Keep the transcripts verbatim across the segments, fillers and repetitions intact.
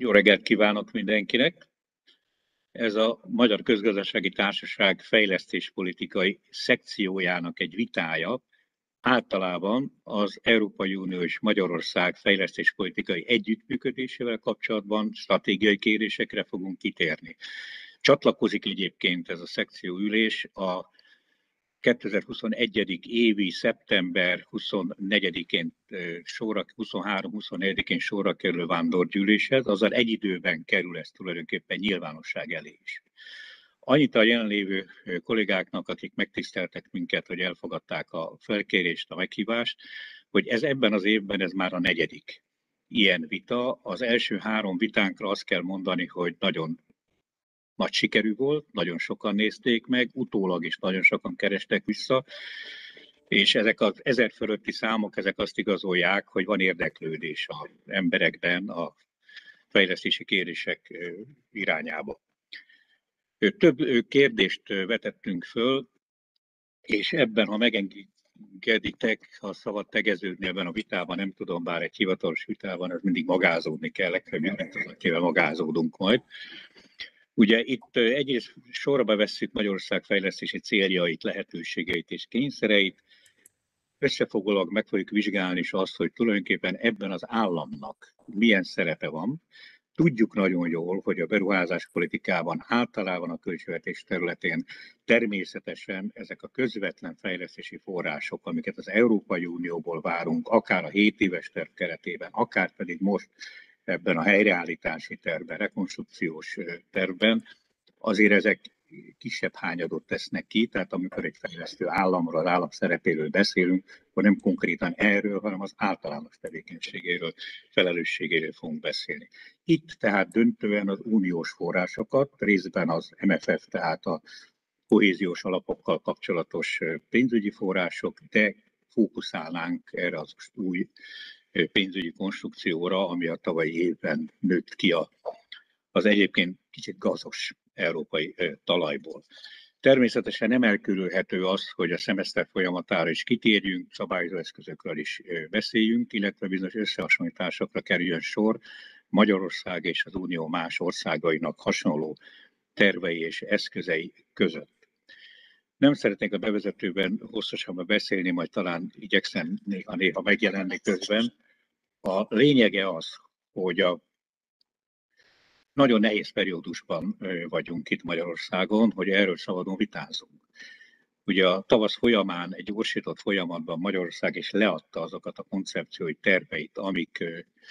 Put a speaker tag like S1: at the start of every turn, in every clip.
S1: Jó reggelt kívánok mindenkinek! Ez a Magyar Közgazdasági Társaság fejlesztéspolitikai szekciójának egy vitája. Általában az Európai Unió és Magyarország fejlesztéspolitikai együttműködésével kapcsolatban stratégiai kérdésekre fogunk kitérni. Csatlakozik egyébként ez a szekcióülés a kétezer-huszonegyedik évi szeptember huszonnegyedikén sorra, huszonhárom-huszonnegyedikén sorra kerülő vándorgyűléshez, azzal egy időben kerül ez tulajdonképpen nyilvánosság elé is. Annyit a jelenlévő kollégáknak, akik megtiszteltek minket, hogy elfogadták a felkérést, a meghívást, hogy ez ebben az évben ez már a negyedik ilyen vita. Az első három vitánkra azt kell mondani, hogy nagyon nagy sikerű volt, nagyon sokan nézték meg, utólag is nagyon sokan kerestek vissza, és ezek az ezer fölötti számok, ezek azt igazolják, hogy van érdeklődés az emberekben a fejlesztési kérdések irányába. Több kérdést vetettünk föl, és ebben, ha megengeditek, ha szabad tegeződni ebben a vitában, nem tudom, bár egy hivatalos vitában, ez mindig magázódni kell, legfeljebb, mint az, akivel magázódunk majd. Ugye itt egyrészt sorba vesszük Magyarország fejlesztési céljait, lehetőségeit és kényszereit. Összefoglalóan meg fogjuk vizsgálni is azt, hogy tulajdonképpen ebben az államnak milyen szerepe van. Tudjuk nagyon jól, hogy a beruházás politikában általában a költségvetés területén természetesen ezek a közvetlen fejlesztési források, amiket az Európai Unióból várunk, akár a hét éves terv keretében, akár pedig most ebben a helyreállítási tervben, rekonstrukciós tervben, azért ezek kisebb hányadot tesznek ki, tehát amikor egy fejlesztő államról, az állam szerepéről beszélünk, akkor nem konkrétan erről, hanem az általános tevékenységéről, felelősségéről fogunk beszélni. Itt tehát döntően az uniós forrásokat, részben az em ef ef, tehát a kohéziós alapokkal kapcsolatos pénzügyi források, de fókuszálnánk erre az új pénzügyi konstrukcióra, ami a tavalyi évben nőtt ki a, az egyébként kicsit gazos európai talajból. Természetesen nem elkerülhető az, hogy a szemeszter folyamatára is kitérjünk, szabályozó eszközökről is beszéljünk, illetve bizonyos összehasonlításokra kerüljön sor Magyarország és az Unió más országainak hasonló tervei és eszközei között. Nem szeretnék a bevezetőben hosszasabban beszélni, majd talán igyekszem néha-néha megjelenni közben. A lényege az, hogy a nagyon nehéz periódusban vagyunk itt Magyarországon, hogy erről szabadon vitázunk. Ugye a tavasz folyamán, egy gyorsított folyamatban Magyarország is leadta azokat a koncepciói terveit, amik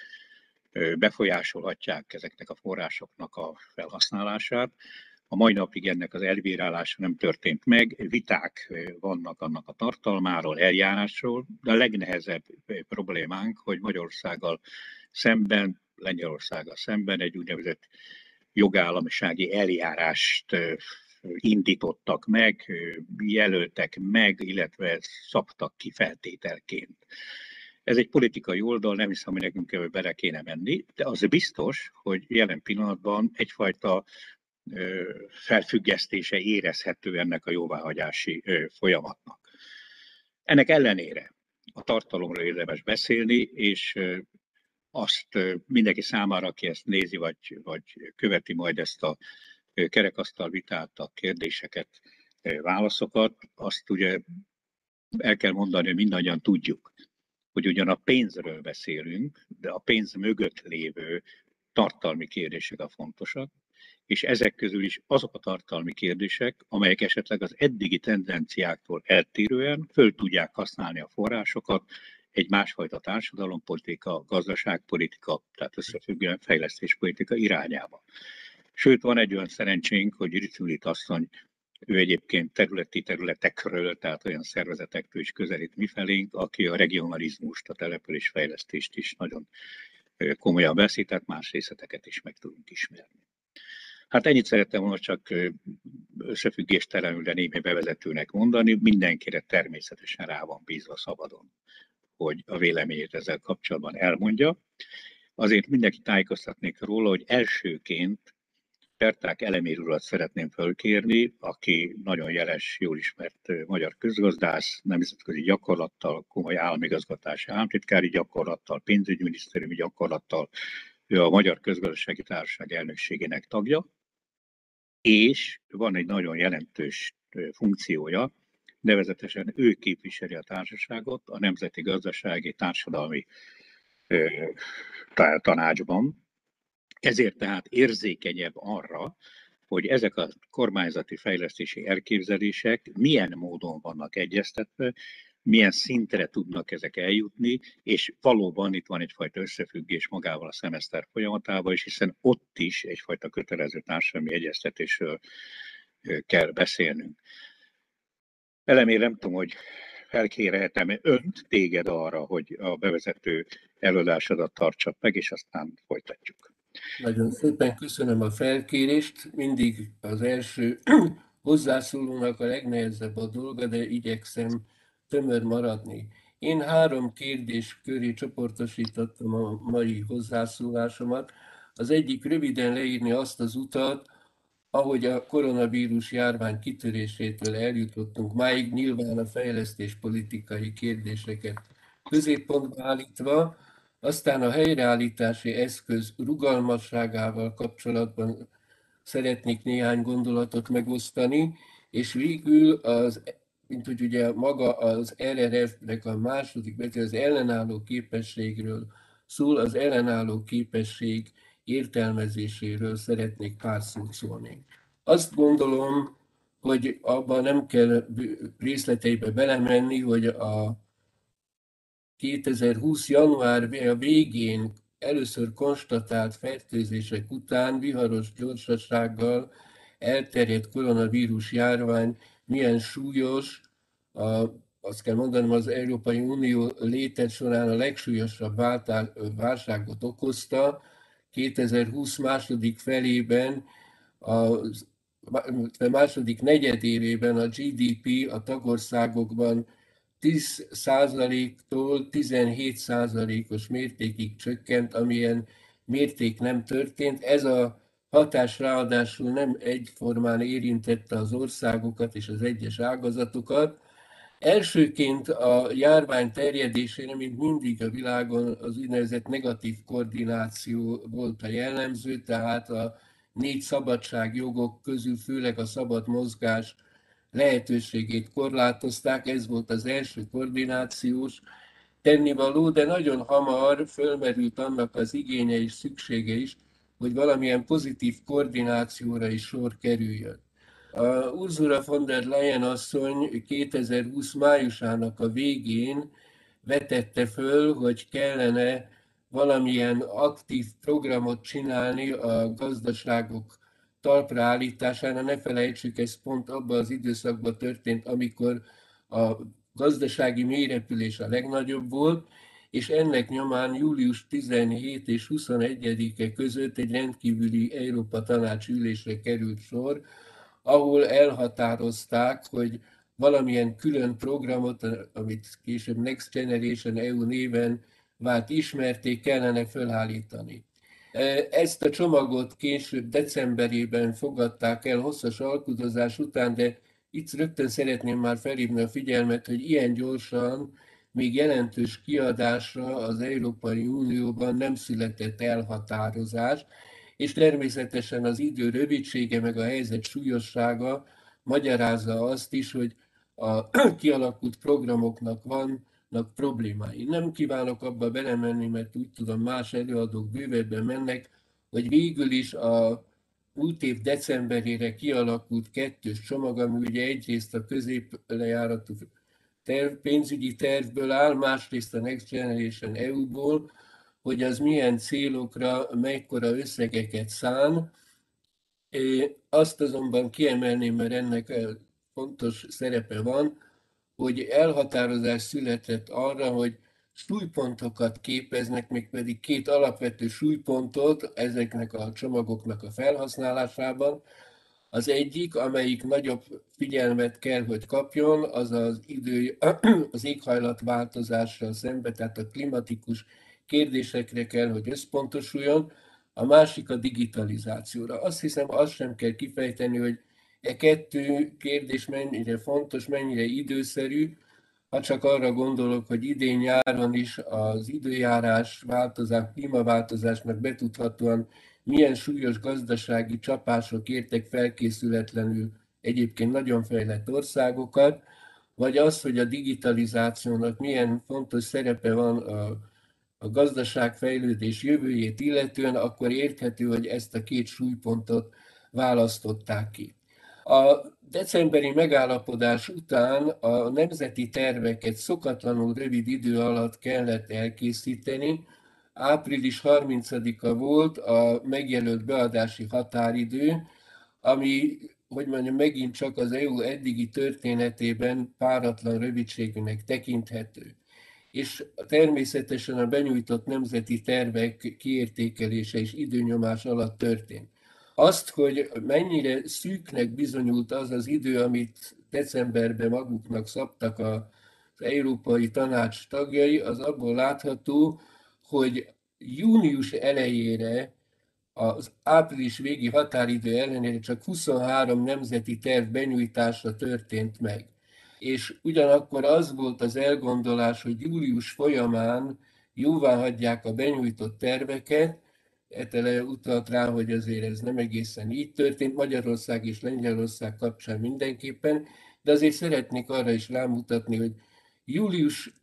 S1: befolyásolhatják ezeknek a forrásoknak a felhasználását. A mai napig ennek az elbírálása nem történt meg, viták vannak annak a tartalmáról, eljárásról, de a legnehezebb problémánk, hogy Magyarországgal szemben, Lengyelországgal szemben egy úgynevezett jogállamisági eljárást indítottak meg, jelöltek meg, illetve szabtak ki feltételként. Ez egy politikai oldal, nem hiszem, hogy nekünk ebbe bele kéne menni, de az biztos, hogy jelen pillanatban egyfajta felfüggesztése érezhető ennek a jóváhagyási folyamatnak. Ennek ellenére a tartalomról érdemes beszélni, és azt mindenki számára, aki ezt nézi, vagy, vagy követi majd ezt a kerekasztal vitát, a kérdéseket, válaszokat, azt ugye el kell mondani, hogy mindannyian tudjuk, hogy ugyan a pénzről beszélünk, de a pénz mögött lévő tartalmi kérdések a fontosak, és ezek közül is azok a tartalmi kérdések, amelyek esetleg az eddigi tendenciáktól eltérően föl tudják használni a forrásokat egy másfajta társadalompolitika, gazdaságpolitika, tehát összefüggően fejlesztéspolitika irányába. Sőt, van egy olyan szerencsénk, hogy Ritz Judit asszony, ő egyébként területi területekről, tehát olyan szervezetektől is közelít mifelénk, aki a regionalizmust, a településfejlesztést is nagyon komolyan veszi, tehát más részleteket is meg tudunk ismerni. Hát ennyit szerettem volna csak összefüggéstelenül, de némi bevezetőnek mondani. Mindenkire természetesen rá van bízva szabadon, hogy a véleményét ezzel kapcsolatban elmondja. Azért mindenki tájékoztatnék róla, hogy elsőként Perták Elemér urat szeretném fölkérni, aki nagyon jeles, jól ismert magyar közgazdász, nemzetközi gyakorlattal, komoly államigazgatási államtitkári gyakorlattal, pénzügyminisztériumi gyakorlattal, ő a Magyar Közgazdasági Társaság elnökségének tagja, és van egy nagyon jelentős funkciója, nevezetesen ő képviseli a társaságot a Nemzeti Gazdasági Társadalmi Tanácsban, ezért tehát érzékenyebb arra, hogy ezek a kormányzati fejlesztési elképzelések milyen módon vannak egyeztetve, milyen szintre tudnak ezek eljutni, és valóban itt van egyfajta összefüggés magával a szemeszter folyamatával is, hiszen ott is egyfajta kötelező társadalmi egyeztetésről kell beszélnünk. Elemér, nem tudom, hogy felkérhetem önt, téged arra, hogy a bevezető előadásodat tartsad meg, és aztán folytatjuk.
S2: Nagyon szépen köszönöm a felkérést. Mindig az első hozzászólónak a legnehezebb a dolga, de igyekszem tömör maradni. Én három kérdés köré csoportosítottam a mai hozzászólásomat. Az egyik röviden leírni azt az utat, ahogy a koronavírus járvány kitörésétől eljutottunk máig, nyilván a fejlesztéspolitikai kérdéseket középpontba állítva, aztán a helyreállítási eszköz rugalmasságával kapcsolatban szeretnék néhány gondolatot megosztani, és végül az, mint hogy ugye maga az er er ef-nek a második betű, az ellenálló képességről szól, az ellenálló képesség értelmezéséről szeretnék pár szót szólni. Azt gondolom, hogy abban nem kell részleteibe belemenni, hogy a kétezer-húsz. január végén először konstatált fertőzések után viharos gyorsasággal elterjedt koronavírus járvány milyen súlyos, a, azt kell mondanom, az Európai Unió léte során a legsúlyosabb válságot okozta. kétezer-húsz második felében, a második negyedévében a gé dé pé a tagországokban tíz százaléktól tizenhét százalékos mértékig csökkent, amilyen mérték nem történt. Ez a hatás ráadásul nem egyformán érintette az országokat és az egyes ágazatokat. Elsőként a járvány terjedésére, mint mindig a világon, az úgynevezett negatív koordináció volt a jellemző, tehát a négy szabadságjogok közül főleg a szabad mozgás lehetőségét korlátozták, ez volt az első koordinációs tennivaló, de nagyon hamar fölmerült annak az igénye és szüksége is, hogy valamilyen pozitív koordinációra is sor kerüljön. A Ursula von der Leyen asszony kétezer-húsz májusának a végén vetette föl, hogy kellene valamilyen aktív programot csinálni a gazdaságok talpra állítására. Ne felejtsük, ez pont abban az időszakban történt, amikor a gazdasági mélyrepülés a legnagyobb volt, és ennek nyomán július tizenhetedike és huszonegyedike között egy rendkívüli Európa Tanács ülésre került sor, ahol elhatározták, hogy valamilyen külön programot, amit később Next Generation é u néven vált ismerté, kellene felállítani. Ezt a csomagot később decemberében fogadták el hosszas alkudozás után, de itt rögtön szeretném már felhívni a figyelmet, hogy ilyen gyorsan még jelentős kiadásra az Európai Unióban nem született elhatározás, és természetesen az idő rövidsége meg a helyzet súlyossága magyarázza azt is, hogy a kialakult programoknak vannak problémái. Nem kívánok abba belemenni, mert úgy tudom, más előadók bővebben mennek, hogy végül is a múlt év decemberére kialakult kettős csomag, ami ugye egyrészt a középlejáratú terv, pénzügyi tervből áll, másrészt a Next Generation é u-ból, hogy az milyen célokra mekkora összegeket szán. Azt azonban kiemelném, mert ennek fontos szerepe van, hogy elhatározás született arra, hogy súlypontokat képeznek, mégpedig két alapvető súlypontot ezeknek a csomagoknak a felhasználásában. Az egyik, amelyik nagyobb figyelmet kell, hogy kapjon, az az idő, az éghajlatváltozással szemben, tehát a klimatikus kérdésekre kell, hogy összpontosuljon, a másik a digitalizációra. Azt hiszem, azt sem kell kifejteni, hogy e kettő kérdés mennyire fontos, mennyire időszerű. Ha csak arra gondolok, hogy idén nyáron is az időjárás változás, klímaváltozásnak betudhatóan milyen súlyos gazdasági csapások értek felkészületlenül egyébként nagyon fejlett országokat, vagy az, hogy a digitalizációnak milyen fontos szerepe van a, a gazdaságfejlődés jövőjét illetően, akkor érthető, hogy ezt a két súlypontot választották ki. A decemberi megállapodás után a nemzeti terveket szokatlanul rövid idő alatt kellett elkészíteni. április harmincadika volt a megjelölt beadási határidő, ami, hogy mondjam, megint csak az é u eddigi történetében páratlan rövidségűnek tekinthető. És természetesen a benyújtott nemzeti tervek kiértékelése is időnyomás alatt történt. Azt, hogy mennyire szűknek bizonyult az az idő, amit decemberben maguknak szabtak az Európai Tanács tagjai, az abból látható, hogy június elejére az április végi határidő ellenére csak huszonhárom nemzeti terv benyújtása történt meg. És ugyanakkor az volt az elgondolás, hogy július folyamán jóváhagyják a benyújtott terveket. Etele utalt rá, hogy azért ez nem egészen így történt, Magyarország és Lengyelország kapcsán mindenképpen, de azért szeretnék arra is rámutatni, hogy július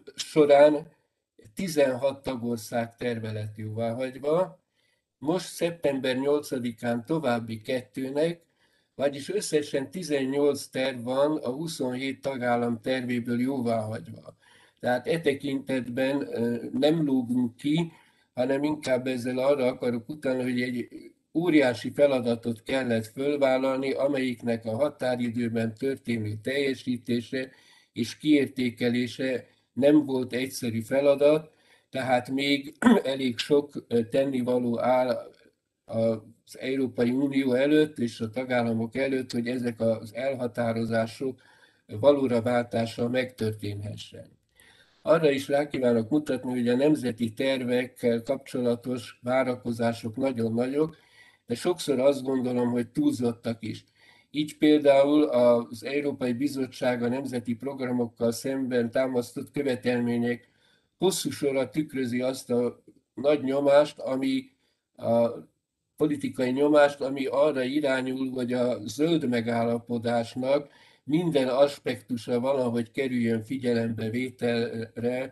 S2: során tizenhat tagország terve lett jóváhagyva, most szeptember nyolcadikán további kettőnek, vagyis összesen tizennyolc terv van a huszonhét tagállam tervéből jóváhagyva. Tehát e tekintetben nem lógunk ki, hanem inkább ezzel arra akarok utalni, hogy egy óriási feladatot kellett fölvállalni, amelyiknek a határidőben történő teljesítése és kiértékelése nem volt egyszerű feladat, tehát még elég sok tennivaló áll az Európai Unió előtt és a tagállamok előtt, hogy ezek az elhatározások valóra váltása megtörténhessen. Arra is rá kívánok mutatni, hogy a nemzeti tervekkel kapcsolatos várakozások nagyon nagyok, de sokszor azt gondolom, hogy túlzottak is. Így például az Európai Bizottság a nemzeti programokkal szemben támasztott követelmények hosszú sorra tükrözi azt a nagy nyomást, ami a politikai nyomást, ami arra irányul, hogy a zöld megállapodásnak minden aspektusa valahogy kerüljön figyelembe vételre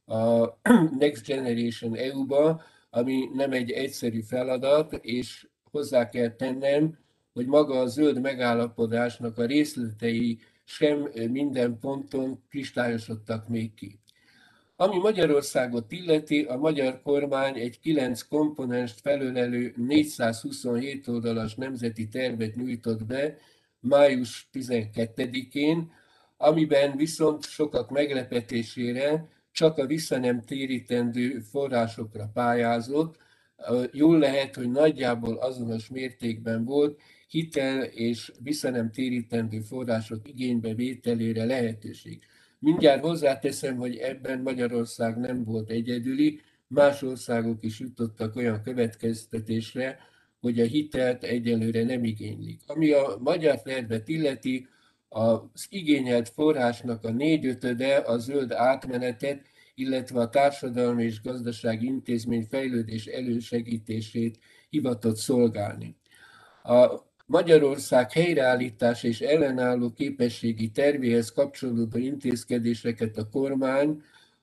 S2: a Next Generation é u-ba, ami nem egy egyszerű feladat, és hozzá kell tennem, hogy maga a zöld megállapodásnak a részletei sem minden ponton kristályosodtak még ki. Ami Magyarországot illeti, a magyar kormány egy kilenc komponenst felölelő négyszázhuszonhét oldalas nemzeti tervet nyújtott be május tizenkettedikén, amiben viszont sokak meglepetésére csak a visszanemtérítendő forrásokra pályázott. Jól lehet, hogy nagyjából azonos mértékben volt hitel és visszanemtérítendő források igénybevételére lehetőség. Mindjárt hozzáteszem, hogy ebben Magyarország nem volt egyedüli, más országok is jutottak olyan következtetésre, hogy a hitelt egyelőre nem igénylik. Ami a magyar tervet illeti, az igényelt forrásnak a négyötöde a zöld átmenetet, illetve a társadalmi és gazdasági intézmény fejlődés elősegítését hivatott szolgálni. A Magyarország helyreállítás és ellenálló képességi tervéhez kapcsolódó intézkedéseket a kormány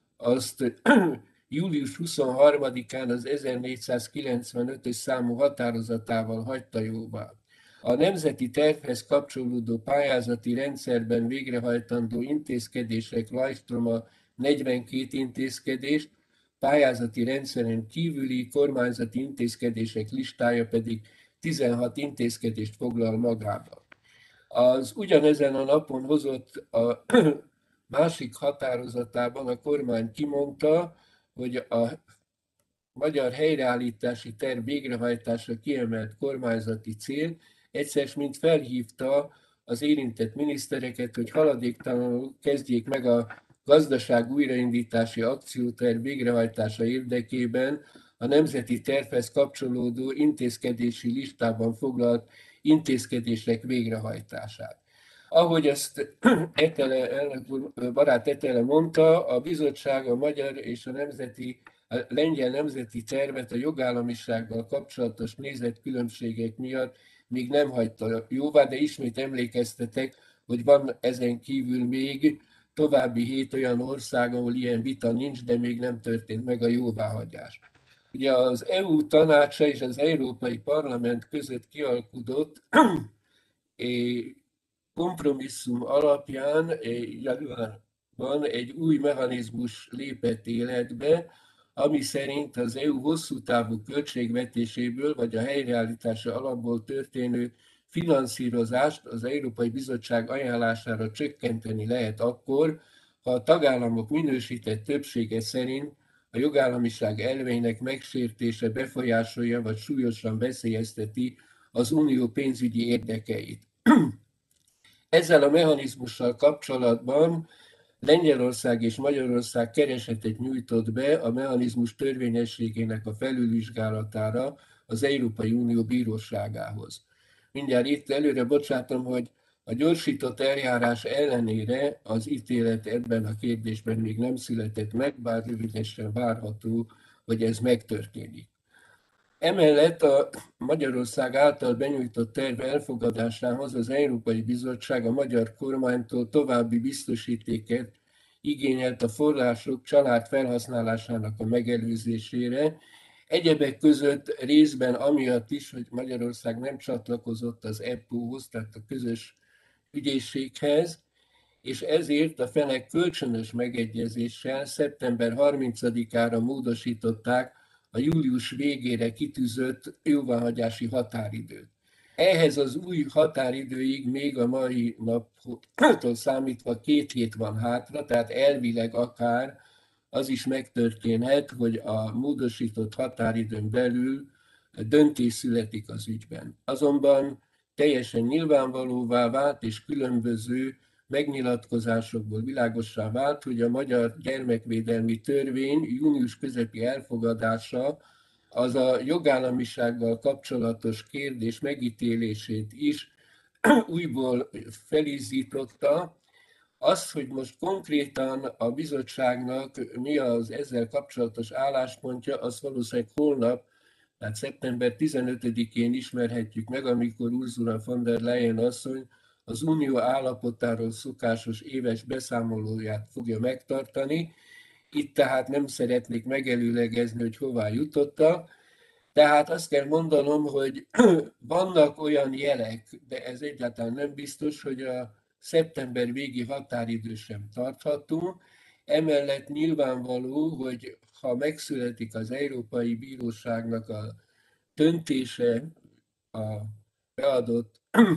S2: azt július huszonharmadikán az ezernégyszázkilencvenötös számú határozatával hagyta jóvá. A nemzeti tervhez kapcsolódó pályázati rendszerben végrehajtandó intézkedések rajstroma negyvenkét intézkedést, pályázati rendszeren kívüli kormányzati intézkedések listája pedig tizenhat intézkedést foglal magába. Az ugyanezen a napon hozott a másik határozatában a kormány kimondta, hogy a magyar helyreállítási terv végrehajtása kiemelt kormányzati cél, egyszer mint felhívta az érintett minisztereket, hogy haladéktalanul kezdjék meg a gazdaság újraindítási akcióterv végrehajtása érdekében a nemzeti tervhez kapcsolódó intézkedési listában foglalt intézkedések végrehajtását. Ahogy ezt Etele, elnök úr, barát Etele mondta, a bizottság a magyar és a nemzeti, a lengyel nemzeti tervet a jogállamisággal kapcsolatos nézetkülönbségek miatt még nem hagyta jóvá, de ismét emlékeztetek, hogy van ezen kívül még további hét olyan ország, ahol ilyen vita nincs, de még nem történt meg a jóváhagyás. Ugye az é u tanácsa és az Európai Parlament között kialkudott kompromisszum alapján van egy új mechanizmus lépett életbe, ami szerint az é u hosszú távú költségvetéséből vagy a helyreállítása alapból történő finanszírozást az Európai Bizottság ajánlására csökkenteni lehet akkor, ha a tagállamok minősített többsége szerint a jogállamiság elveinek megsértése befolyásolja vagy súlyosan veszélyezteti az unió pénzügyi érdekeit. Ezzel a mechanizmussal kapcsolatban Lengyelország és Magyarország keresetet nyújtott be a mechanizmus törvényességének a felülvizsgálatára az Európai Unió Bíróságához. Mindjárt itt előre bocsátom, hogy a gyorsított eljárás ellenére az ítélet ebben a kérdésben még nem született meg, bár rövidesen várható, hogy ez megtörténik. Emellett a Magyarország által benyújtott terv elfogadásához az Európai Bizottság a magyar kormánytól további biztosítéket igényelt a források család felhasználásának a megelőzésére, egyebek között részben amiatt is, hogy Magyarország nem csatlakozott az é pé ó-hoz, tehát a közös ügyészséghez, és ezért a felek kölcsönös megegyezéssel szeptember harmincadikára módosították a július végére kitűzött jóváhagyási határidőt. Ehhez az új határidőig még a mai naptól számítva két hét van hátra, tehát elvileg akár az is megtörténhet, hogy a módosított határidőn belül döntés születik az ügyben. Azonban teljesen nyilvánvalóvá vált és különböző megnyilatkozásokból világossá vált, hogy a magyar gyermekvédelmi törvény június közepi elfogadása az a jogállamisággal kapcsolatos kérdés megítélését is újból felízította. Az, hogy most konkrétan a bizottságnak mi az ezzel kapcsolatos álláspontja, az valószínűleg holnap, tehát szeptember tizenötödikén ismerhetjük meg, amikor Ursula von der Leyen asszony az unió állapotáról szokásos éves beszámolóját fogja megtartani. Itt tehát nem szeretnék megelőlegezni, hogy hová jutottak. Tehát azt kell mondanom, hogy vannak olyan jelek, de ez egyáltalán nem biztos, hogy a szeptember végi határidő sem tartható. Emellett nyilvánvaló, hogy ha megszületik az Európai Bíróságnak a döntése a beadott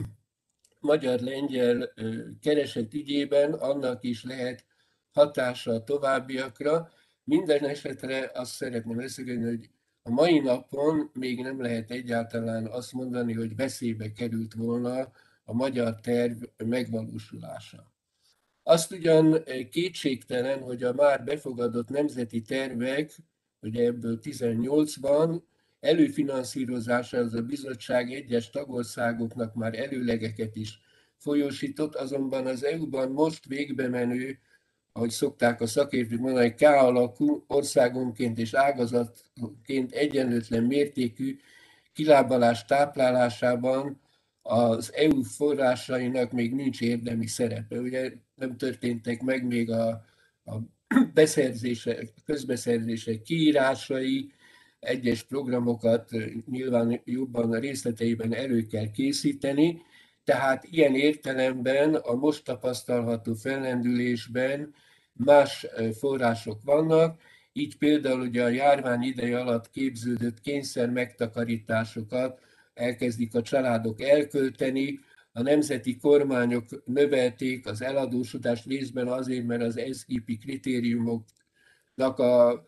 S2: magyar-lengyel kereset ügyében, annak is lehet hatása a továbbiakra. Minden esetre azt szeretném leszögezni, hogy a mai napon még nem lehet egyáltalán azt mondani, hogy veszélybe került volna a magyar terv megvalósulása. Azt ugyan kétségtelen, hogy a már befogadott nemzeti tervek, ugye ebből tizennyolc van, előfinanszírozásához a bizottság egyes tagországoknak már előlegeket is folyósított, azonban az é u-ban most végbe menő, ahogy szokták a szakértők mondani, K-alakú országonként és ágazatként egyenlőtlen mértékű kilábalás táplálásában az é u forrásainak még nincs érdemi szerepe. Ugye nem történtek meg még a, a beszerzések, közbeszerzések kiírásai, egyes programokat nyilván jobban a részleteiben elő kell készíteni, tehát ilyen értelemben a most tapasztalható fellendülésben más források vannak, így például ugye a járvány ideje alatt képződött kényszer megtakarításokat elkezdik a családok elkölteni, a nemzeti kormányok növelték az eladósodást részben azért, mert az es gé pé kritériumoknak a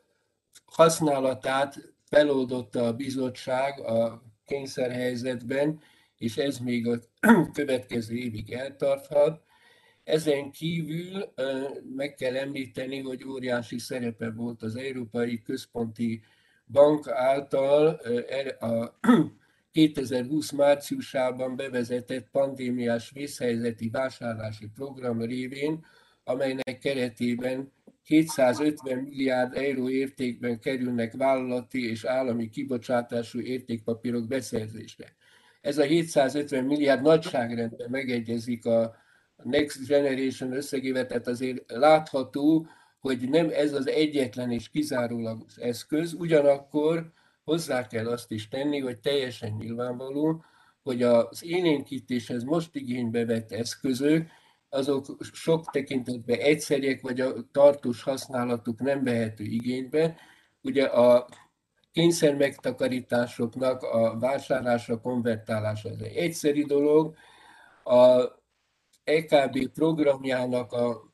S2: használatát feloldotta a bizottság a kényszerhelyzetben, és ez még a következő évig eltarthat. Ezen kívül meg kell említeni, hogy óriási szerepe volt az Európai Központi Bank által a kétezer-húsz márciusában bevezetett pandémiás vészhelyzeti vásárlási program révén, amelynek keretében kétszázötven milliárd euró értékben kerülnek vállalati és állami kibocsátású értékpapírok beszerzésre. Ez a hétszázötven milliárd nagyságrendben megegyezik a Next Generation összegével, tehát azért látható, hogy nem ez az egyetlen és kizárólagos eszköz, ugyanakkor hozzá kell azt is tenni, hogy teljesen nyilvánvaló, hogy az élénkítéshez most igénybe vett eszközök, azok sok tekintetben egyszerűek, vagy a tartós használatuk nem vehető igénybe. Ugye a kényszer megtakarításoknak a vásárlásra, konvertálása ez egy egyszerű dolog. A é ká bé programjának a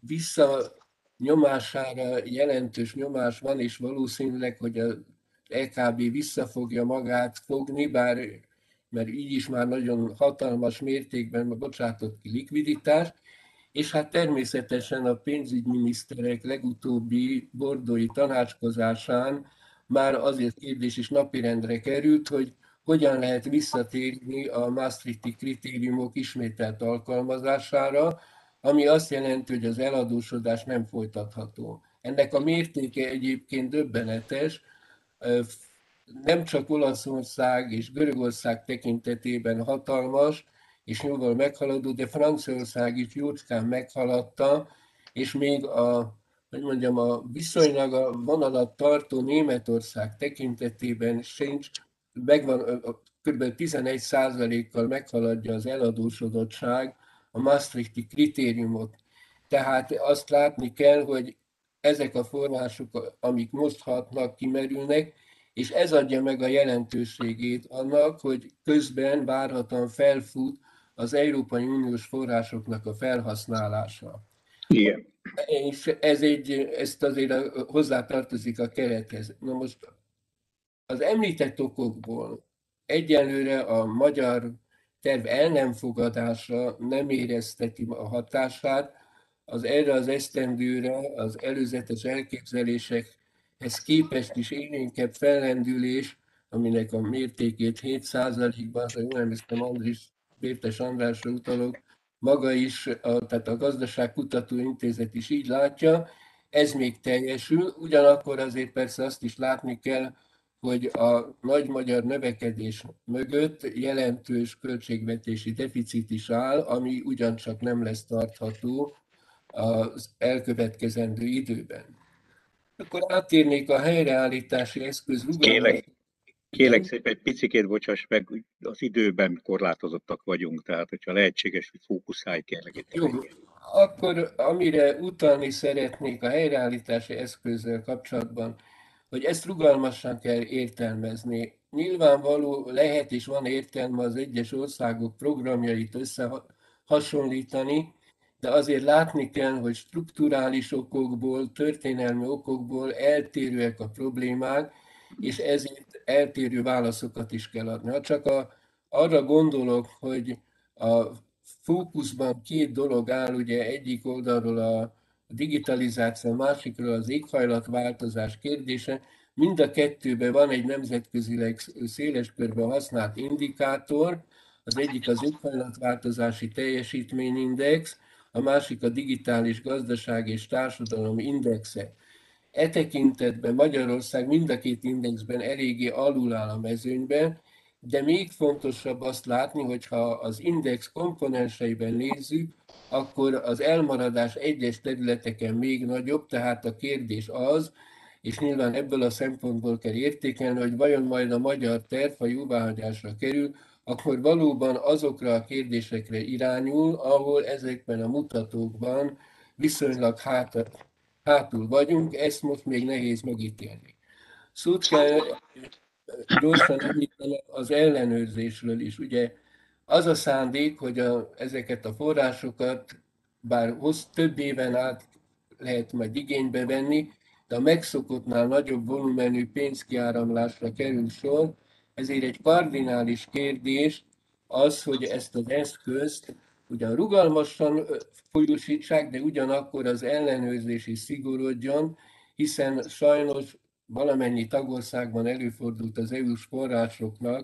S2: visszanyomására jelentős nyomás van, és valószínűleg, hogy az é ká bé vissza fogja magát fogni, bár mert így is már nagyon hatalmas mértékben bocsátott ki likviditást, és hát természetesen a pénzügyminiszterek legutóbbi bordói tanácskozásán már azért kérdés is napirendre került, hogy hogyan lehet visszatérni a maastrichti kritériumok ismételt alkalmazására, ami azt jelenti, hogy az eladósodás nem folytatható. Ennek a mértéke egyébként döbbenetes, nem csak Olaszország és Görögország tekintetében hatalmas és jóval meghaladó, de Franciaország is jócskán meghaladta, és még a, hogy mondjam, a viszonylag a vonalat tartó Németország tekintetében sincs, megvan, kb. tizenegy százalékkal meghaladja az eladósodottság a maastrichti kritériumot. Tehát azt látni kell, hogy ezek a források, amik most hatnak, kimerülnek, és ez adja meg a jelentőségét annak, hogy közben várhatóan felfut az Európai Uniós forrásoknak a felhasználása.
S1: Igen.
S2: És ez egy, ezt azért hozzátartozik a kerethez. Na most az említett okokból egyelőre a magyar terv el nem fogadása nem érezteti a hatását, az erre az esztendőre az előzetes elképzelésekhez képest is élénkebb fellendülés, aminek a mértékét hét százalékban, ha jól emlékszem, Andris, Bértes Andrásra utalok, maga is, a, tehát a Gazdaságkutató Intézet is így látja, ez még teljesül, ugyanakkor azért persze azt is látni kell, hogy a nagy magyar növekedés mögött jelentős költségvetési deficit is áll, ami ugyancsak nem lesz tartható az elkövetkezendő időben. Akkor átérnék a helyreállítási eszköz rugalmas.
S1: Kérlek, kérlek szépen, egy picikét bocsáss meg, az időben korlátozottak vagyunk, tehát hogyha lehetséges, hogy fókuszálj kérlek.
S2: Jó, akkor amire utalni szeretnék a helyreállítási eszközzel kapcsolatban, hogy ezt rugalmasan kell értelmezni. Nyilvánvaló lehet és van értelme az egyes országok programjait összehasonlítani, de azért látni kell, hogy strukturális okokból, történelmi okokból eltérőek a problémák, és ezért eltérő válaszokat is kell adni. Ha csak a, arra gondolok, hogy a fókuszban két dolog áll, ugye egyik oldalról a digitalizáció, másikról az éghajlatváltozás kérdése, mind a kettőben van egy nemzetközileg széles körben használt indikátor, az egyik az éghajlatváltozási teljesítményindex, a másik a digitális gazdaság és társadalom indexe. E tekintetben Magyarország mind a két indexben eléggé alul áll a mezőnyben, de még fontosabb azt látni, hogy ha az index komponenseiben nézzük, akkor az elmaradás egyes területeken még nagyobb, tehát a kérdés az, és nyilván ebből a szempontból kell értékelni, hogy vajon majd a magyar terv, ha jóváhagyásra kerül, akkor valóban azokra a kérdésekre irányul, ahol ezekben a mutatókban viszonylag hát, hátul vagyunk, ezt most még nehéz megítélni. Szót kell gyorsan említeni az ellenőrzésről is. Ugye az a szándék, hogy a, ezeket a forrásokat, bár hossz, több éven át lehet majd igénybe venni, de a megszokottnál nagyobb volumenű pénzkiáramlásra kerül sor, ezért egy kardinális kérdés az, hogy ezt az eszközt ugyan rugalmasan folyósítsák, de ugyanakkor az ellenőrzés is szigorodjon, hiszen sajnos valamennyi tagországban előfordult az é u-s forrásoknak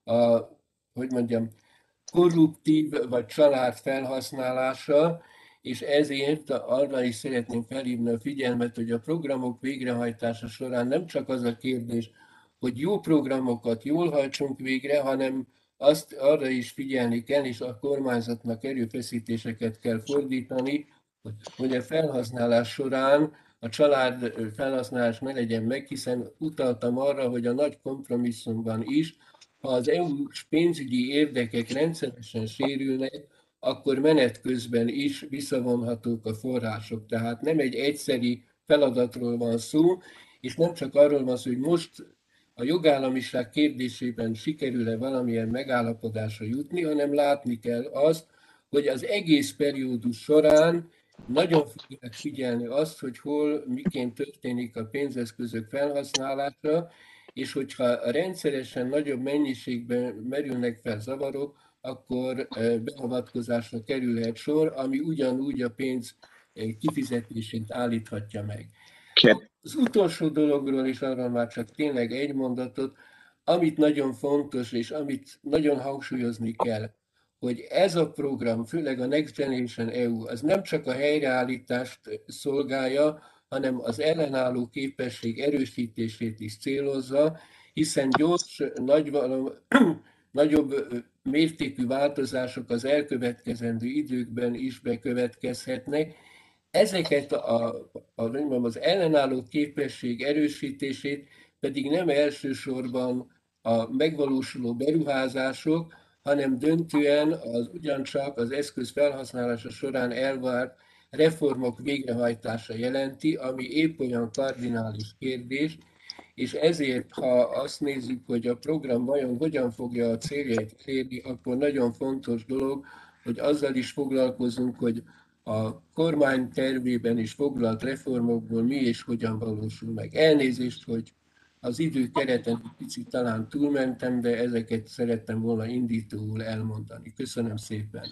S2: a, hogy mondjam, korruptív vagy család felhasználása, és ezért arra is szeretném felhívni a figyelmet, hogy a programok végrehajtása során nem csak az a kérdés, hogy jó programokat jól hajtsunk végre, hanem azt arra is figyelni kell, és a kormányzatnak erőfeszítéseket kell fordítani, hogy a felhasználás során a család felhasználás ne legyen meg, hiszen utaltam arra, hogy a nagy kompromisszumban is, ha az é u-s pénzügyi érdekek rendszeresen sérülnek, akkor menet közben is visszavonhatók a források. Tehát nem egy egyszeri feladatról van szó, és nem csak arról van szó, hogy most a jogállamiság kérdésében sikerül-e valamilyen megállapodásra jutni, hanem látni kell azt, hogy az egész periódus során nagyon fogják figyelni azt, hogy hol, miként történik a pénzeszközök felhasználása, és hogyha rendszeresen nagyobb mennyiségben merülnek fel zavarok, akkor beavatkozásra kerülhet sor, ami ugyanúgy a pénz kifizetését állíthatja meg. Az utolsó dologról is arról már csak tényleg egy mondatot, amit nagyon fontos, és amit nagyon hangsúlyozni kell, hogy ez a program, főleg a Next Generation é u, az nem csak a helyreállítást szolgálja, hanem az ellenálló képesség erősítését is célozza, hiszen gyors, nagy, nagyobb mértékű változások az elkövetkezendő időkben is bekövetkezhetnek. Ezeket a, a, az ellenálló képesség erősítését pedig nem elsősorban a megvalósuló beruházások, hanem döntően az ugyancsak az eszköz felhasználása során elvárt reformok végrehajtása jelenti, ami épp olyan kardinális kérdés, és ezért, ha azt nézzük, hogy a program vajon hogyan fogja a céljait elérni, akkor nagyon fontos dolog, hogy azzal is foglalkozunk, hogy a kormány tervében is foglalt reformokból mi és hogyan valósul meg. Elnézést, hogy az idő kereten egy picit talán túlmentem, de ezeket szerettem volna indítóul elmondani. Köszönöm szépen.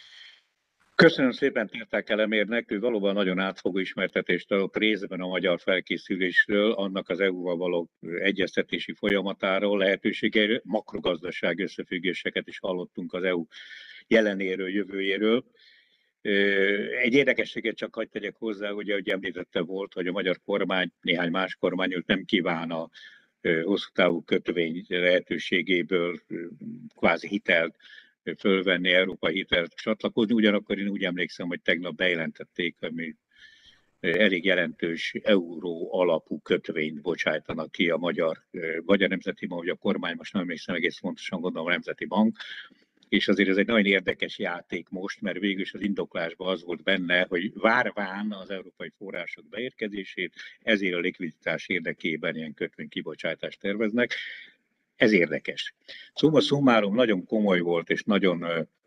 S1: Köszönöm szépen Tirták Elemérnek, ő valóban nagyon átfogó ismertetést adott részben a magyar felkészülésről, annak az é u-val való egyeztetési folyamatáról, lehetőségeiről, makrogazdasági összefüggéseket is hallottunk az é u jelenéről, jövőjéről. Egy érdekességet csak hadd tegyek hozzá, ugye, hogy említette volt, hogy a magyar kormány, néhány más kormány nem kíván a hosszú távú kötvény lehetőségéből kvázi hitelt fölvenni, európai hitelt csatlakozni, ugyanakkor én úgy emlékszem, hogy tegnap bejelentették, hogy elég jelentős euró alapú kötvényt bocsájtanak ki a magyar, magyar nemzeti bank, vagy a kormány, most nem emlékszem egész fontosan, gondolom a Nemzeti Bank, és azért ez egy nagyon érdekes játék most, mert végül is az indoklásban az volt benne, hogy várván az európai források beérkezését, ezért a likviditás érdekében ilyen kötvénykibocsátást terveznek. Ez érdekes. Szóval szumárom nagyon komoly volt, és nagyon,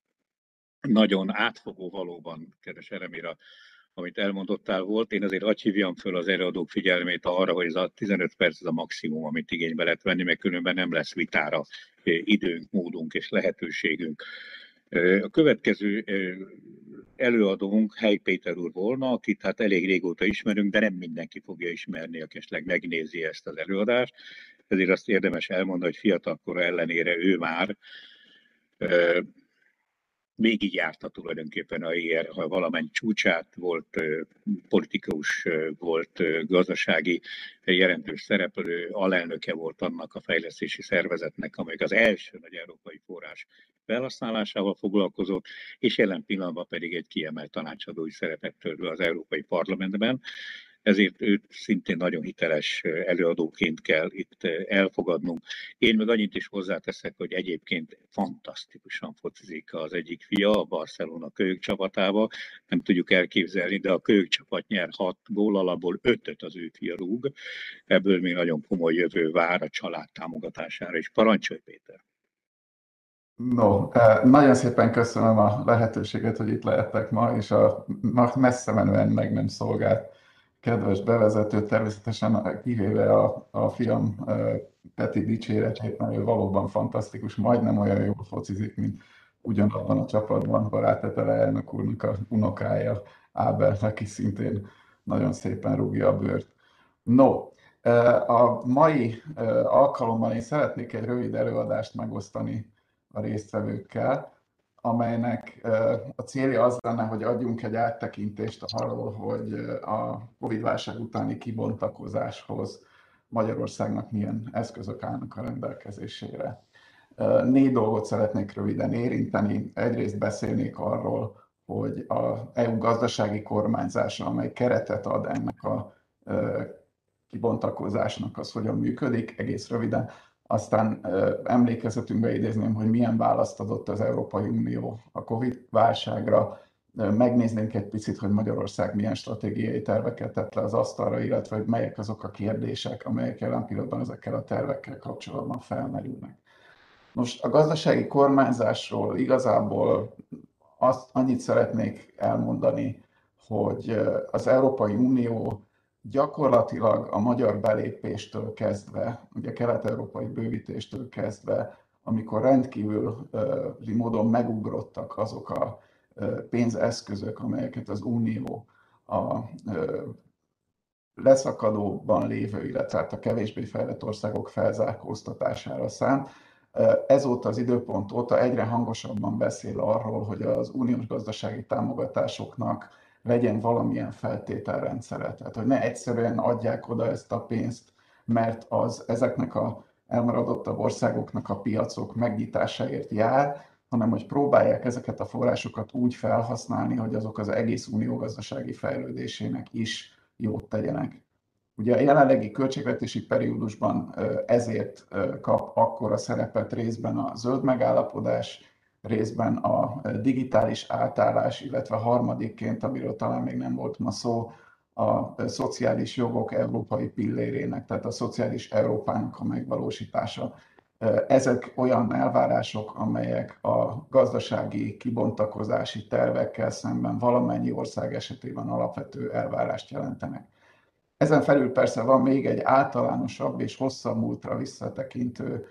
S1: nagyon átfogó valóban, kedves Elemira, amit elmondottál volt. Én azért hadd hívjam föl az előadók figyelmét arra, hogy ez a tizenöt perc ez a maximum, amit igénybe lehet venni, mert különben nem lesz vitára időnk, módunk és lehetőségünk. A következő előadónk Hely Péter úr volna, akit hát elég régóta ismerünk, de nem mindenki fogja ismerni, aki esetleg megnézi ezt az előadást. Ezért azt érdemes elmondani, hogy fiatalkora ellenére ő már végigjárta tulajdonképpen a é er, ha valamennyi csúcsát, volt politikus, volt gazdasági jelentős szereplő, alelnöke volt annak a fejlesztési szervezetnek, amelyik az első nagy európai forrás felhasználásával foglalkozott, és jelen pillanatban pedig egy kiemelt tanácsadói szerepet tölt be az Európai Parlamentben. Ezért őt szintén nagyon hiteles előadóként kell itt elfogadnunk. Én meg annyit is hozzáteszek, hogy egyébként fantasztikusan focizik az egyik fia, a Barcelona kölyök csapatába. Nem tudjuk elképzelni, de a kölyök csapat nyer hat gól alapból ötöt az ő fia rúg. Ebből még nagyon komoly jövő vár a család támogatására is. Parancsolj, Péter!
S3: No, nagyon szépen köszönöm a lehetőséget, hogy itt lehettek ma, és a messze menően meg nem szolgált kedves bevezető, természetesen kivéve a, a fiam Peti dicséretét, mert ő valóban fantasztikus, majdnem olyan jól focizik, mint ugyanabban a csapatban Barát Etele elnök úrnak a unokája, Ábel, aki szintén nagyon szépen rúgja a bőrt. No, A mai alkalommal én szeretnék egy rövid előadást megosztani a résztvevőkkel, amelynek a célja az lenne, hogy adjunk egy áttekintést arról, hogy a Covid-válság utáni kibontakozáshoz Magyarországnak milyen eszközök állnak a rendelkezésére. Négy dolgot szeretnék röviden érinteni. Egyrészt beszélnék arról, hogy az é u gazdasági kormányzása, amely keretet ad ennek a kibontakozásnak, az hogyan működik, egész röviden. Aztán emlékezetünkbe idézném, hogy milyen választ adott az Európai Unió a Covid-válságra. Megnéznénk egy picit, hogy Magyarország milyen stratégiai terveket tett le az asztalra, illetve hogy melyek azok a kérdések, amelyek jelen pillanatban ezekkel a tervekkel kapcsolatban felmerülnek. Most a gazdasági kormányzásról igazából azt annyit szeretnék elmondani, hogy az Európai Unió gyakorlatilag a magyar belépéstől kezdve, ugye kelet-európai bővítéstől kezdve, amikor rendkívüli módon megugrottak azok a pénzeszközök, amelyeket az Unió a leszakadóban lévő, illetve a kevésbé fejlett országok felzárkóztatására szánt. Ezóta az időpont óta egyre hangosabban beszél arról, hogy az uniós gazdasági támogatásoknak legyen valamilyen feltételrendszere. Tehát, hogy ne egyszerűen adják oda ezt a pénzt, mert az ezeknek a elmaradottabb országoknak a piacok megnyitásáért jár, hanem hogy próbálják ezeket a forrásokat úgy felhasználni, hogy azok az egész unió gazdasági fejlődésének is jót tegyenek. Ugye a jelenlegi költségvetési periódusban ezért kap akkora szerepet részben a zöld megállapodás, részben a digitális átállás, illetve harmadikként, amiről talán még nem volt ma szó, a szociális jogok európai pillérének, tehát a szociális Európának a megvalósítása. Ezek olyan elvárások, amelyek a gazdasági kibontakozási tervekkel szemben valamennyi ország esetében alapvető elvárást jelentenek. Ezen felül persze van még egy általánosabb és hosszabb múltra visszatekintő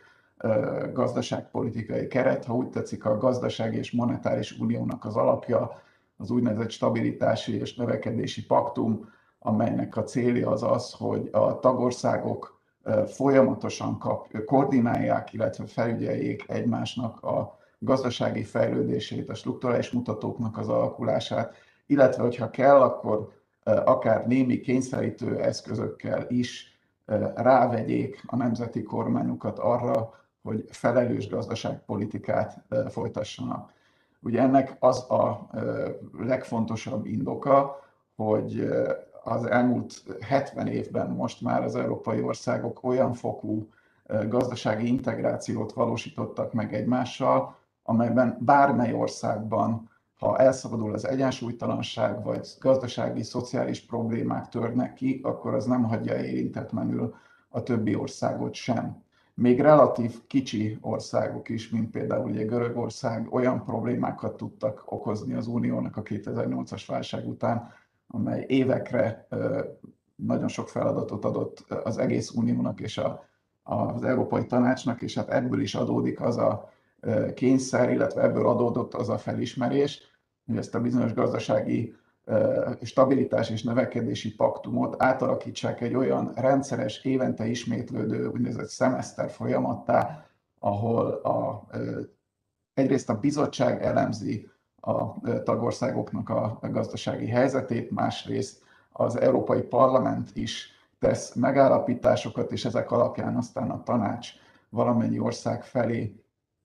S3: gazdaságpolitikai keret, ha úgy tetszik, a gazdasági és monetáris uniónak az alapja, az úgynevezett stabilitási és növekedési paktum, amelynek a célja az az, hogy a tagországok folyamatosan kap, koordinálják, illetve felügyeljék egymásnak a gazdasági fejlődését, a strukturális mutatóknak az alakulását, illetve hogyha kell, akkor akár némi kényszerítő eszközökkel is rávegyék a nemzeti kormányokat arra, hogy felelős gazdaságpolitikát folytassanak. Ugye ennek az a legfontosabb indoka, hogy az elmúlt hetven évben most már az európai országok olyan fokú gazdasági integrációt valósítottak meg egymással, amelyben bármely országban, ha elszabadul az egyensúlytalanság, vagy gazdasági, szociális problémák törnek ki, akkor az nem hagyja érintetlenül a többi országot sem. Még relatív kicsi országok is, mint például ugye Görögország, olyan problémákat tudtak okozni az Uniónak a kétezer-nyolcas válság után, amely évekre nagyon sok feladatot adott az egész Uniónak és a, az Európai Tanácsnak, és hát ebből is adódik az a kényszer, illetve ebből adódott az a felismerés, hogy ezt a bizonyos gazdasági stabilitás és növekedési paktumot átalakítsák egy olyan rendszeres, évente ismétlődő úgynevezett szemeszter folyamattá, ahol a, egyrészt a bizottság elemzi a tagországoknak a gazdasági helyzetét, másrészt az Európai Parlament is tesz megállapításokat, és ezek alapján aztán a tanács valamennyi ország felé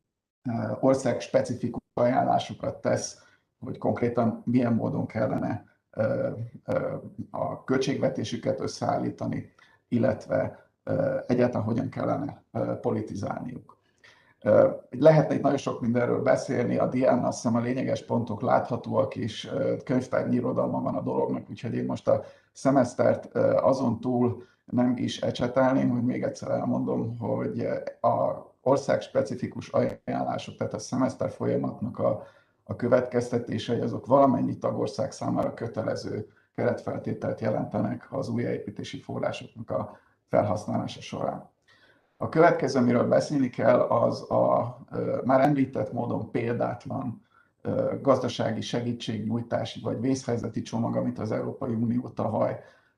S3: ország specifikus ajánlásokat tesz, hogy konkrétan milyen módon kellene a költségvetésüket összeállítani, illetve egyáltalán hogyan kellene politizálniuk. Lehetne itt nagyon sok mindenről beszélni, a dián azt hiszem a lényeges pontok láthatóak, és könyvtárnyi irodalma van a dolognak, úgyhogy én most a szemesztert azon túl nem is ecsetelném, hogy még egyszer elmondom, hogy a országspecifikus ajánlások, tehát a szemeszter folyamatnak a, a következtetései, azok valamennyi tagország számára kötelező keretfeltételt jelentenek az újjáépítési forrásoknak a felhasználása során. A következő, amiről beszélni kell, az a már említett módon példátlan gazdasági segítségnyújtási vagy vészhelyzeti csomag, amit az Európai Unió tavaly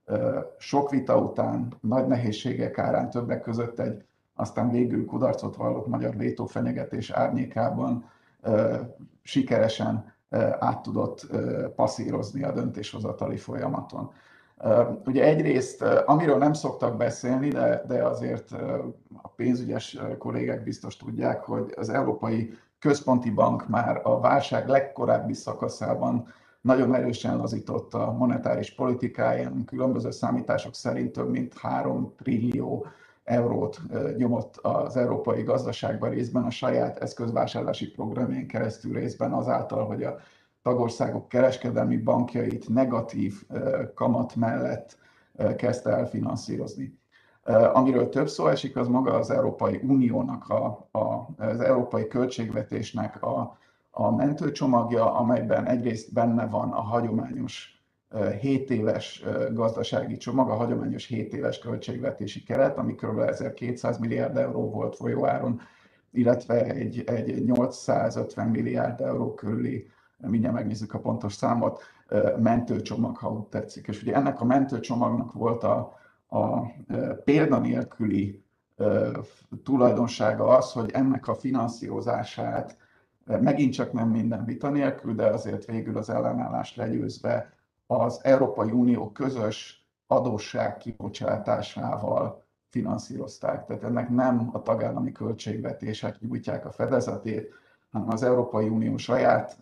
S3: sok vita után, nagy nehézségek árán, többek között egy aztán végül kudarcot vallott magyar vétófenyegetés árnyékában sikeresen át tudott passzírozni a döntéshozatali folyamaton. Ugye egyrészt, amiről nem szoktak beszélni, de, de azért a pénzügyes kollégák biztos tudják, hogy az Európai Központi Bank már a válság legkorábbi szakaszában nagyon erősen lazította a monetáris politikáján, különböző számítások szerint több mint három trillió eurót nyomott az európai gazdaságban, részben a saját eszközvásárlási programján keresztül, részben azáltal, hogy a tagországok kereskedelmi bankjait negatív kamat mellett kezdte el finanszírozni. Amiről több szó esik, az maga az Európai Uniónak, a, a, az európai költségvetésnek a, a mentőcsomagja, amelyben egyrészt benne van a hagyományos hét éves gazdasági csomag, a hagyományos hét éves költségvetési keret, ami kb. ezerkétszáz milliárd euró volt folyóáron, illetve egy, egy nyolcszázötven milliárd euró körüli, mindjárt megnézzük a pontos számot, mentőcsomag, ha úgy tetszik. És ugye ennek a mentőcsomagnak volt a, a példanélküli tulajdonsága az, hogy ennek a finanszírozását megint csak nem minden vita nélkül, de azért végül az ellenállást legyőzve az Európai Unió közös adósság kibocsátásával finanszírozták. Tehát ennek nem a tagállami költségvetések nyújtják a fedezetét, hanem az Európai Unió saját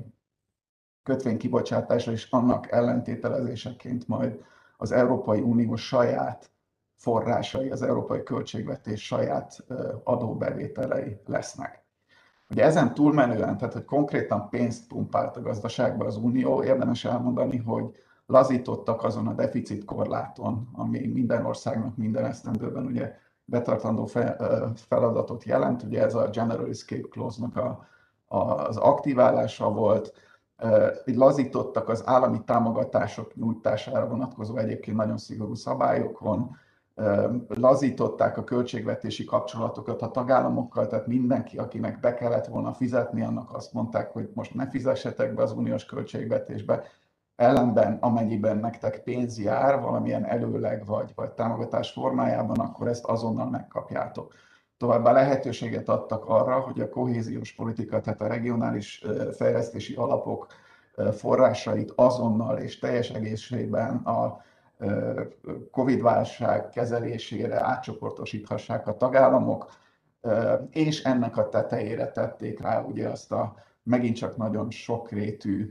S3: kötvénykibocsátása és annak ellentételezéseként majd az Európai Unió saját forrásai, az európai költségvetés saját adóbevételei lesznek. Ugye ezen túlmenően, tehát hogy konkrétan pénzt pumpált a gazdaságba az Unió, érdemes elmondani, hogy lazítottak azon a deficitkorláton, ami minden országnak minden esztendőben ugye betartandó feladatot jelent. Ugye ez a General Escape Clause-nak a, a, az aktiválása volt. Így lazítottak az állami támogatások nyújtására vonatkozó egyébként nagyon szigorú szabályokon, lazították a költségvetési kapcsolatokat a tagállamokkal, tehát mindenki, akinek be kellett volna fizetni, annak azt mondták, hogy most ne fizessetek be az uniós költségvetésbe, ellenben amennyiben nektek pénz jár valamilyen előleg vagy, vagy támogatás formájában, akkor ezt azonnal megkapjátok. Továbbá lehetőséget adtak arra, hogy a kohéziós politika, tehát a regionális fejlesztési alapok forrásait azonnal és teljes egészében a Covid-válság kezelésére átcsoportosíthassák a tagállamok, és ennek a tetejére tették rá ugye azt a megint csak nagyon sokrétű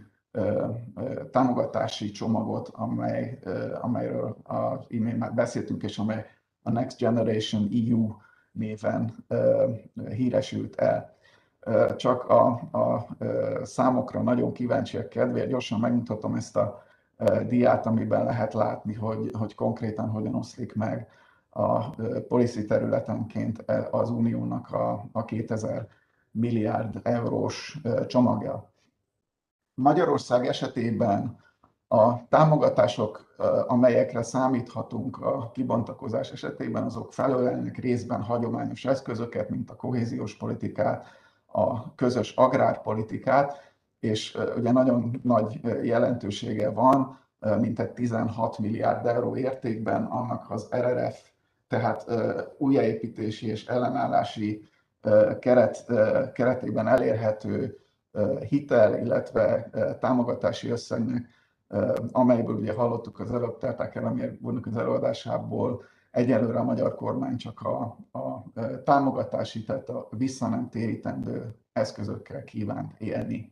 S3: támogatási csomagot, amely, amelyről az imént már beszéltünk, és amely a Next Generation E U néven híresült el. Csak a, a számokra nagyon kíváncsiak kedvéért gyorsan megmutatom ezt a diát, amiben lehet látni, hogy, hogy konkrétan hogyan oszlik meg a policy területenként az uniónak a, a kétezer milliárd eurós csomagja. Magyarország esetében a támogatások, amelyekre számíthatunk a kibontakozás esetében, azok felölelnek részben hagyományos eszközöket, mint a kohéziós politikát, a közös agrárpolitikát, és ugye nagyon nagy jelentősége van, mintegy tizenhat milliárd euró értékben annak az er er ef, tehát újjáépítési és ellenállási keret, keretében elérhető hitel, illetve támogatási összegnek, amelyből ugye hallottuk az előbb, Telták Elemér úrnak az előadásából, egyelőre a magyar kormány csak a, a támogatási, tehát a vissza nem térítendő eszközökkel kíván élni.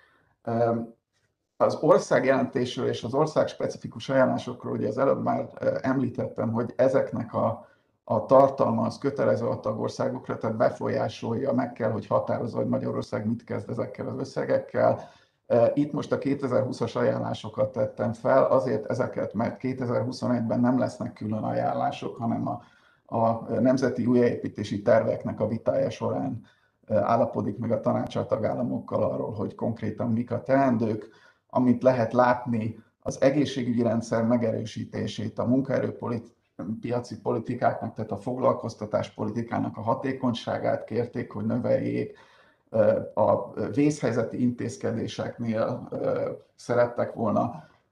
S3: Az országjelentésről és az ország specifikus ajánlásokról ugye az előbb már említettem, hogy ezeknek a, a tartalma az kötelező a tagországokra, tehát befolyásolja, meg kell, hogy határozza, hogy Magyarország mit kezd ezekkel az összegekkel. Itt most a kétezer-húszas ajánlásokat tettem fel, azért ezeket, mert kétezer-huszonegyben nem lesznek külön ajánlások, hanem a, a nemzeti újjáépítési terveknek a vitája során állapodik meg a tanács a tagállamokkal arról, hogy konkrétan mik a teendők. Amit lehet látni, az egészségügyi rendszer megerősítését, a munkaerőpiaci politikáknak, tehát a foglalkoztatás politikának a hatékonyságát kérték, hogy növeljék. A vészhelyzeti intézkedéseknél szerettek volna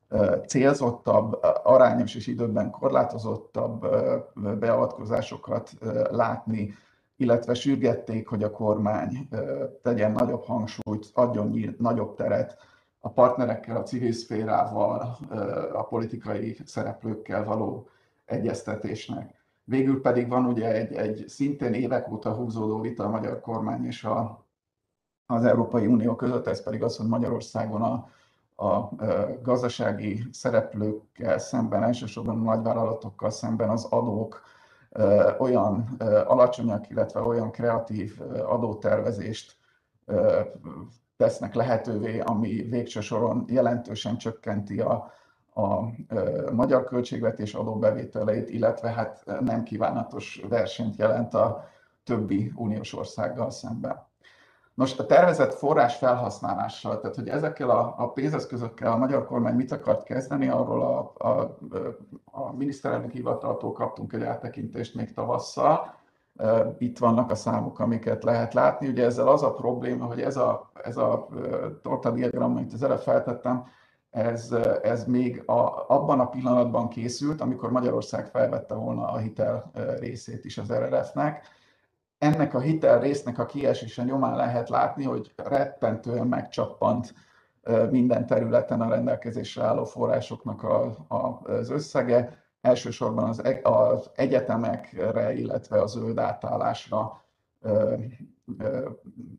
S3: célzottabb, arányos és időben korlátozottabb beavatkozásokat látni, illetve sürgették, hogy a kormány tegyen nagyobb hangsúlyt, adjon nagyobb teret a partnerekkel, a civil szférával, a politikai szereplőkkel való egyeztetésnek. Végül pedig van ugye egy, egy szintén évek óta húzódó vita a magyar kormány és a, az Európai Unió között, ez pedig az, hogy Magyarországon a, a gazdasági szereplőkkel szemben, elsősorban a nagyvállalatokkal szemben az adók olyan alacsonyak, illetve olyan kreatív adótervezést tesznek lehetővé, ami végső soron jelentősen csökkenti a, a magyar költségvetés adóbevételeit, illetve hát nem kívánatos versenyt jelent a többi uniós országgal szemben. Nos, a tervezett forrás felhasználással, tehát hogy ezekkel a, a pénzeszközökkel a magyar kormány mit akart kezdeni, arról a, a, a miniszterelnök hivataltól kaptunk egy áttekintést még tavasszal. Itt vannak a számok, amiket lehet látni. Ugye ezzel az a probléma, hogy ez a, ez a tortadiagram, amit az előbb feltettem, ez, ez még a, abban a pillanatban készült, amikor Magyarország felvette volna a hitel részét is az er er ef-nek. Ennek a hitel résznek a kiesése nyomán lehet látni, hogy rettentően megcsappant minden területen a rendelkezésre álló forrásoknak a, a, az összege, elsősorban az, az egyetemekre, illetve a zöld átállásra ö, ö,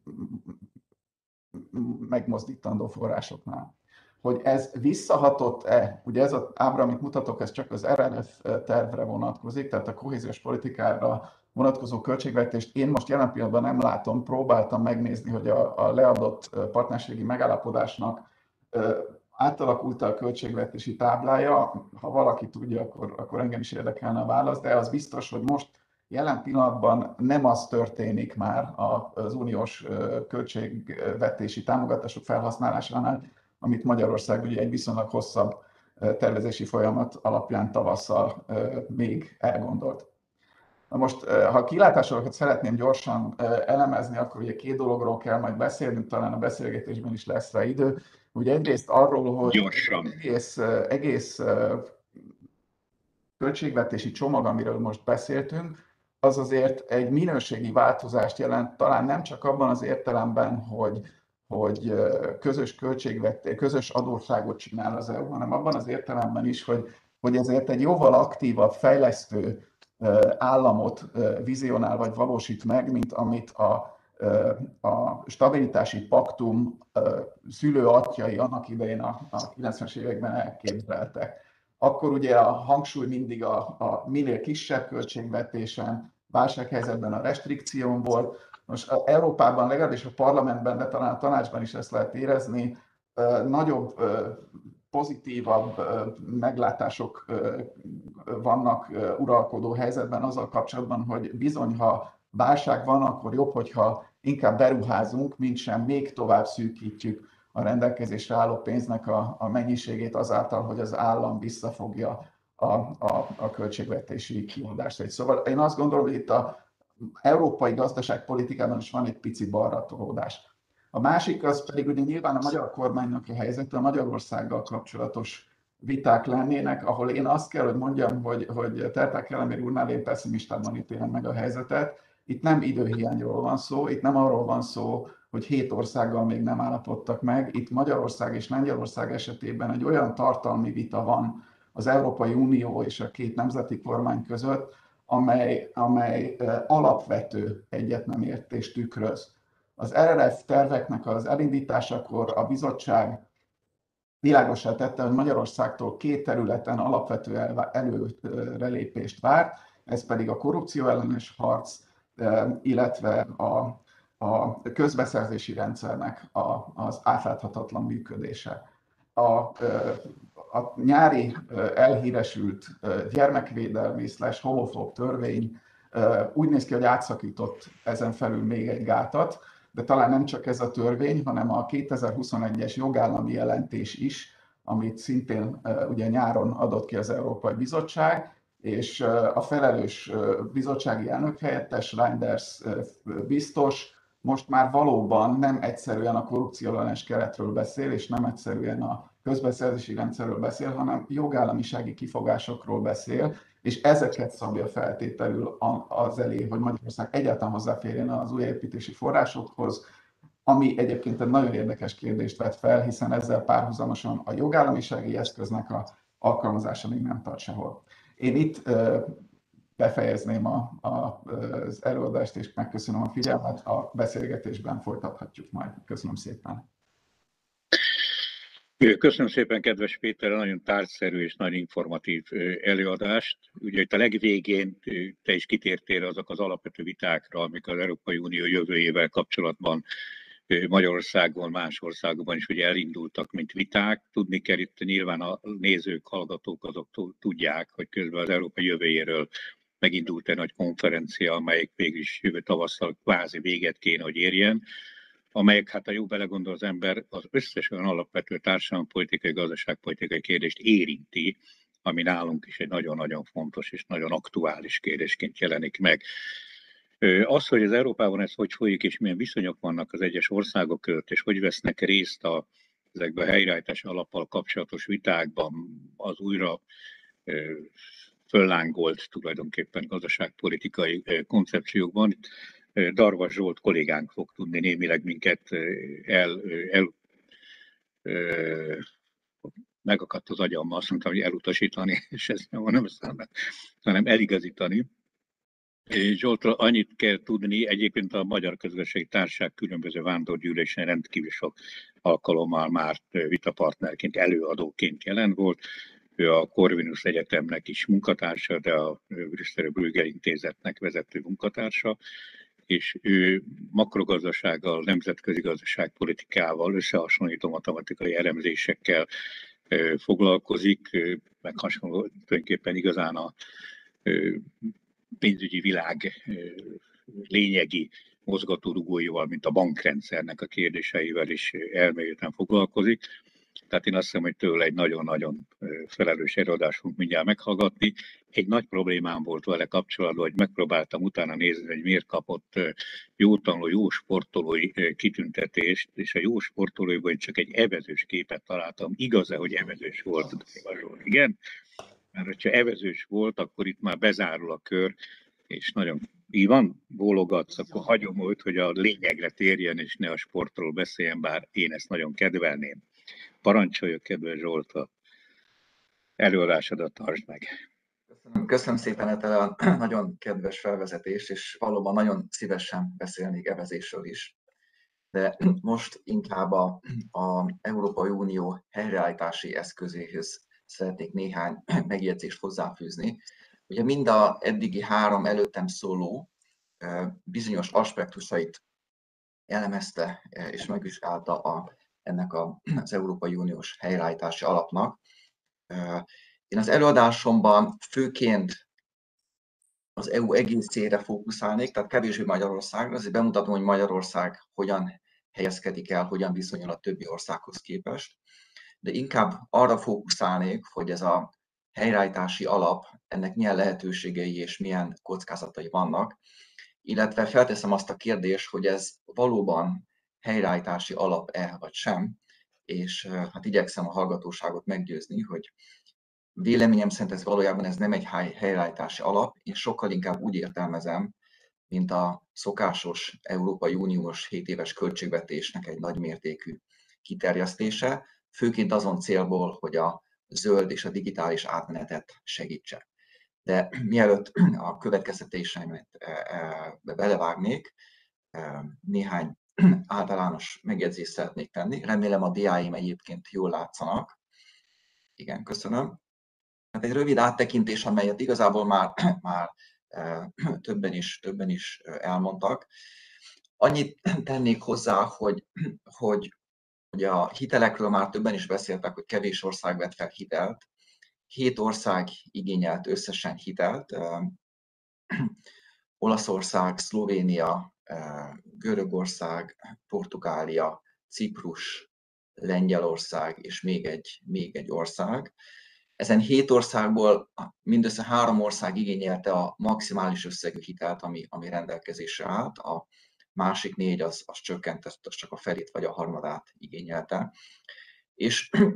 S3: megmozdítandó forrásoknál. Hogy ez visszahatott-e, ugye ez az ábra, amit mutatok, ez csak az er er ef tervre vonatkozik, tehát a kohéziós politikára vonatkozó költségvetést én most jelen pillanatban nem látom, próbáltam megnézni, hogy a, a leadott partnerségi megállapodásnak átalakult a költségvetési táblája. Ha valaki tudja, akkor, akkor engem is érdekelne a válasz, de az biztos, hogy most jelen pillanatban nem az történik már az uniós költségvetési támogatások felhasználásánál, amit Magyarország ugye egy viszonylag hosszabb tervezési folyamat alapján tavasszal még elgondolt. Na most, ha a kilátásokat szeretném gyorsan elemezni, akkor ugye két dologról kell majd beszélnünk, talán a beszélgetésben is lesz rá idő. Ugye egyrészt arról, hogy
S1: gyorsan.
S3: egész, egész költségvetési csomag, amiről most beszéltünk, az azért egy minőségi változást jelent, talán nem csak abban az értelemben, hogy, hogy közös költségvetés, közös adósságot csinál az é u, hanem abban az értelemben is, hogy, hogy ezért egy jóval aktívabb, fejlesztő államot vizionál vagy valósít meg, mint amit a, a stabilitási paktum szülőatyjai annak idején a, a kilencvenes években elképzeltek. Akkor ugye a hangsúly mindig a, a minél kisebb költségvetésen, válsághelyzetben a restrikción volt. Most Európában, legalábbis a parlamentben, de talán a tanácsban is ezt lehet érezni, nagyobb, pozitívabb meglátások vannak uralkodó helyzetben azzal kapcsolatban, hogy bizony, ha válság van, akkor jobb, hogyha inkább beruházunk, mint sem még tovább szűkítjük a rendelkezésre álló pénznek a, a mennyiségét azáltal, hogy az állam visszafogja a, a, a költségvetési kiadást. Szóval én azt gondolom, hogy itt az európai gazdaságpolitikában is van egy pici balratolódás. A másik az pedig ugye nyilván a magyar kormánynak a helyzete, a Magyarországgal kapcsolatos viták lennének, ahol én azt kell, hogy mondjam, hogy, hogy Terták Kelemér úrnál én pessimistában ítélem meg a helyzetet. Itt nem időhiányról van szó, itt nem arról van szó, hogy hét országgal még nem állapodtak meg. Itt Magyarország és Lengyelország esetében egy olyan tartalmi vita van az Európai Unió és a két nemzeti kormány között, amely, amely alapvető egyetnemértést tükröz. Az er er ef terveknek az elindításakor a bizottság világossá tette, hogy Magyarországtól két területen alapvető előrelépést vár, ez pedig a korrupció ellenes harc, illetve a, a közbeszerzési rendszernek a, az átláthatatlan működése. A, a nyári elhíresült gyermekvédelmi slash homofób törvény úgy néz ki, hogy átszakított ezen felül még egy gátat, de talán nem csak ez a törvény, hanem a kétezer-huszonegyes jogállami jelentés is, amit szintén ugye nyáron adott ki az Európai Bizottság, és a felelős bizottsági elnökhelyettes, Reinders biztos most már valóban nem egyszerűen a korrupcióellenes keretről beszél, és nem egyszerűen a közbeszerzési rendszerről beszél, hanem jogállamisági kifogásokról beszél, és ezeket szabja feltételül az elé, hogy Magyarország egyáltalán hozzáférjen az újjáépítési forrásokhoz, ami egyébként egy nagyon érdekes kérdést vet fel, hiszen ezzel párhuzamosan a jogállamisági eszköznek a alkalmazása még nem tart sehol. Én itt befejezném a, a, az előadást, és megköszönöm a figyelmet, a beszélgetésben folytathatjuk majd. Köszönöm szépen.
S1: Köszönöm szépen, kedves Péter, nagyon tárgyszerű és nagyon informatív előadást. Ugye itt a legvégén te is kitértél azok az alapvető vitákra, amik az Európai Unió jövőjével kapcsolatban Magyarországon, más országokban is ugye elindultak, mint viták. Tudni kell, itt nyilván a nézők, hallgatók azok tudják, hogy közben az Európai jövőjéről megindult egy nagy konferencia, amelyik végül is jövő tavasszal kvázi véget kéne, hogy érjen, amelyek, hát a jó belegondol az ember, az összes olyan alapvető társadalompolitikai, gazdaságpolitikai kérdést érinti, ami nálunk is egy nagyon-nagyon fontos és nagyon aktuális kérdésként jelenik meg. Az, hogy az Európában ez hogy folyik, és milyen viszonyok vannak az egyes országok között, és hogy vesznek részt a, ezekben a helyreállítási alappal kapcsolatos vitákban, az újra föllángolt tulajdonképpen gazdaságpolitikai koncepciókban. Darvas Zsolt kollégánk fog tudni némileg minket el, el, el megakadt az agyammal, azt mondtam, hogy elutasítani, és ez nem van, hanem eligazítani. Zsoltra annyit kell tudni, egyébként a Magyar Közösségi Társaság különböző vándorgyűlésen rendkívül sok alkalommal már vitapartnerként, előadóként jelen volt. Ő a Corvinus Egyetemnek is munkatársa, de a Brüsszeli Brügge Intézetnek vezető munkatársa, és ő makrogazdasággal, nemzetközi gazdaságpolitikával, összehasonlító matematikai elemzésekkel foglalkozik, meg hasonló, tulajdonképpen igazán a pénzügyi világ lényegi mozgatórugóival, mint a bankrendszernek a kérdéseivel is elmélyülten foglalkozik. Tehát én azt hiszem, hogy tőle egy nagyon-nagyon felelős előadást fogunk mindjárt meghallgatni. Egy nagy problémám volt vele kapcsolatban, hogy megpróbáltam utána nézni, hogy miért kapott jó tanuló, jó sportolói kitüntetést, és a jó sportolóiból csak egy evezős képet találtam. Igaz-e, hogy evezős volt? Igen? Mert hogyha evezős volt, akkor itt már bezárul a kör, és nagyon így van, bólogatsz, akkor hagyom őt, hogy a lényegre térjen, és ne a sportról beszéljen, bár én ezt nagyon kedvelném. Parancsoljuk, kedves Zsolt, a előadásodat tartsd meg.
S4: Köszönöm, köszönöm szépen Etel a nagyon kedves felvezetés, és valóban nagyon szívesen beszélnék evezésről is. De most inkább a, a Európai Unió helyreállítási eszközéhez szeretnék néhány megjegyzést hozzáfűzni. Ugye mind a eddigi három előttem szóló bizonyos aspektusait elemezte és megvizsgálta a, ennek a, az Európai Uniós helyreállítási alapnak. Én az előadásomban főként az é u egészére fókuszálnék, tehát kevésbé Magyarországra, azért bemutatom, hogy Magyarország hogyan helyezkedik el, hogyan viszonyul a többi országhoz képest, de inkább arra fókuszálnék, hogy ez a helyreállítási alap, ennek milyen lehetőségei és milyen kockázatai vannak, illetve felteszem azt a kérdést, hogy ez valóban helyreállítási alap-e vagy sem, és hát igyekszem a hallgatóságot meggyőzni, hogy véleményem szerint ez valójában ez nem egy helyreállítási alap, én sokkal inkább úgy értelmezem, mint a szokásos Európai Uniós hét éves költségvetésnek egy nagymértékű kiterjesztése, főként azon célból, hogy a zöld és a digitális átmenetet segítse. De mielőtt a következtetéseimet belevágnék, néhány általános megjegyzést szeretnék tenni. Remélem a diáim egyébként jól látszanak. Igen, köszönöm. Hát egy rövid áttekintés, amelyet igazából már, már többen is, többen is elmondtak. Annyit tennék hozzá, hogy, hogy, hogy a hitelekről már többen is beszéltek, hogy kevés ország vett fel hitelt. Hét ország igényelt összesen hitelt. Olaszország, Szlovénia, Görögország, Portugália, Ciprus, Lengyelország és még egy, még egy ország. Ezen hét országból mindössze három ország igényelte a maximális összegű hitelt, ami, ami rendelkezésre állt. A másik négy az, az csökkent, az csak a felét vagy a harmadát igényelte. És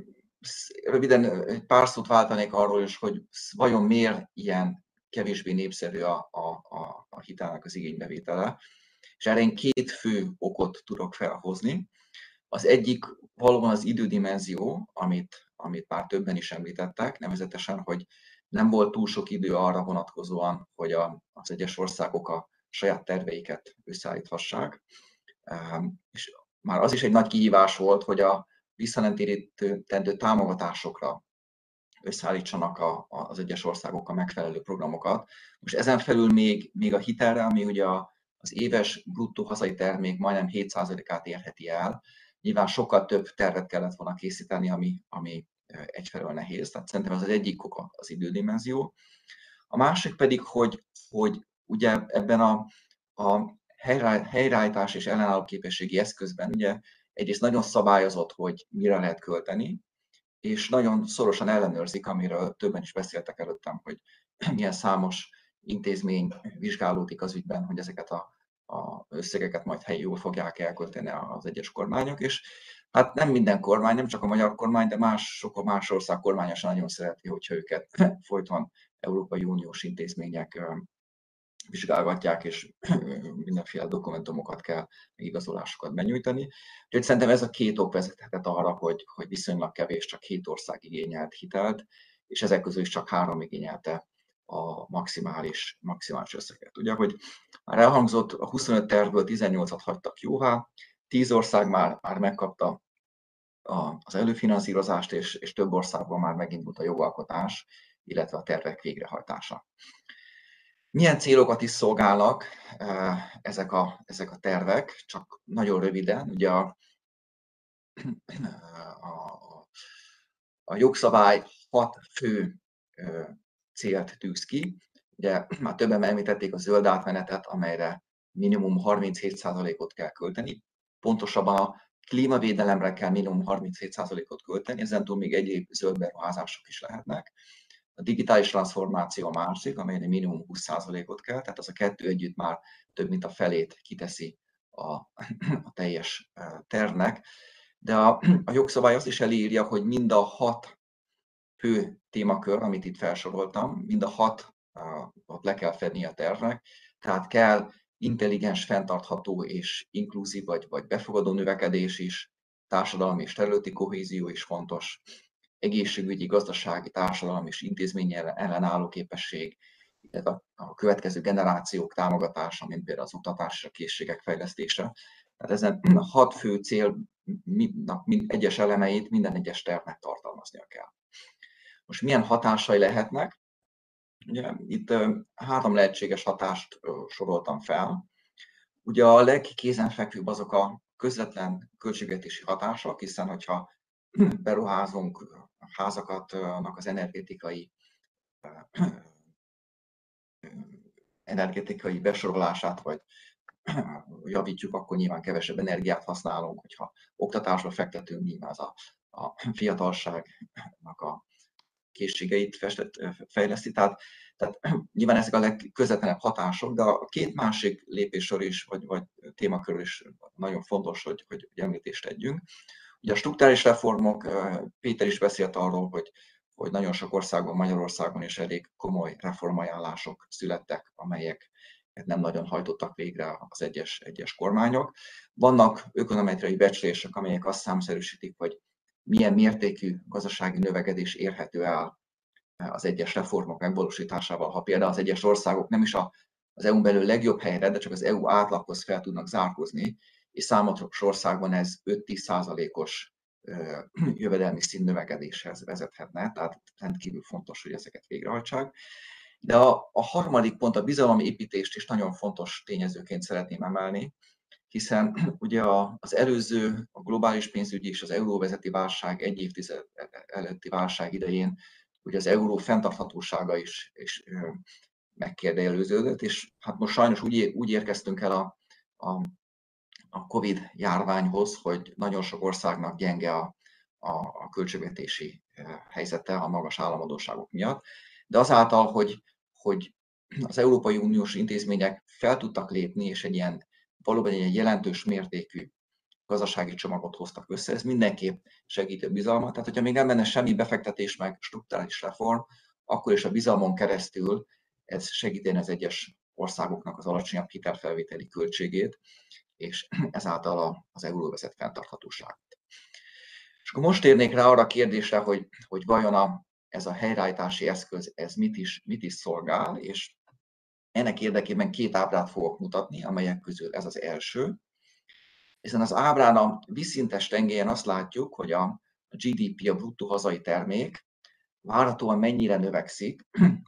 S4: röviden egy pár szót váltanék arról is, hogy vajon miért ilyen kevésbé népszerű a, a, a, a hitelnek az igénybevétele. És erre én két fő okot tudok felhozni. Az egyik valóban az idődimenzió, amit, amit már többen is említettek, nevezetesen, hogy nem volt túl sok idő arra vonatkozóan, hogy a, az egyes országok a saját terveiket összeállíthassák. És már az is egy nagy kihívás volt, hogy a visszanemtérítendő támogatásokra összeállítsanak a, az egyes országok a megfelelő programokat. Most ezen felül még, még a hitelre, ami ugye az éves bruttó hazai termék majdnem hét százalékát érheti el, nyilván sokkal több tervet kellett volna készíteni, ami, ami egyfelől nehéz. Tehát szerintem ez az egyik oka az idődimenzió. A másik pedig, hogy, hogy ugye ebben a, a helyreállítás és ellenálló képességi eszközben ugye egyrészt nagyon szabályozott, hogy mire lehet költeni, és nagyon szorosan ellenőrzik, amiről többen is beszéltek előttem, hogy milyen számos intézmény vizsgálódik az ügyben, hogy ezeket a, a összegeket majd helyi jól fogják elkölteni az egyes kormányok, és hát nem minden kormány, nem csak a magyar kormány, de más, sok más ország kormányosan nagyon szereti, hogyha őket folyton Európai Uniós intézmények vizsgálgatják, és mindenféle dokumentumokat kell, igazolásokat benyújtani. Úgyhogy szerintem ez a két ok vezethetett arra, hogy, hogy viszonylag kevés, csak hét ország igényelt hitelt, és ezek közül is csak három igényelte a maximális, maximális összeget. Ugye, hogy már elhangzott, a huszonöt tervből tizennyolcat hagytak jóvá, tíz ország már, már megkapta a, az előfinanszírozást, és, és több országban már megindult a jogalkotás, illetve a tervek végrehajtása. Milyen célokat is szolgálnak ezek a, ezek a tervek? Csak nagyon röviden, ugye a, a, a jogszabály hat fő célt tűz ki. Ugye már többen említették a zöld átmenetet, amelyre minimum harminchét százalékot kell költeni. Pontosabban a klímavédelemre kell minimum harminchét százalékot költeni, ezentúl még egyéb zöld beruházások is lehetnek. A digitális transformáció a másik, amelyre minimum húsz százalékot kell, tehát az a kettő együtt már több mint a felét kiteszi a, a teljes tervnek. De a, a jogszabály azt is elírja, hogy mind a hat fő témakör, amit itt felsoroltam, mind a hat ott le kell fedni a tervnek, tehát kell intelligens, fenntartható és inkluzív vagy, vagy befogadó növekedés is, társadalmi és területi kohézió is fontos, egészségügyi, gazdasági, társadalmi és intézményi ellenálló képesség, illetve a következő generációk támogatása, mint például az oktatás és a készségek fejlesztése. Tehát ezen a hat fő célnak egyes elemeit minden egyes tervnek tartalmaznia kell. Most milyen hatásai lehetnek? Ugye, itt három lehetséges hatást soroltam fel. Ugye a legkézenfekvőbb azok a közvetlen költségvetési hatások, hiszen hogyha beruházunk házakatnak az energetikai energetikai besorolását, vagy javítjuk, akkor nyilván kevesebb energiát használunk, hogyha oktatásba fektetünk, nyilván az a, a fiatalságnak a készségeit fejleszti. Tehát, tehát nyilván ezek a legközvetlenebb hatások, de a két másik lépéssor is, vagy, vagy témakörül is nagyon fontos, hogy, hogy említést tegyünk. Ugye a strukturális reformok, Péter is beszélt arról, hogy, hogy nagyon sok országban, Magyarországon is elég komoly reformajánlások születtek, amelyek nem nagyon hajtottak végre az egyes, egyes kormányok. Vannak ökonometriai becslések, amelyek azt számszerűsítik, hogy milyen mértékű gazdasági növekedés érhető el az egyes reformok megvalósításával, ha például az egyes országok nem is az é u-n belül legjobb helyre, de csak az é u átlaghoz fel tudnak zárkózni, és számos országban ez öt-tíz százalékos jövedelmi színnövekedéshez vezethetne, tehát rendkívül fontos, hogy ezeket végrehajtsák. De a, a harmadik pont, a bizalomépítést is nagyon fontos tényezőként szeretném emelni, hiszen ugye az előző, a globális pénzügyi és az euróvezeti válság egy évtized előtti válság idején ugye az euró fenntarthatósága is, is megkérdőjeleződött, és hát most sajnos úgy, úgy érkeztünk el a, a, a Covid járványhoz, hogy nagyon sok országnak gyenge a, a, a költségvetési helyzete a magas államadósságok miatt, de azáltal, hogy, hogy az Európai Uniós intézmények fel tudtak lépni, és egy ilyen valóban egy jelentős mértékű gazdasági csomagot hoztak össze, ez mindenképp segíti a bizalmat. Tehát, hogyha még nem lenne semmi befektetés meg strukturális reform, akkor is a bizalmon keresztül ez segíteni az egyes országoknak az alacsonyabb hitelfelvételi költségét, és ezáltal az euróvezet fenntarthatóságát. És akkor most térnék rá arra a kérdésre, hogy, hogy vajon a, ez a helyreállítási eszköz ez mit is, mit is szolgál, és ennek érdekében két ábrát fogok mutatni, amelyek közül ez az első. Ezen az ábrán a vízszintes tengelyen azt látjuk, hogy a gé dé pé, a bruttó hazai termék várhatóan mennyire növekszik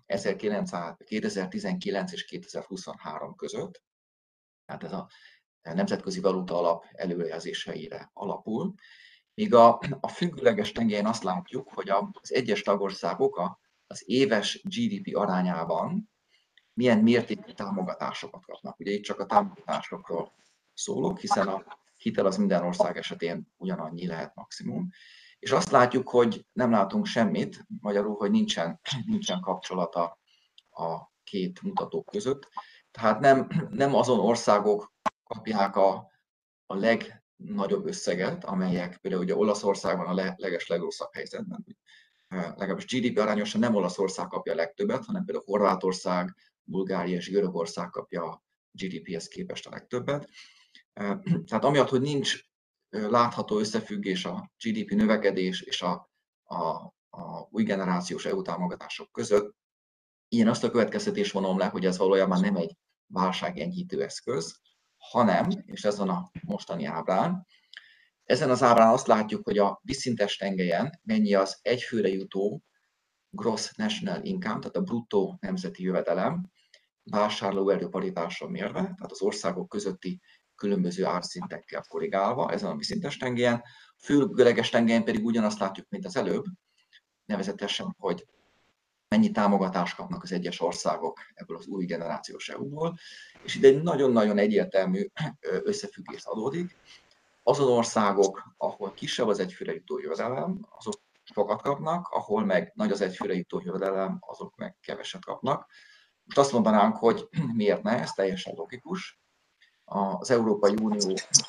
S4: kétezer-tizenkilenc és kétezer-huszonhárom között. Tehát ez a Nemzetközi Valuta Alap előrejelzéseire alapul. Míg a, a függőleges tengelyen azt látjuk, hogy az egyes tagországok az éves gé dé pé arányában milyen mértékű támogatásokat kapnak. Ugye itt csak a támogatásokról szólok, hiszen a hitel az minden ország esetén ugyanannyi lehet maximum. És azt látjuk, hogy nem látunk semmit, magyarul, hogy nincsen, nincsen kapcsolata a két mutató között. Tehát nem, nem azon országok kapják a, a legnagyobb összeget, amelyek például ugye Olaszországban a leges legrosszabb helyzetben. Legalábbis gé dé pé arányosan nem Olaszország kapja a legtöbbet, hanem például Horvátország, Bulgária és Görögország kapja a gé dé péhez képest a legtöbbet. Tehát amiatt, hogy nincs látható összefüggés a gé dé pé növekedés és a, a, a új generációs é u támogatások között, én azt a következtetést vonom le, hogy ez valójában nem egy válságenyhítő eszköz, hanem, és ez van a mostani ábrán, ezen az ábrán azt látjuk, hogy a vízszintes tengelyen mennyi az egyfőre jutó gross national income, tehát a bruttó nemzeti jövedelem, vásárlóerő paritással mérve, tehát az országok közötti különböző árszintekkel korrigálva, ezen a vízszintes tengelyen. Függőleges tengelyen pedig ugyanazt látjuk, mint az előbb, nevezetesen, hogy mennyi támogatást kapnak az egyes országok ebből az új generációs é u-ból, és ide egy nagyon-nagyon egyértelmű összefüggés adódik. Azon országok, ahol kisebb az egyfőre jutó jövedelem, azok sokat kapnak, ahol meg nagy az egyfőre jutó jövedelem, azok meg keveset kapnak. Most azt mondanánk, hogy miért ne, ez teljesen logikus. Az Európai Unió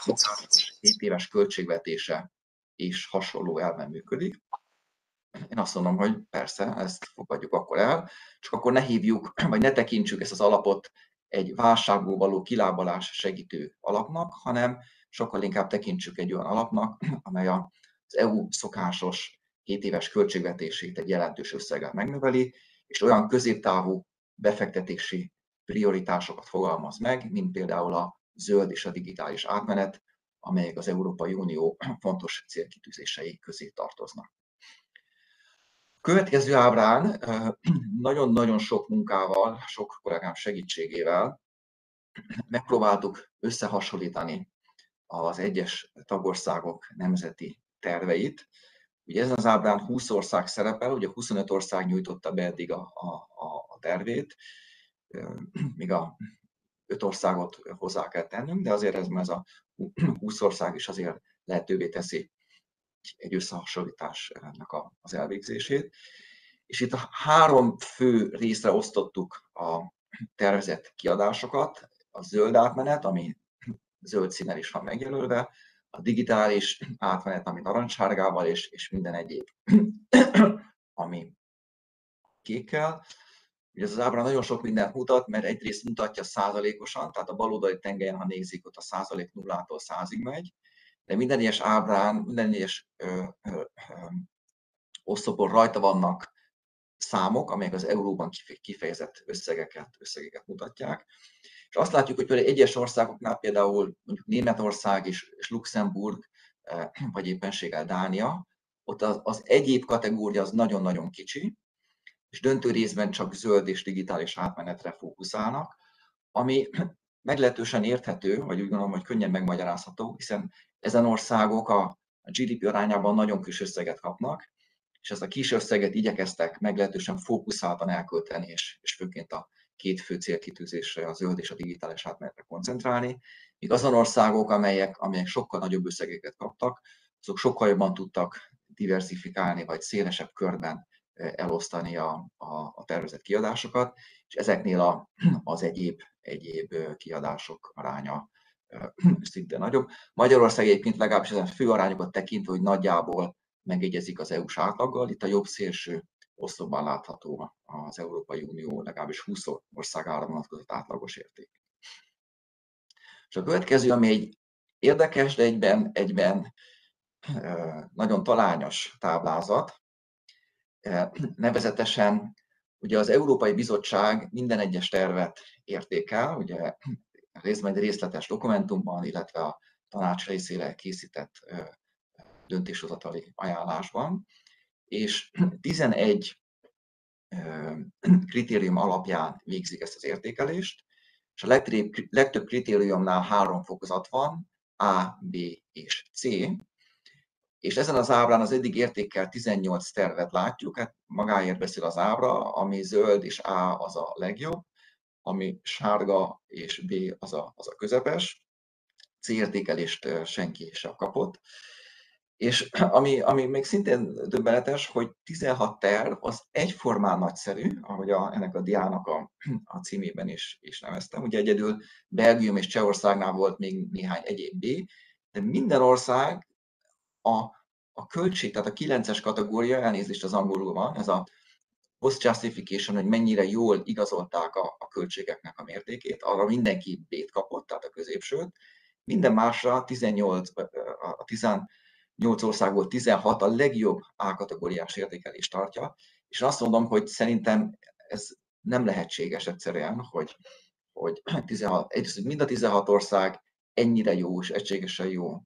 S4: hét éves költségvetése is hasonló elven működik. Én azt mondom, hogy persze, ezt fogadjuk akkor el, csak akkor ne hívjuk, vagy ne tekintsük ezt az alapot egy válságból való kilábalás segítő alapnak, hanem sokkal inkább tekintsük egy olyan alapnak, amely az é u szokásos hét éves költségvetését egy jelentős összeggel megnöveli, és olyan középtávú befektetési prioritásokat fogalmaz meg, mint például a zöld és a digitális átmenet, amelyek az Európai Unió fontos célkitűzései közé tartoznak. A következő ábrán nagyon-nagyon sok munkával, sok kollégám segítségével megpróbáltuk összehasonlítani az egyes tagországok nemzeti terveit. Ugye ezen az ábrán húsz ország szerepel, ugye huszonöt ország nyújtotta be eddig a, a, a tervét, míg a öt országot hozzá kell tennünk, de azért ez, ez a húsz ország is azért lehetővé teszi egy összehasonlításnak az elvégzését. És itt a három fő részre osztottuk a tervezett kiadásokat, a zöld átmenet, ami zöld színnel is van megjelölve, a digitális átmenet, ami narancssárgával, és, és minden egyéb, ami kékkel. Ugye ez az ábrán nagyon sok mindent mutat, mert egyrészt mutatja százalékosan, tehát a baloldali tengelyen, ha nézik, ott a százalék nullától százig megy, de minden egyes ábrán, minden egyes ö, ö, ö, oszlopon rajta vannak számok, amelyek az euróban kifejezett összegeket, összegeket mutatják. És azt látjuk, hogy például egyes országoknál, például mondjuk Németország és, és Luxemburg, vagy éppenséggel Dánia, ott az, az egyéb kategória az nagyon-nagyon kicsi, és döntő részben csak zöld és digitális átmenetre fókuszálnak, ami meglehetősen érthető, vagy úgy gondolom, hogy könnyen megmagyarázható, hiszen ezen országok a gé dé pé arányában nagyon kis összeget kapnak, és ezt a kis összeget igyekeztek meglehetősen fókuszáltan elkölteni, és, és főként a két fő célkitűzésre, a zöld és a digitális átmenetre koncentrálni, míg azon országok, amelyek, amelyek sokkal nagyobb összegeket kaptak, azok sokkal jobban tudtak diversifikálni, vagy szélesebb körben elosztani a, a, a tervezett kiadásokat, és ezeknél a, az egyéb, egyéb kiadások aránya szinte nagyobb. Magyarország egyébként legalábbis ezen főarányokat tekintve, hogy nagyjából megegyezik az é u-s átlaggal. Itt a jobb szélső oszlopban látható az Európai Unió legalábbis húsz országára vonatkozott átlagos érték. És a következő, ami egy érdekes, de egyben, egyben nagyon talányos táblázat, nevezetesen ugye az Európai Bizottság minden egyes tervet értékel, ugye részben egy részletes dokumentumban, illetve a tanács részére készített döntéshozatali ajánlásban, és tizenegy kritérium alapján végzik ezt az értékelést, és a legtöbb, legtöbb kritériumnál három fokozat van, A, B és C, és ezen az ábrán az eddig értékelt tizennyolc tervet látjuk, hát magáért beszél az ábra, ami zöld és A az a legjobb, ami sárga és B az a, az a közepes, C értékelést senki sem kapott. És ami, ami még szintén döbbenetes, hogy tizenhat terv az egyformán nagyszerű, ahogy a, ennek a diának a, a címében is, is neveztem. Ugye egyedül Belgium és Csehországnál volt még néhány egyéb B, de minden ország a, a költség, tehát a kilences kategória, elnézést az angolul van, ez a cost justification, hogy mennyire jól igazolták a, a költségeknek a mértékét, arra mindenki B-t kapott, tehát a középsőt. Minden másra tizennyolc, a tizennyolc országból tizenhat a legjobb A-kategóriás értékelést tartja, és azt mondom, hogy szerintem ez nem lehetséges egyszerűen, hogy, hogy tizenhat, egyrészt, mind a tizenhat ország ennyire jó és egységesen jó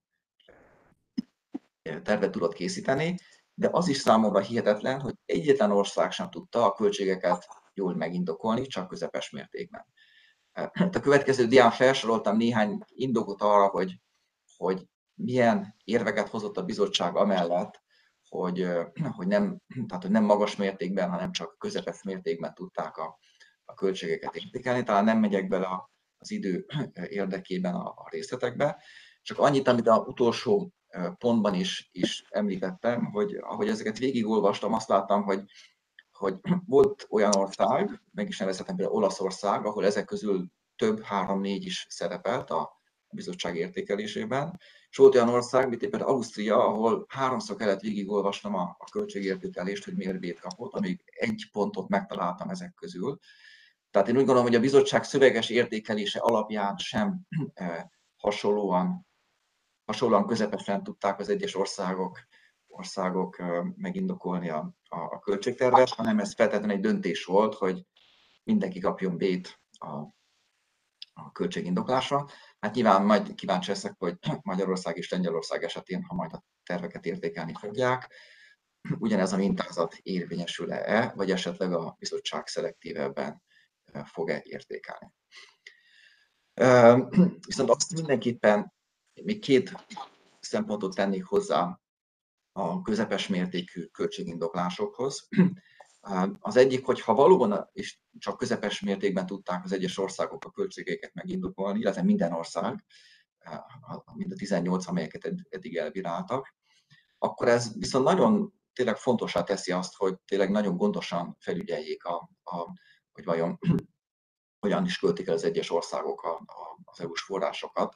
S4: tervet tudott készíteni, de az is számomra hihetetlen, hogy egyetlen ország sem tudta a költségeket jól megindokolni, csak közepes mértékben. A következő dián felsoroltam néhány indokot arra, hogy, hogy milyen érveket hozott a bizottság amellett, hogy, hogy, nem, tehát, hogy nem magas mértékben, hanem csak közepes mértékben tudták a, a költségeket értékelni. Talán nem megyek bele az idő érdekében a, a részletekbe, csak annyit, amit az utolsó pontban is, is említettem, hogy ahogy ezeket végigolvastam, azt láttam, hogy, hogy volt olyan ország, meg is nevezhetem például Olaszország, ahol ezek közül több, három-négy is szerepelt a bizottság értékelésében, és volt olyan ország, mint például Ausztria, ahol háromszor kellett végigolvasnom a, a költségértékelést, hogy miért B-t kapott, amíg egy pontot megtaláltam ezek közül. Tehát én úgy gondolom, hogy a bizottság szöveges értékelése alapján sem eh, hasonlóan hasonlóan közepesen tudták az egyes országok, országok megindokolni a, a, a költségtervet, hanem ez feltétlenül egy döntés volt, hogy mindenki kapjon B-t a, a költségindoklásra. Hát nyilván majd kíváncsi leszek, hogy Magyarország és Lengyelország esetén, ha majd a terveket értékelni fogják, ugyanez a mintázat érvényesül-e, vagy esetleg a bizottság szelektívebben fog-e értékelni. Viszont azt mindenképpen még két szempontot tennék hozzá a közepes mértékű költségindoklásokhoz. Az egyik, hogy ha valóban is csak közepes mértékben tudták az egyes országok a költségeket megindokolni, illetve minden ország, mind a tizennyolc, amelyeket eddig elbíráltak, akkor ez viszont nagyon tényleg fontosá teszi azt, hogy tényleg nagyon gondosan felügyeljék, a, a, hogy vajon hogyan is költik el az egyes országok a, a, az é u-s forrásokat.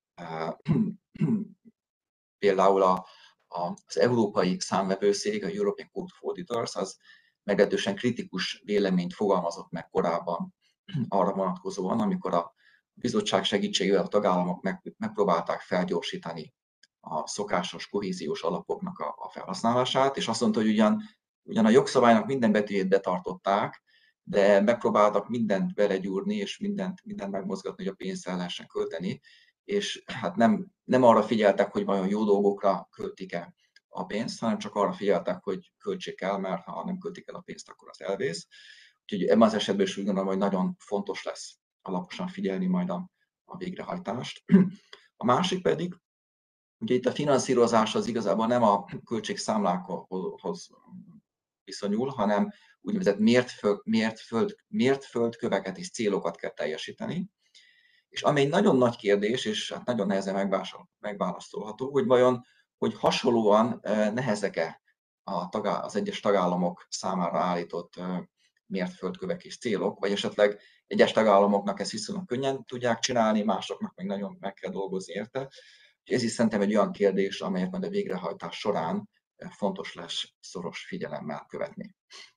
S4: Például a, a, az Európai Számvevőszék, a European Court of Auditors, az meglehetősen kritikus véleményt fogalmazott meg korábban arra vonatkozóan, amikor a bizottság segítségével a tagállamok meg, megpróbálták felgyorsítani a szokásos kohéziós alapoknak a, a felhasználását, és azt mondta, hogy ugyan, ugyan a jogszabálynak minden betűjét betartották, de megpróbáltak mindent belegyúrni, és mindent, mindent megmozgatni, hogy a pénzt el lehessen költeni, és hát nem, nem arra figyeltek, hogy vajon jó dolgokra költik-e a pénzt, hanem csak arra figyeltek, hogy költsék el, mert ha nem költik el a pénzt, akkor az elvész. Úgyhogy ebben az esetben is úgy gondolom, hogy nagyon fontos lesz alaposan figyelni majd a, a végrehajtást. A másik pedig, ugye itt a finanszírozás az igazából nem a költségszámlákhoz viszonyul, hanem úgynevezett mért, föld, mért, föld, mért földköveket és célokat kell teljesíteni. És ami egy nagyon nagy kérdés, és hát nagyon nehezen megválaszolható, hogy vajon, hogy hasonlóan nehezek-e a tagá, az egyes tagállamok számára állított mért földkövek és célok, vagy esetleg Egyes tagállamoknak ezt viszonylag könnyen tudják csinálni, másoknak még nagyon meg kell dolgozni érte. Ez is szerintem egy olyan kérdés, amelyet majd a végrehajtás során fontos lesz szoros figyelemmel követni.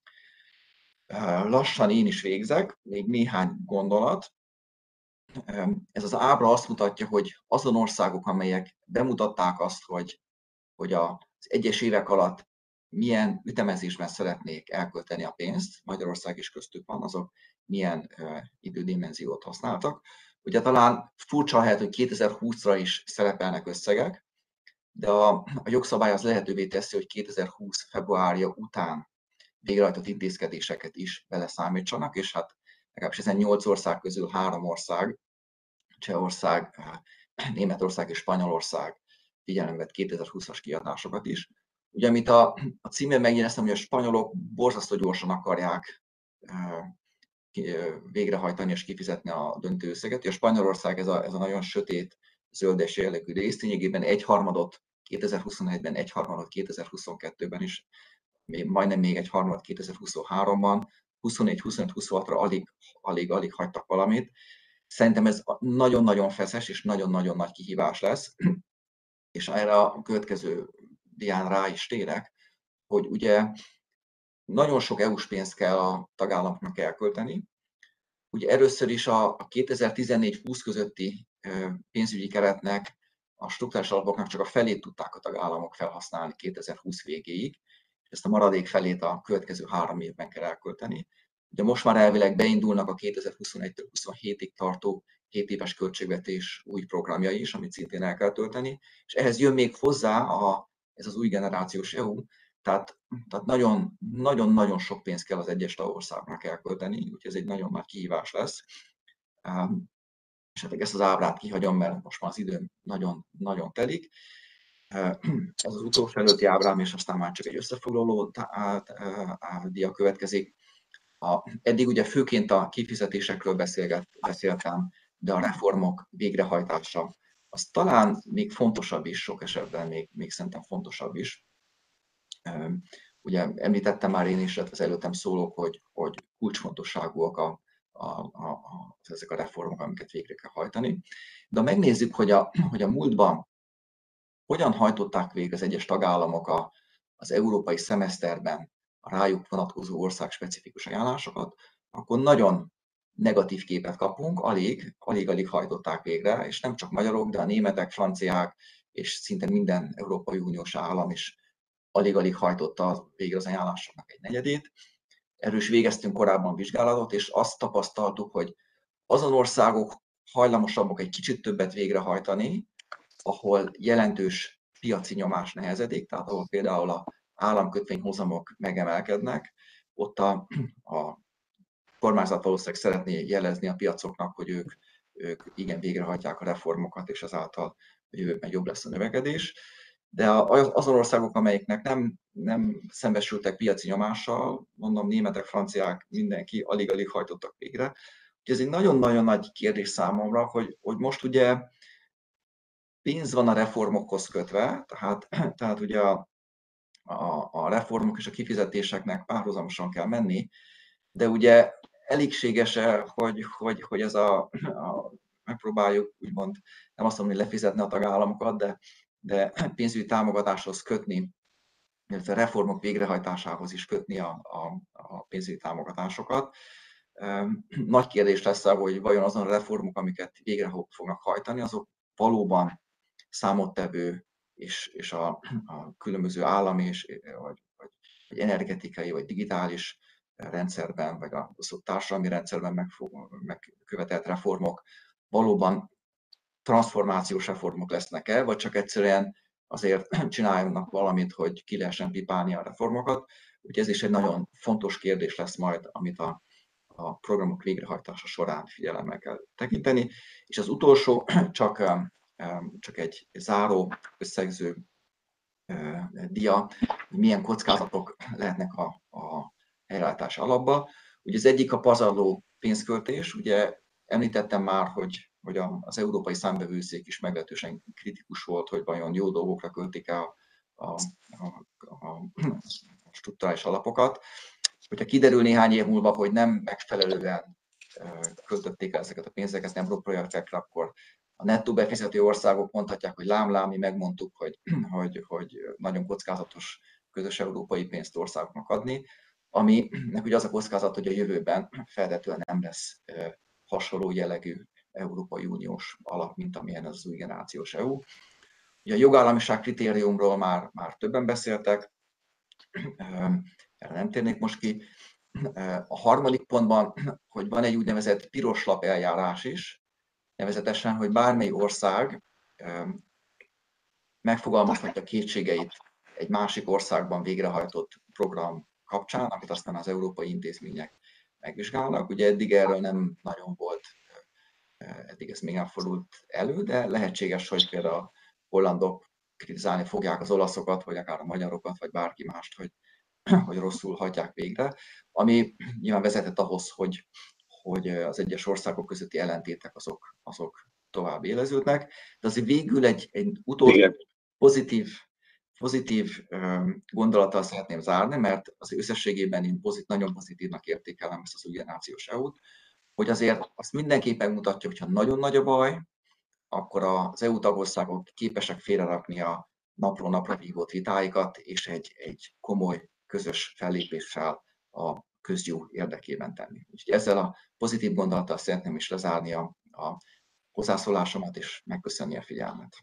S4: Lassan én is végzek, még néhány gondolat. Ez az ábra azt mutatja, hogy azon országok, amelyek bemutatták azt, hogy, hogy az egyes évek alatt milyen ütemezésben szeretnék elkölteni a pénzt, Magyarország is köztük van, azok milyen uh, idődimenziót használtak. Ugye talán furcsa lehet, hogy kétezer-húszra is szerepelnek összegek, de a, a jogszabály az lehetővé teszi, hogy kétezer-húsz februárja után végrehajtott intézkedéseket is beleszámítsanak, és hát legalábbis ezen nyolc ország közül három ország, Csehország, Németország és Spanyolország figyelembe vett kétezer-húszas kiadásokat is. Ugye, amit a, a címén megjeleztem, hogy a spanyolok borzasztó gyorsan akarják végrehajtani és kifizetni a döntő összeget. A Spanyolország ez a, ez a nagyon sötét, zöldes jellegű rész, lényegében egyharmadot kétezer-huszonegyben, egyharmadot kétezer-huszonkettőben is, még, majdnem még egy harmad kétezer-huszonháromban, huszonnégy, huszonöt, huszonhatra alig, alig, alig hagytak valamit. Szerintem ez nagyon-nagyon feszes és nagyon-nagyon nagy kihívás lesz, és erre a következő dián rá is térek, hogy ugye nagyon sok é u-s pénzt kell a tagállamoknak elkölteni. Ugye először is a kétezer-tizennégy-húsz közötti pénzügyi keretnek, a strukturális alapoknak csak a felét tudták a tagállamok felhasználni kétezer-húsz végéig, és ezt a maradék felét a következő három évben kell elkölteni. Ugye most már elvileg beindulnak a kétezer-huszonegytől huszonhétig tartó hét éves költségvetés új programjai is, amit szintén el kell tölteni, és ehhez jön még hozzá a, ez az új generációs é u, tehát, tehát nagyon, nagyon, nagyon sok pénzt kell az egyes tagországnak elkölteni, úgyhogy ez egy nagyon nagy kihívás lesz. És hát ezt az ábrát kihagyom, mert most már az időm nagyon, nagyon telik. Ez az utolsó előtti ábrám, és aztán már csak egy összefoglaló dia következik. A, eddig ugye főként a kifizetésekről beszélget, beszéltem, de a reformok végrehajtása az talán még fontosabb is, sok esetben még, még szerintem fontosabb is. Ugye említettem már én is, az előttem szólók, hogy, hogy kulcsfontosságúak a, a, a, a, ezek a reformok, amiket végre kell hajtani. De ha megnézzük, hogy a, hogy a múltban hogyan hajtották végre az egyes tagállamok a, az európai szemeszterben a rájuk vonatkozó ország specifikus ajánlásokat, akkor nagyon negatív képet kapunk, alig, alig-alig hajtották végre, és nem csak magyarok, de a németek, franciák, és szinte minden Európai Uniós állam is alig-alig hajtotta végre az ajánlásoknak egy negyedét. Erről is végeztünk korábban vizsgálatot, és azt tapasztaltuk, hogy azon országok hajlamosabbak egy kicsit többet végrehajtani, ahol jelentős piaci nyomás nehezedik, tehát ahol például a államkötvényhozamok megemelkednek, ott a, a kormányzat valószínűleg szeretné jelezni a piacoknak, hogy ők, ők igen végrehajtják a reformokat, és ezáltal a jövőben jobb lesz a növekedés. De azon országok, amelyeknek nem, nem szembesültek piaci nyomással, mondom, németek, franciák, mindenki alig-alig hajtottak végre. Úgyhogy ez egy nagyon-nagyon nagy kérdés számomra, hogy, hogy most ugye pénz van a reformokhoz kötve, tehát, tehát ugye a, a, a reformok és a kifizetéseknek párhuzamosan kell menni, de ugye elégséges-e, hogy, hogy, hogy ez a, a megpróbáljuk úgymond, nem azt mondom, hogy lefizetni a tagállamokat, de, de pénzügyi támogatáshoz kötni, illetve a reformok végrehajtásához is kötni a, a, a pénzügyi támogatásokat. Nagy kérdés lesz, hogy vajon azon a reformok, amiket végre fognak hajtani, azok valóban számottevő és, és a, a különböző állami és, vagy, vagy, vagy energetikai vagy digitális rendszerben, vagy a társadalmi rendszerben megkövetelt reformok valóban transformációs reformok lesznek-e, vagy csak egyszerűen azért csináljanak valamit, hogy ki lehessen pipálni a reformokat. Úgyhogy ez is egy nagyon fontos kérdés lesz majd, amit a, a programok végrehajtása során figyelemmel kell tekinteni. És az utolsó, csak, csak egy záró, összegző dia, hogy milyen kockázatok lehetnek a, a helyreállítás alapba. Ugye az egyik a pazarló pénzköltés, ugye említettem már, hogy, hogy az Európai Számvevőszék is meglehetősen kritikus volt, hogy vajon jó dolgokra költik el a, a, a, a strukturális alapokat. Hogyha kiderül néhány év múlva, hogy nem megfelelően költötték el ezeket a pénzeket nem projektekre, akkor a nettó befizető országok mondhatják, hogy lám-lám, mi megmondtuk, hogy, hogy, hogy nagyon kockázatos közös európai pénzt országoknak adni, aminek ugye az a kockázat, hogy a jövőben feltétlenül nem lesz hasonló jellegű Európai Uniós alap, mint amilyen az új generációs é u. Ugye a jogállamiság kritériumról már, már többen beszéltek, erre nem térnék most ki. A harmadik pontban, hogy van egy úgynevezett piros lap eljárás is, nevezetesen, hogy bármely ország megfogalmazhatja kétségeit egy másik országban végrehajtott program kapcsán, amit aztán az európai intézmények megvizsgálnak. Ugye eddig erről nem nagyon volt, eddig ez még nem fordult elő, de lehetséges, hogy például a hollandok kritizálni fogják az olaszokat, vagy akár a magyarokat, vagy bárki mást, hogy, hogy rosszul hagyják végre, ami nyilván vezetett ahhoz, hogy, hogy az egyes országok közötti ellentétek azok, azok tovább éleződnek. De azért végül egy, egy utolsó pozitív, pozitív gondolattal szeretném zárni, mert az összességében én pozit, nagyon pozitívnak értékelem ezt az új generációs é u-t, hogy azért azt mindenképpen mutatja, hogyha nagyon nagy a baj, akkor az é u tagországok képesek félrerakni a napról napra vívott vitáikat, és egy, egy komoly közös fellépéssel a közjó érdekében tenni. Úgyhogy ezzel a pozitív gondolattal szeretném is lezárni a, a hozzászólásomat, és megköszönni a figyelmet.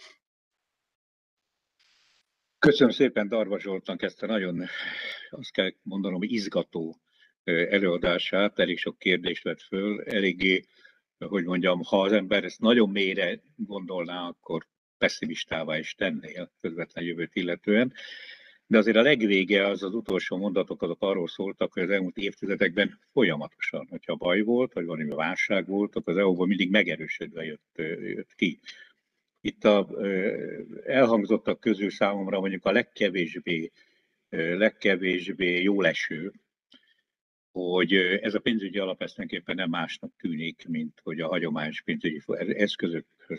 S1: Köszönöm szépen Darvas Zsoltnak ezt a nagyon, azt kell mondanom, izgató előadását, elég sok kérdést vett föl, eléggé, hogy mondjam, ha az ember ezt nagyon mélyre gondolná, akkor pessimistává is tenné a közvetlen jövőt illetően. De azért a legvége, az az utolsó mondatok, azok arról szóltak, hogy az elmúlt évtizedekben folyamatosan, hogyha baj volt, vagy valami válság volt, akkor az é u-ból mindig megerősödve jött, jött ki. Itt a, elhangzottak közül számomra mondjuk a legkevésbé, legkevésbé jól eső, hogy ez a pénzügyi alap ezt tulajdonképpen nem másnak tűnik, mint hogy a hagyományos pénzügyi eszközökhöz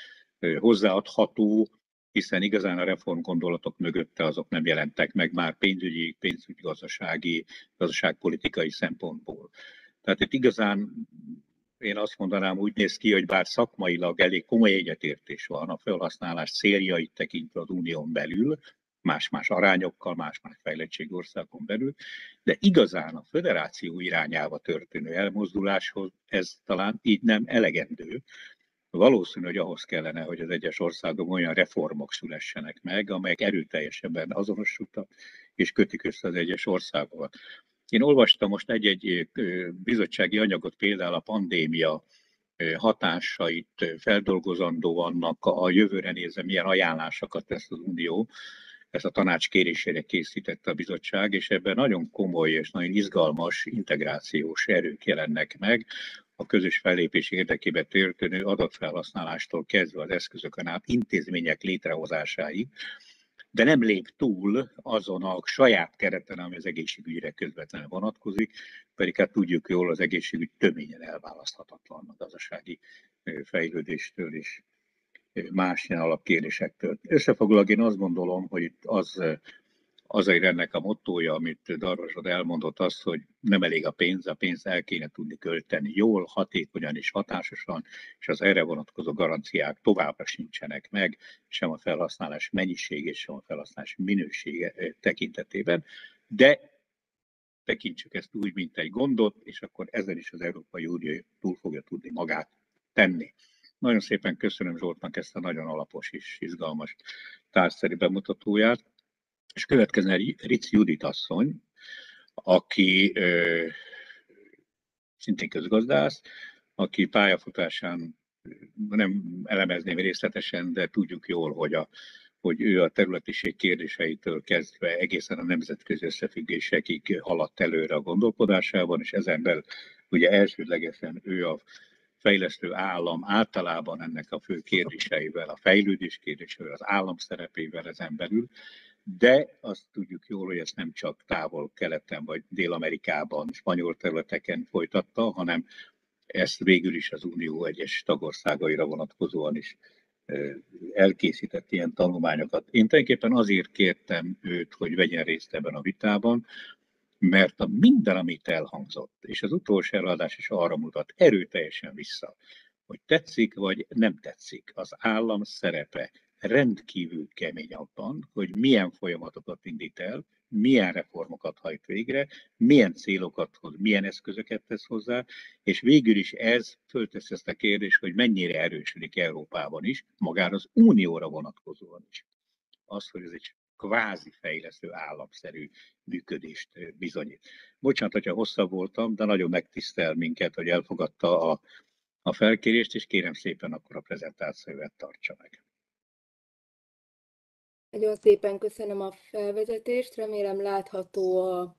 S1: hozzáadható, hiszen igazán a reformgondolatok mögötte azok nem jelentek meg már pénzügyi, pénzügyi gazdasági, gazdaságpolitikai szempontból. Tehát itt igazán én azt mondanám, úgy néz ki, hogy bár szakmailag elég komoly egyetértés van a felhasználás céljait tekintve az unión belül, más-más arányokkal, más-más fejlettségi országon belül, de igazán a föderáció irányába történő elmozduláshoz ez talán így nem elegendő. Valószínű, hogy ahhoz kellene, hogy az egyes országok olyan reformok szülessenek meg, amelyek erőteljesebben azonosultak és kötik össze az egyes országokat. Én olvastam most egy-egy bizottsági anyagot, például a pandémia hatásait feldolgozandó annak a jövőre nézve milyen ajánlásokat tesz az Unió. Ezt a tanács kérésére készítette a bizottság, és ebben nagyon komoly és nagyon izgalmas integrációs erők jelennek meg, a közös fellépés érdekében történő adatfelhasználástól kezdve az eszközökön át intézmények létrehozásáig, de nem lép túl azon a saját kereten, ami az egészségügyre közvetlenül vonatkozik, pedig hát tudjuk jól, az egészségügy töményen elválaszthatatlan a gazdasági fejlődéstől és más ilyen alapkérdésektől. Összefoglalóan én azt gondolom, hogy itt az, azért ennek a mottója, amit Darvasod elmondott, az, hogy nem elég a pénz, a pénzt el kéne tudni költeni jól, hatékonyan és hatásosan, és az erre vonatkozó garanciák továbbra sincsenek meg, sem a felhasználás mennyisége, sem a felhasználás minősége tekintetében, de tekintsük ezt úgy, mint egy gondot, és akkor ezzel is az Európai Unió túl fogja tudni magát tenni. Nagyon szépen köszönöm Zsoltnak ezt a nagyon alapos és izgalmas tárgyszerű bemutatóját. És következne Ritz Judit asszony, aki ö, szintén közgazdász, aki pályafutásán nem elemezném részletesen, de tudjuk jól, hogy, a, hogy ő a területiség kérdéseitől kezdve egészen a nemzetközi összefüggésekig haladt előre a gondolkodásában, és ezen belül ugye elsődlegesen ő a fejlesztő állam általában ennek a fő kérdéseivel, a fejlődés kérdéseivel, az állam szerepével ezen belül, de azt tudjuk jól, hogy ezt nem csak távol-keleten vagy Dél-Amerikában, spanyol területeken folytatta, hanem ezt végül is az Unió egyes tagországaira vonatkozóan is elkészített ilyen tanulmányokat. Én tulajdonképpen azért kértem őt, hogy vegyen részt ebben a vitában, mert a minden, amit elhangzott, és az utolsó előadás is arra mutat erőteljesen vissza, hogy tetszik vagy nem tetszik, az állam szerepe rendkívül kemény abban, hogy milyen folyamatokat indít el, milyen reformokat hajt végre, milyen célokat hoz, milyen eszközöket tesz hozzá, és végül is ez fölteszi ezt a kérdést, hogy mennyire erősödik Európában is, magára az unióra vonatkozóan is. Az, hogy ez egy kvázi fejlesztő államszerű működést bizonyít. Bocsánat, hogyha hosszabb voltam, de nagyon megtisztel minket, hogy elfogadta a, a felkérést, és kérem szépen akkor a prezentációját tartsa meg.
S5: Nagyon szépen köszönöm a felvezetést, remélem látható a,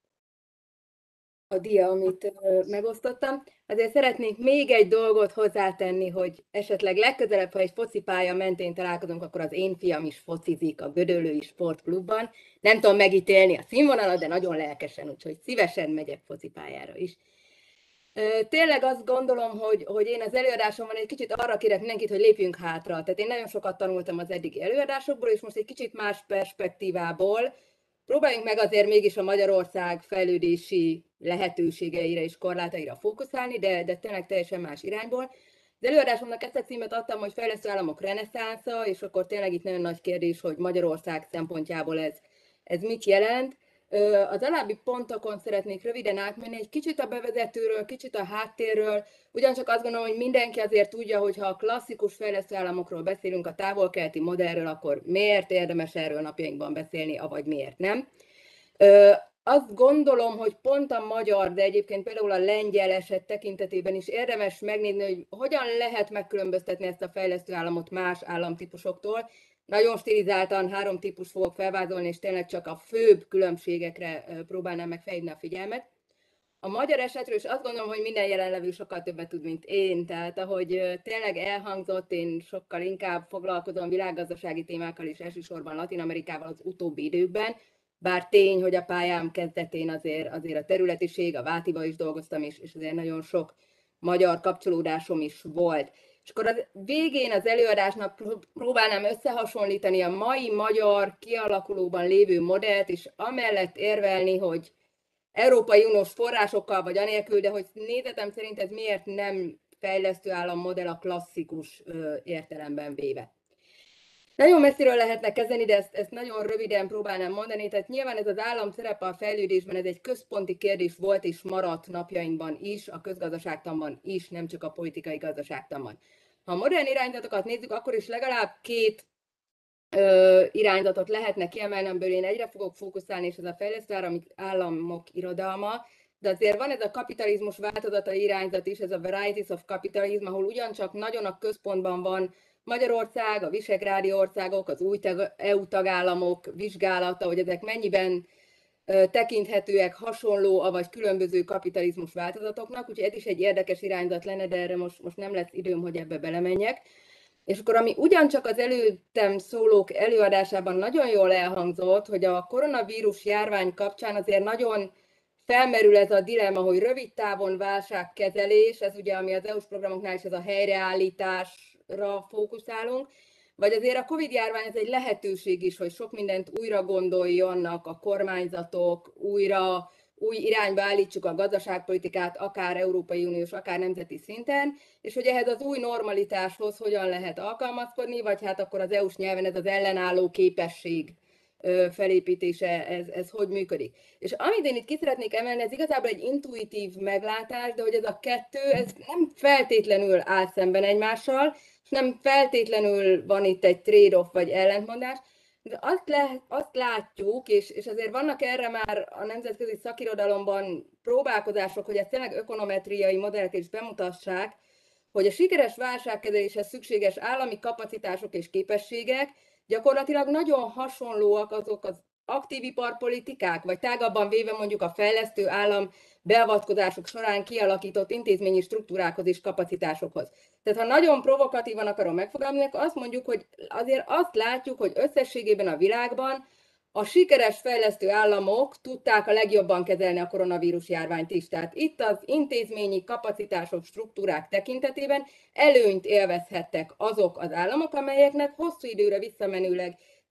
S5: a dia, amit megosztottam. Azért szeretnék még egy dolgot hozzátenni, hogy esetleg legközelebb, ha egy focipálya mentén találkozunk, akkor az én fiam is focizik a Gödöllői Sportklubban. Nem tudom megítélni a színvonalat, de nagyon lelkesen, úgyhogy szívesen megyek focipályára is. Tényleg azt gondolom, hogy, hogy én az előadásomban egy kicsit arra kérek mindenkit, hogy lépjünk hátra. Tehát én nagyon sokat tanultam az eddigi előadásokból, és most egy kicsit más perspektívából próbáljunk meg azért mégis a Magyarország fejlődési lehetőségeire és korlátaira fókuszálni, de, de tényleg teljesen más irányból. Az előadásomnak ezt a címet adtam, hogy fejlesztő államok reneszánsza, és akkor tényleg itt nagyon nagy kérdés, hogy Magyarország szempontjából ez, ez mit jelent. Az alábbi pontokon szeretnék röviden átmenni, egy kicsit a bevezetőről, kicsit a háttérről, ugyancsak azt gondolom, hogy mindenki azért tudja, hogy ha a klasszikus fejlesztő államokról beszélünk, a távol-keleti modellről, akkor miért érdemes erről napjainkban beszélni, avagy miért nem. Azt gondolom, hogy pont a magyar, de egyébként például a lengyel eset tekintetében is érdemes megnézni, hogy hogyan lehet megkülönböztetni ezt a fejlesztő államot más államtípusoktól. Nagyon stilizáltan három típus fogok felvázolni, és tényleg csak a főbb különbségekre próbálnám meg felhívni a figyelmet. A magyar esetről is azt gondolom, hogy minden jelenlevő sokkal többet tud, mint én. Tehát ahogy tényleg elhangzott, én sokkal inkább foglalkozom világgazdasági témákkal, és elsősorban Latin-Amerikával az utóbbi időkben. Bár tény, hogy a pályám kezdetén azért, azért a területiség, a Vátiba is dolgoztam, és, és azért nagyon sok magyar kapcsolódásom is volt. És akkor a végén az előadásnak próbálnám összehasonlítani a mai magyar kialakulóban lévő modellt, és amellett érvelni, hogy Európai Uniós forrásokkal vagy anélkül, de hogy nézetem szerint ez miért nem fejlesztő állam modell a klasszikus értelemben véve. Nagyon messziről lehetne kezdeni, de ezt, ezt nagyon röviden próbálnám mondani. Tehát nyilván ez az állam szerepe a fejlődésben, ez egy központi kérdés volt és maradt napjainkban is, a közgazdaságtanban is, nem csak a politikai gazdaságtanban. Ha a modern irányzatokat nézzük, akkor is legalább két ö, irányzatot lehetne kiemelni, amiből én egyre fogok fókuszálni, és ez a fejlesztő államok irodalma. De azért van ez a kapitalizmus változata irányzat is, ez a Varieties of Capitalism, ahol ugyancsak nagyon a központban van Magyarország, a visegrádi országok, az új é u tagállamok vizsgálata, hogy ezek mennyiben tekinthetőek hasonló, avagy különböző kapitalizmus változatoknak, úgyhogy ez is egy érdekes irányzat lenne, de erre most, most nem lesz időm, hogy ebbe belemenjek. És akkor ami ugyancsak az előttem szólók előadásában nagyon jól elhangzott, hogy a koronavírus járvány kapcsán azért nagyon felmerül ez a dilemma, hogy rövid távon válságkezelés, ez ugye ami az é u-s programoknál is ez a helyreállításra fókuszálunk, vagy azért a Covid-járvány ez egy lehetőség is, hogy sok mindent újra gondoljanak a kormányzatok, újra új irányba állítsuk a gazdaságpolitikát, akár Európai Uniós, akár nemzeti szinten, és hogy ehhez az új normalitáshoz hogyan lehet alkalmazkodni, vagy hát akkor az é u-s nyelven ez az ellenálló képesség felépítése, ez, ez hogy működik. És amit én itt ki szeretnék emelni, ez igazából egy intuitív meglátás, de hogy ez a kettő, ez nem feltétlenül áll szemben egymással, és nem feltétlenül van itt egy trade-off vagy ellentmondás, de azt, le, azt látjuk, és, és azért vannak erre már a nemzetközi szakirodalomban próbálkozások, hogy ezt tényleg ökonometriai modellek is bemutassák, hogy a sikeres válságkezeléshez szükséges állami kapacitások és képességek gyakorlatilag nagyon hasonlóak azok az aktív iparpolitikák, vagy tágabban véve mondjuk a fejlesztő állam beavatkozások során kialakított intézményi struktúrákhoz és kapacitásokhoz. Tehát ha nagyon provokatívan akarom megfogalmazni, akkor azt mondjuk, hogy azért azt látjuk, hogy összességében a világban a sikeres fejlesztő államok tudták a legjobban kezelni a koronavírus járványt is. Tehát itt az intézményi kapacitások, struktúrák tekintetében előnyt élvezhettek azok az államok, amelyeknek hosszú időre visszamenőleg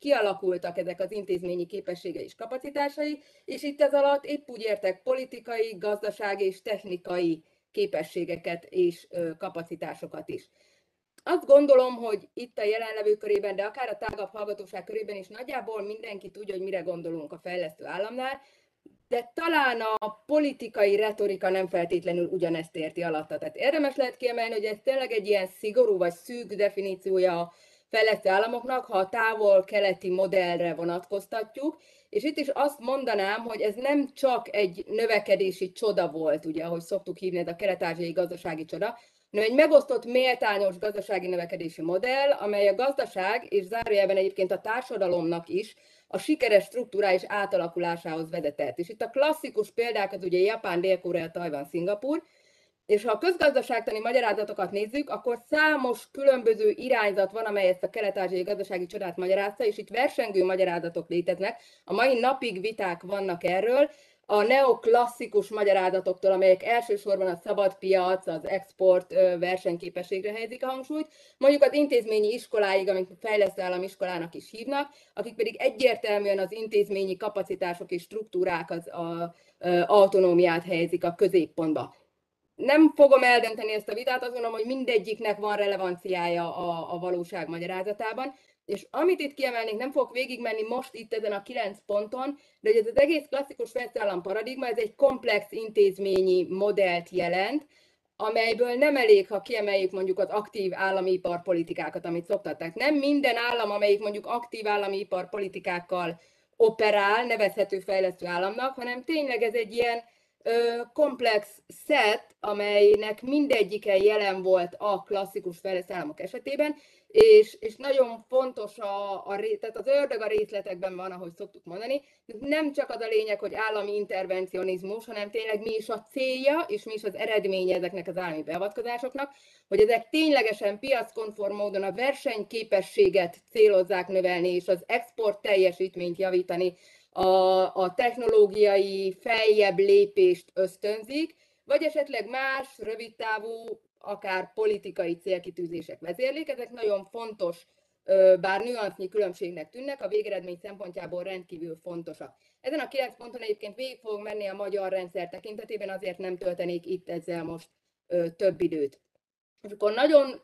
S5: kialakultak ezek az intézményi képességei és kapacitásai, és itt ez alatt épp úgy értek politikai, gazdasági és technikai képességeket és kapacitásokat is. Azt gondolom, hogy itt a jelenlevő körében, de akár a tágabb hallgatóság körében is nagyjából mindenki tudja, hogy mire gondolunk a fejlesztő államnál, de talán a politikai retorika nem feltétlenül ugyanezt érti alatta. Tehát érdemes lehet kiemelni, hogy ez tényleg egy ilyen szigorú vagy szűk definíciója a fejlesztő államoknak, ha a távol-keleti modellre vonatkoztatjuk, és itt is azt mondanám, hogy ez nem csak egy növekedési csoda volt, ugye, ahogy szoktuk hívni, ez a kelet-ázsiai gazdasági csoda, hanem egy megosztott méltányos gazdasági növekedési modell, amely a gazdaság, és zárójelben egyébként a társadalomnak is a sikeres struktúrális átalakulásához vezetett. És itt a klasszikus példákat, ugye Japán, Dél-Korea, Tajvan, Szingapúr, és ha a közgazdaságtani magyarázatokat nézzük, akkor számos különböző irányzat van, amely ezt a kelet-ázsiai gazdasági csodát magyarázta, és itt versengő magyarázatok léteznek. A mai napig viták vannak erről, a neoklasszikus magyarázatoktól, amelyek elsősorban a szabad piac, az export versenyképességre helyezik a hangsúlyt, mondjuk az intézményi iskoláig, amit fejlesztő államiskolának is hívnak, akik pedig egyértelműen az intézményi kapacitások és struktúrák az a, a, autonómiát helyezik a középpontba. Nem fogom eldönteni ezt a vitát, azt gondolom, hogy mindegyiknek van relevanciája a, a valóság magyarázatában, és amit itt kiemelnék, nem fogok végigmenni most itt ezen a kilenc ponton, de hogy ez az egész klasszikus fejlesztő állam paradigma, ez egy komplex intézményi modellt jelent, amelyből nem elég, ha kiemeljük mondjuk az aktív állami iparpolitikákat, amit szoktatták. Nem minden állam, amelyik mondjuk aktív állami iparpolitikákkal operál, nevezhető fejlesztő államnak, hanem tényleg ez egy ilyen ö, komplex szett, amelynek mindegyike jelen volt a klasszikus fejlesztő államok esetében, És, és nagyon fontos, a, a, tehát az ördög a részletekben van, ahogy szoktuk mondani, nem csak az a lényeg, hogy állami intervencionizmus, hanem tényleg mi is a célja, és mi is az eredménye ezeknek az állami beavatkozásoknak, hogy ezek ténylegesen piackonform módon a versenyképességet célozzák növelni, és az export teljesítményt javítani, a, a technológiai feljebb lépést ösztönzik, vagy esetleg más, rövidtávú, akár politikai célkitűzések vezérlik. Ezek nagyon fontos, bár nüansznyi különbségnek tűnnek, a végeredmény szempontjából rendkívül fontosak. Ezen a kilenc ponton egyébként végig fogok menni a magyar rendszer tekintetében, azért nem töltenék itt ezzel most több időt. És akkor nagyon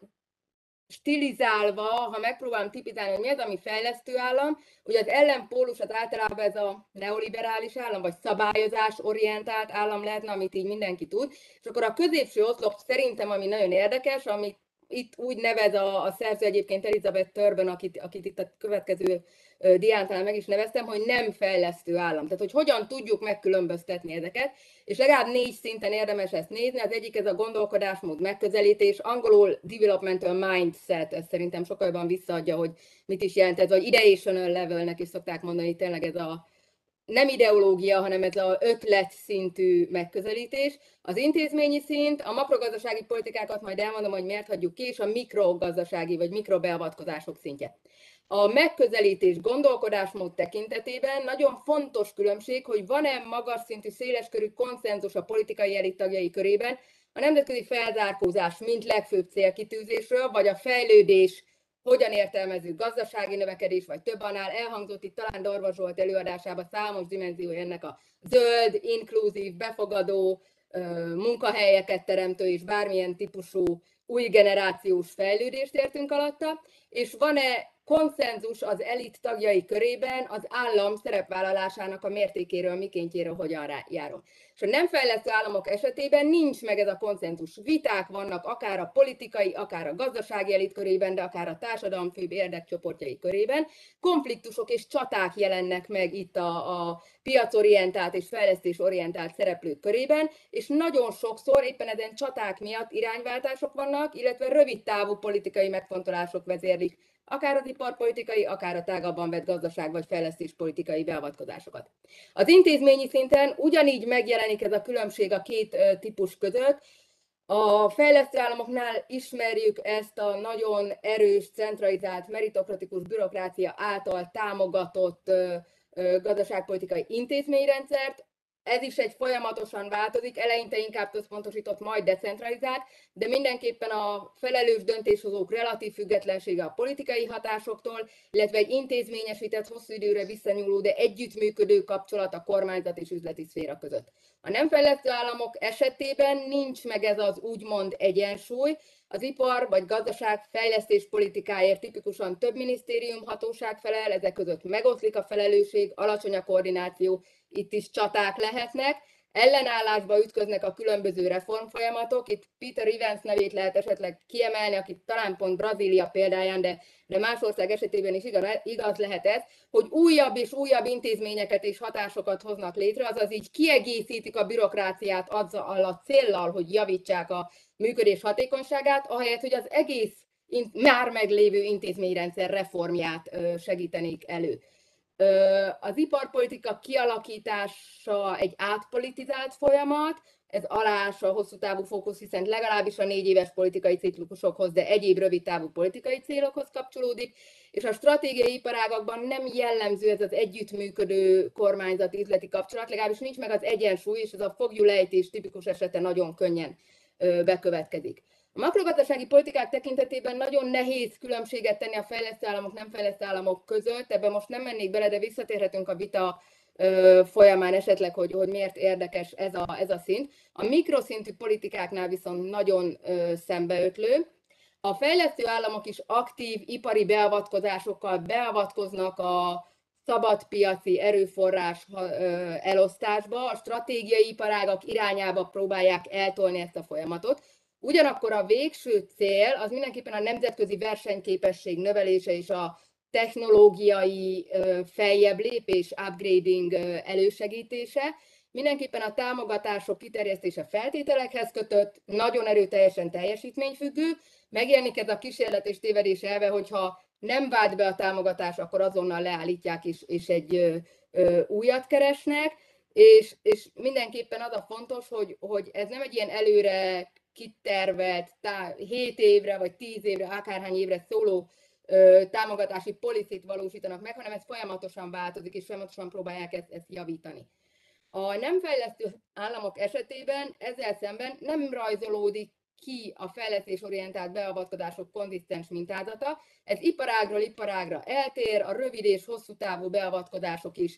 S5: stilizálva, ha megpróbálom tipizálni, hogy mi az, ami fejlesztő állam, ugye az ellenpólus az általában ez a neoliberális állam, vagy szabályozás orientált állam lehetne, amit így mindenki tud. És akkor a középső oszlop szerintem, ami nagyon érdekes, amit itt úgy nevez a, a szerző egyébként Elizabeth Turban, akit, akit itt a következő uh, diántánál meg is neveztem, hogy nem fejlesztő állam. Tehát, hogy hogyan tudjuk megkülönböztetni ezeket, és legalább négy szinten érdemes ezt nézni. Az egyik ez a gondolkodásmód, megközelítés, angolul developmental mindset, ez szerintem sokkal jobban visszaadja, hogy mit is jelent ez, vagy ideational levelnek is szokták mondani, tényleg ez a nem ideológia, hanem ez az ötlet szintű megközelítés. Az intézményi szint, a makrogazdasági politikákat majd elmondom, hogy miért hagyjuk ki, és a mikrogazdasági vagy mikrobeavatkozások szintje. A megközelítés gondolkodásmód tekintetében nagyon fontos különbség, hogy van-e magas szintű széleskörű konszenzus a politikai elit tagjai körében a nemzetközi felzárkózás mint legfőbb célkitűzésről, vagy a fejlődés hogyan értelmezzük, gazdasági növekedés, vagy több annál. Elhangzott itt talán Darvas Zsolt előadásában számos dimenziója ennek a zöld, inkluzív, befogadó, munkahelyeket teremtő és bármilyen típusú új generációs fejlődést értünk alatta, és van-e konszenzus az elit tagjai körében az állam szerepvállalásának a mértékéről, mikéntjéről hogyan járunk. És a nem fejlesztő államok esetében nincs meg ez a konszenzus. Viták vannak akár a politikai, akár a gazdasági elit körében, de akár a társadalom főbb érdekcsoportjai körében. Konfliktusok és csaták jelennek meg itt a, a piacorientált és fejlesztésorientált szereplők körében, és nagyon sokszor éppen ezen csaták miatt irányváltások vannak, illetve rövidtávú politikai megfontolások vezérlik akár az iparpolitikai, akár a tágabban vett gazdaság vagy fejlesztéspolitikai beavatkozásokat. Az intézményi szinten ugyanígy megjelenik ez a különbség a két típus között. A fejlesztő államoknál ismerjük ezt a nagyon erős, centralizált, meritokratikus bürokrácia által támogatott gazdaságpolitikai intézményrendszert, ez is egy folyamatosan változik, eleinte inkább központosított, majd decentralizált, de mindenképpen a felelős döntéshozók relatív függetlensége a politikai hatásoktól, illetve egy intézményesített, hosszú időre visszanyúló, de együttműködő kapcsolat a kormányzat és üzleti szféra között. A nem fejlesztő államok esetében nincs meg ez az úgymond egyensúly, az ipar vagy gazdaság fejlesztés politikáért tipikusan több minisztérium hatóság felel, ezek között megoszlik a felelősség, alacsony a koordináció, itt is csaták lehetnek, ellenállásba ütköznek a különböző reformfolyamatok. Itt Peter Evans nevét lehet esetleg kiemelni, aki talán pont Brazília példáján, de, de más ország esetében is igaz, igaz lehet ez, hogy újabb és újabb intézményeket és hatásokat hoznak létre, azaz így kiegészítik a bürokráciát azzal a céllal, hogy javítsák a működés hatékonyságát, ahelyett, hogy az egész már meglévő intézményrendszer reformját segítenék elő. Az iparpolitika kialakítása egy átpolitizált folyamat, ez aláássa a hosszú távú fókusz, hiszen legalábbis a négy éves politikai ciklusokhoz, de egyéb rövid távú politikai célokhoz kapcsolódik, és a stratégiai iparágakban nem jellemző ez az együttműködő kormányzati üzleti kapcsolat, legalábbis nincs meg az egyensúly, és ez a foglyulejtés tipikus esete nagyon könnyen bekövetkezik. A makrogazdasági politikák tekintetében nagyon nehéz különbséget tenni a fejlesztő államok, nem fejlesztő államok között, ebben most nem mennék bele, de visszatérhetünk a vita folyamán esetleg, hogy, hogy miért érdekes ez a, ez a szint. A mikroszintű politikáknál viszont nagyon szembeötlő. A fejlesztő államok is aktív ipari beavatkozásokkal beavatkoznak a szabadpiaci erőforrás elosztásba, a stratégiai iparágak irányába próbálják eltolni ezt a folyamatot. Ugyanakkor a végső cél az mindenképpen a nemzetközi versenyképesség növelése és a technológiai feljebb lépés, upgrading elősegítése. Mindenképpen a támogatások kiterjesztése feltételekhez kötött, nagyon erőteljesen teljesítményfüggő. Megjelenik ez a kísérlet és tévedés elve, hogyha nem vált be a támogatás, akkor azonnal leállítják és, és egy ö, ö, újat keresnek. És, és mindenképpen az a fontos, hogy, hogy ez nem egy ilyen előre kitervelt hét évre vagy tíz évre, akárhány évre szóló ö, támogatási policit valósítanak meg, hanem ez folyamatosan változik, és folyamatosan próbálják ezt, ezt javítani. A nem fejlesztő államok esetében ezzel szemben nem rajzolódik ki a fejlesztésorientált beavatkozások konzisztens mintázata. Ez iparágról iparágra eltér, a rövid és hosszú távú beavatkozások is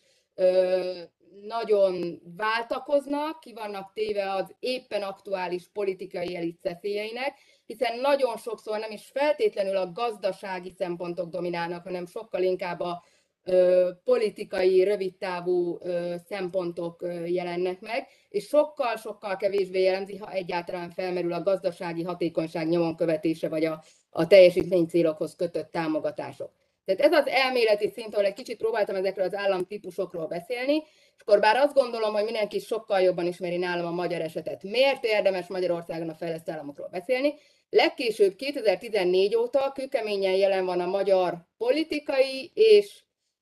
S5: ö, nagyon váltakoznak, ki vannak téve az éppen aktuális politikai elit szeszélyeinek, hiszen nagyon sokszor nem is feltétlenül a gazdasági szempontok dominálnak, hanem sokkal inkább a ö, politikai, rövidtávú ö, szempontok ö, jelennek meg, és sokkal-sokkal kevésbé jellemzi, ha egyáltalán felmerül a gazdasági hatékonyság nyomon követése, vagy a, a teljesítmény célokhoz kötött támogatások. Tehát ez az elméleti szint, ahol egy kicsit próbáltam ezekről az államtípusokról beszélni, és akkor bár azt gondolom, hogy mindenki sokkal jobban ismeri nálam a magyar esetet. Miért érdemes Magyarországon a fejlesztő államokról beszélni? Legkésőbb kétezer-tizennégy óta kőkeményen jelen van a magyar politikai és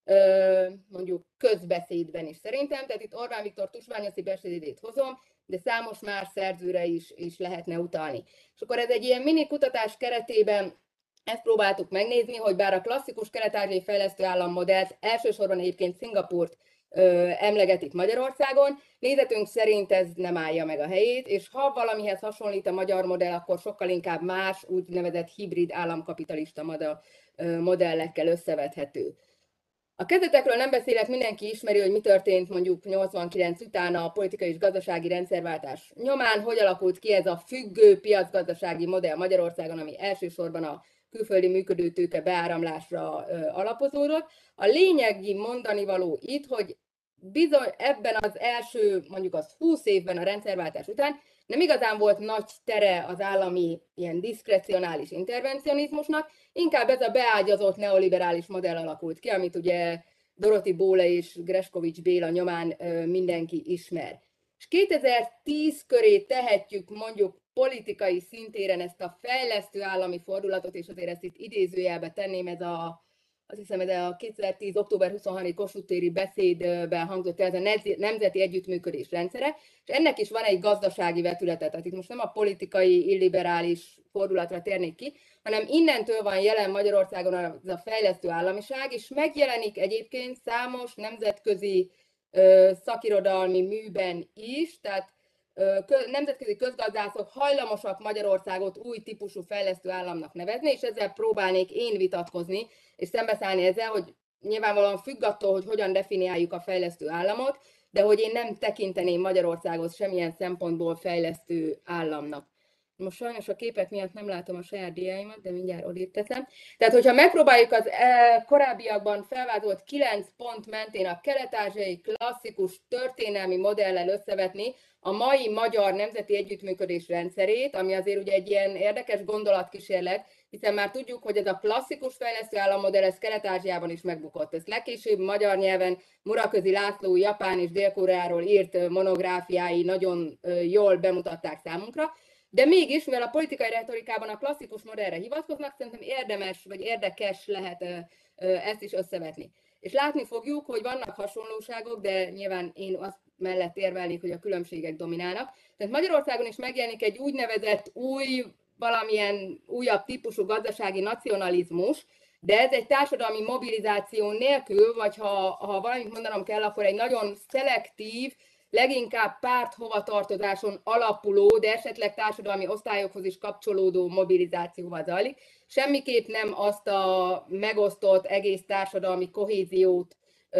S5: mondjuk közbeszédben is szerintem, tehát itt Orbán Viktor tusványoszi beszédét hozom, de számos más szerzőre is, is lehetne utalni. És akkor ez egy ilyen mini kutatás keretében ezt próbáltuk megnézni, hogy bár a klasszikus kelet-ázsiai fejlesztő állammodellt elsősorban egyébként Szingapúrt ö, emlegetik Magyarországon, nézetünk szerint ez nem állja meg a helyét, és ha valamihez hasonlít a magyar modell, akkor sokkal inkább más, úgynevezett hibrid államkapitalista modell, ö, modellekkel összevethető. A kezdetekről nem beszélek, mindenki ismeri, hogy mi történt mondjuk nyolcvankilenc után a politikai és gazdasági rendszerváltás nyomán, hogy alakult ki ez a függő piacgazdasági modell Magyarországon, ami elsősorban a külföldi működőtőke beáramlásra ö, alapozódott. A lényegi mondani való itt, hogy bizony ebben az első, mondjuk az húsz évben a rendszerváltás után nem igazán volt nagy tere az állami ilyen diszkrecionális intervencionizmusnak, inkább ez a beágyazott neoliberális modell alakult ki, amit ugye Doroti Bóla és Greskovics Béla nyomán ö, mindenki ismer. És kétezer-tíz köré tehetjük mondjuk politikai szintéren ezt a fejlesztő állami fordulatot, és azért ezt itt idézőjelbe tenném, ez a, azt hiszem, ez a kétezer-tíz. október huszonharmadiki Kossuth téri beszédben hangzott el, ez a nemzeti együttműködés rendszere, és ennek is van egy gazdasági vetülete, tehát itt most nem a politikai, illiberális fordulatra térnék ki, hanem innentől van jelen Magyarországon az a fejlesztő államiság, és megjelenik egyébként számos nemzetközi szakirodalmi műben is, tehát nemzetközi közgazdászok hajlamosak Magyarországot új típusú fejlesztő államnak nevezni, és ezzel próbálnék én vitatkozni, és szembeszállni ezzel, hogy nyilvánvalóan függ attól, hogy hogyan definiáljuk a fejlesztő államot, de hogy én nem tekinteném Magyarországot semmilyen szempontból fejlesztő államnak. Most sajnos a képek miatt nem látom a saját diáimat, de mindjárt odébb teszem. Tehát, hogyha megpróbáljuk az korábbiakban felvázolt kilenc pont mentén a kelet-ázsiai klasszikus történelmi modellel összevetni a mai magyar nemzeti együttműködés rendszerét, ami azért ugye egy ilyen érdekes gondolatkísérlet, hiszen már tudjuk, hogy ez a klasszikus fejlesztő állammodell, ez Kelet-Ázsiában is megbukott. Ezt legkésőbb magyar nyelven Muraközi László Japán és Dél-Koreáról írt monográfiái nagyon jól bemutatták számunkra. De mégis, mivel a politikai retorikában a klasszikus modellre hivatkoznak, szerintem érdemes vagy érdekes lehet ezt is összevetni. És látni fogjuk, hogy vannak hasonlóságok, de nyilván én azt mellett érvelnék, hogy a különbségek dominálnak. Tehát Magyarországon is megjelenik egy úgynevezett új, valamilyen újabb típusú gazdasági nacionalizmus, de ez egy társadalmi mobilizáció nélkül, vagy ha, ha valamit mondanom kell, akkor egy nagyon szelektív, leginkább párt hovatartozáson alapuló, de esetleg társadalmi osztályokhoz is kapcsolódó mobilizációval zajlik. Semmiképp nem azt a megosztott egész társadalmi kohéziót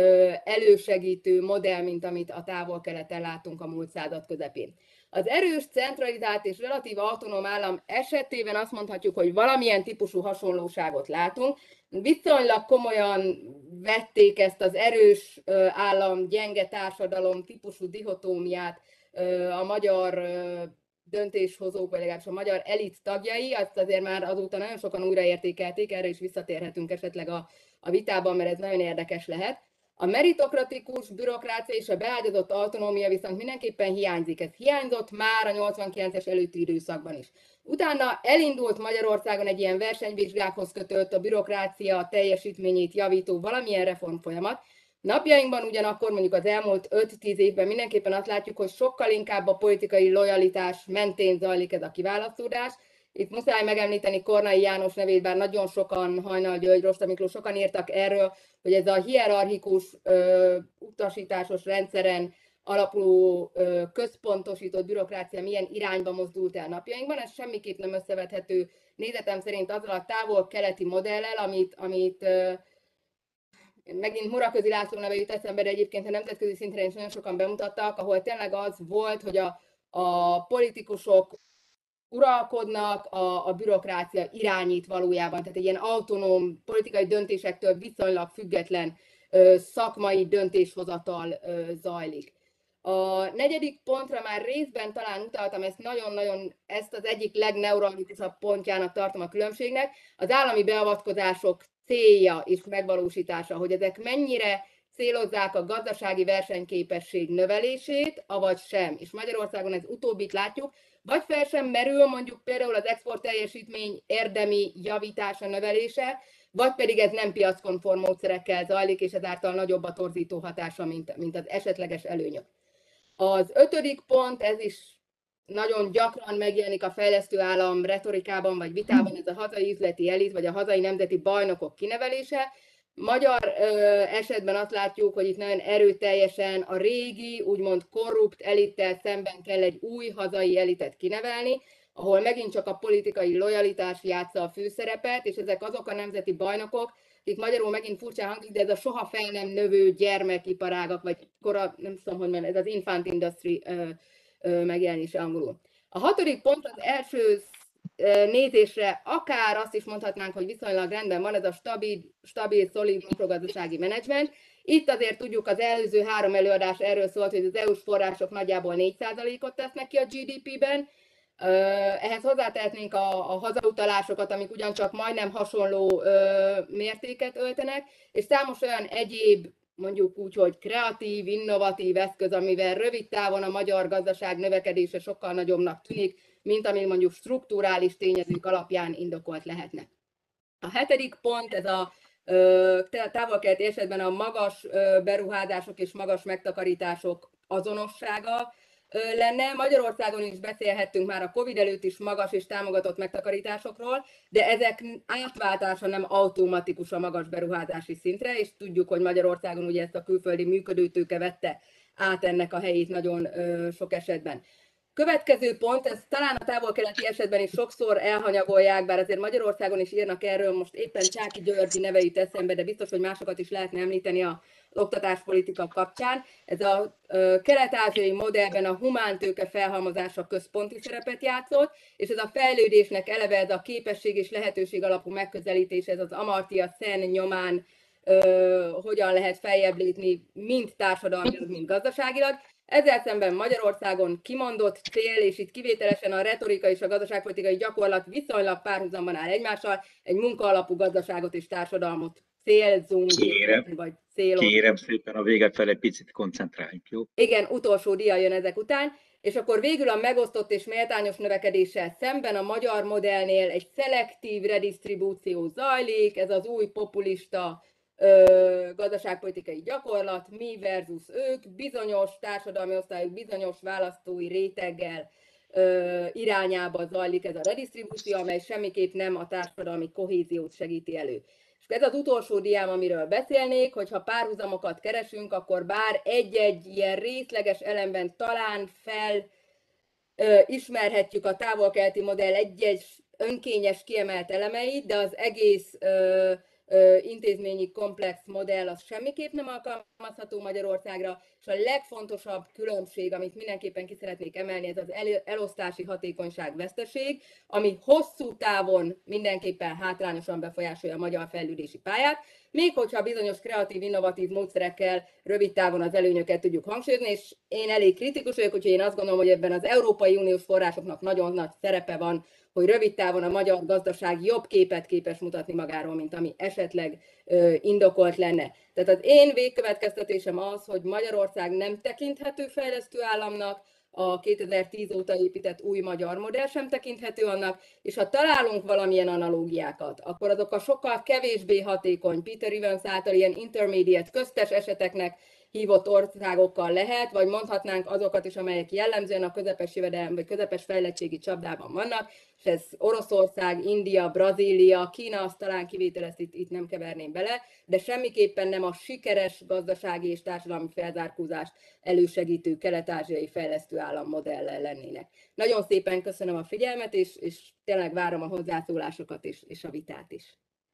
S5: elősegítő modell, mint amit a távol-keleten látunk a múlt század közepén. Az erős, centralizált és relatív autonóm állam esetében azt mondhatjuk, hogy valamilyen típusú hasonlóságot látunk. Viszonylag komolyan vették ezt az erős állam, gyenge társadalom típusú dihotómiát a magyar döntéshozók, vagy legalábbis a magyar elit tagjai, azt azért már azóta nagyon sokan újraértékelték, erre is visszatérhetünk esetleg a, a vitában, mert ez nagyon érdekes lehet. A meritokratikus bürokrácia és a beágyazott autonómia viszont mindenképpen hiányzik. Ez hiányzott már a nyolcvankilences előtti időszakban is. Utána elindult Magyarországon egy ilyen versenyvizsgákhoz kötött, a bürokrácia teljesítményét javító valamilyen reformfolyamat. Napjainkban ugyanakkor mondjuk az elmúlt öt-tíz évben mindenképpen azt látjuk, hogy sokkal inkább a politikai lojalitás mentén zajlik ez a kiválasztódás. Itt muszáj megemlíteni Kornai János nevét, bár nagyon sokan, Hajnal György, Rosta Miklós sokan írtak erről, hogy ez a hierarchikus ö, utasításos rendszeren alapuló ö, központosított bürokrácia milyen irányba mozdult el napjainkban. Ez semmiképp nem összevethető nézetem szerint azzal a távol-keleti modellel, amit, amit ö, megint Muraközi László neve jut eszembe, de egyébként a nemzetközi szinten is nagyon sokan bemutattak, ahol tényleg az volt, hogy a, a politikusok uralkodnak, a, a bürokrácia irányít valójában, tehát egy ilyen autonóm politikai döntésektől viszonylag független ö, szakmai döntéshozatal ö, zajlik. A negyedik pontra már részben talán utaltam, ezt nagyon-nagyon, ezt az egyik legneuralitikusabb pontjának tartom a különbségnek, az állami beavatkozások célja és megvalósítása, hogy ezek mennyire célozzák a gazdasági versenyképesség növelését, avagy sem. És Magyarországon ez utóbbit látjuk, vagy fel sem merül mondjuk például az export teljesítmény érdemi javítása, növelése, vagy pedig ez nem piackonform módszerekkel zajlik, és ezáltal nagyobb a torzító hatása, mint, mint az esetleges előnyök. Az ötödik pont, ez is nagyon gyakran megjelenik a fejlesztő állam retorikában vagy vitában, ez a hazai üzleti elit, vagy a hazai nemzeti bajnokok kinevelése. Magyar ö, esetben azt látjuk, hogy itt nagyon erőteljesen a régi, úgymond korrupt elittel szemben kell egy új hazai elitet kinevelni, ahol megint csak a politikai lojalitás játsza a főszerepet, és ezek azok a nemzeti bajnokok, akik magyarul megint furcsán hangzik, de ez a soha fel nem növő gyermekiparágak, vagy kora, nem tudom, hogy mondjam, ez az infant industry ö, ö, megjelenése angolul. A hatodik pont az első nézésre akár azt is mondhatnánk, hogy viszonylag rendben van ez a stabil, stabil szolid makrogazdasági menedzsment. Itt azért tudjuk, az előző három előadás erről szólt, hogy az é u-s források nagyjából négy százalékot tesznek ki a gé dé pé-ben. Ehhez hozzátehetnénk a, a hazautalásokat, amik ugyancsak majdnem hasonló ö, mértéket öltenek, és számos olyan egyéb, mondjuk úgy, hogy kreatív, innovatív eszköz, amivel rövid távon a magyar gazdaság növekedése sokkal nagyobbnak tűnik, mint ami mondjuk strukturális tényezők alapján indokolt lehetne. A hetedik pont, ez a távol-keleti esetben a magas beruházások és magas megtakarítások azonossága. lenne. Magyarországon is beszélhettünk már a Covid előtt is magas és támogatott megtakarításokról, de ezek átváltása nem automatikus a magas beruházási szintre, és tudjuk, hogy Magyarországon ugye ezt a külföldi működőtőke vette át ennek a helyét nagyon sok esetben. Következő pont, ez talán a távol-keleti esetben is sokszor elhanyagolják, bár azért Magyarországon is írnak erről, most éppen Csáky Györgyi neve jut eszembe, de biztos, hogy másokat is lehetne említeni az oktatáspolitika kapcsán. Ez a kelet-ázsiai modellben a humántőke felhalmozása központi szerepet játszott, és ez a fejlődésnek eleve ez a képesség és lehetőség alapú megközelítés, ez az Amartya Sen nyomán ö, hogyan lehet feljebb lépni, mind társadalmilag, mind gazdaságilag. Ezzel szemben Magyarországon kimondott cél, és itt kivételesen a retorika és a gazdaságpolitikai gyakorlat viszonylag párhuzamban áll egymással, egy munkaalapú gazdaságot és társadalmat célzunk,
S1: Kérem,
S5: vagy célozunk.
S1: kérem szépen a vége felé picit koncentráljunk, jó?
S5: Igen, utolsó dia jön ezek után, és akkor végül a megosztott és méltányos növekedéssel szemben a magyar modellnél egy szelektív redistribúció zajlik, ez az új populista ö, gazdaságpolitikai gyakorlat, mi versus ők, bizonyos társadalmi osztályok, bizonyos választói réteggel ö, irányába zajlik ez a redistribúció, amely semmiképp nem a társadalmi kohéziót segíti elő. Ez az utolsó diám, amiről beszélnék, hogyha párhuzamokat keresünk, akkor bár egy-egy ilyen részleges elemben talán fel ö, ismerhetjük a távol-keleti modell egy-egy önkényes kiemelt elemeit, de az egész ö, ö, intézményi komplex modell az semmiképp nem alkalmazható Magyarországra, és a legfontosabb különbség, amit mindenképpen ki szeretnék emelni, ez az el, elosztási hatékonyság veszteség, ami hosszú távon mindenképpen hátrányosan befolyásolja a magyar fejlődési pályát, még hogyha bizonyos kreatív, innovatív módszerekkel rövid távon az előnyöket tudjuk hangsúlyozni, és én elég kritikus vagyok, úgyhogy én azt gondolom, hogy ebben az Európai Uniós forrásoknak nagyon nagy szerepe van, hogy rövid távon a magyar gazdaság jobb képet képes mutatni magáról, mint ami esetleg ö, indokolt lenne. Tehát az én végkövetkeztetésem az, hogy Magyarország nem tekinthető fejlesztő államnak, a kétezer-tíz óta épített új magyar modell sem tekinthető annak, és ha találunk valamilyen analógiákat, akkor azok a sokkal kevésbé hatékony, Peter Evans által ilyen intermediate, köztes eseteknek hívott országokkal lehet, vagy mondhatnánk azokat is, amelyek jellemzően a közepes jövedelem vagy közepes fejlettségi csapdában vannak, és ez Oroszország, India, Brazília, Kína, azt talán kivétel, ezt itt, itt nem keverném bele, de semmiképpen nem a sikeres gazdasági és társadalmi felzárkózást elősegítő kelet-ázsiai fejlesztő állam modellel lennének. Nagyon szépen köszönöm a figyelmet, és, és tényleg várom a hozzászólásokat és, és a vitát is.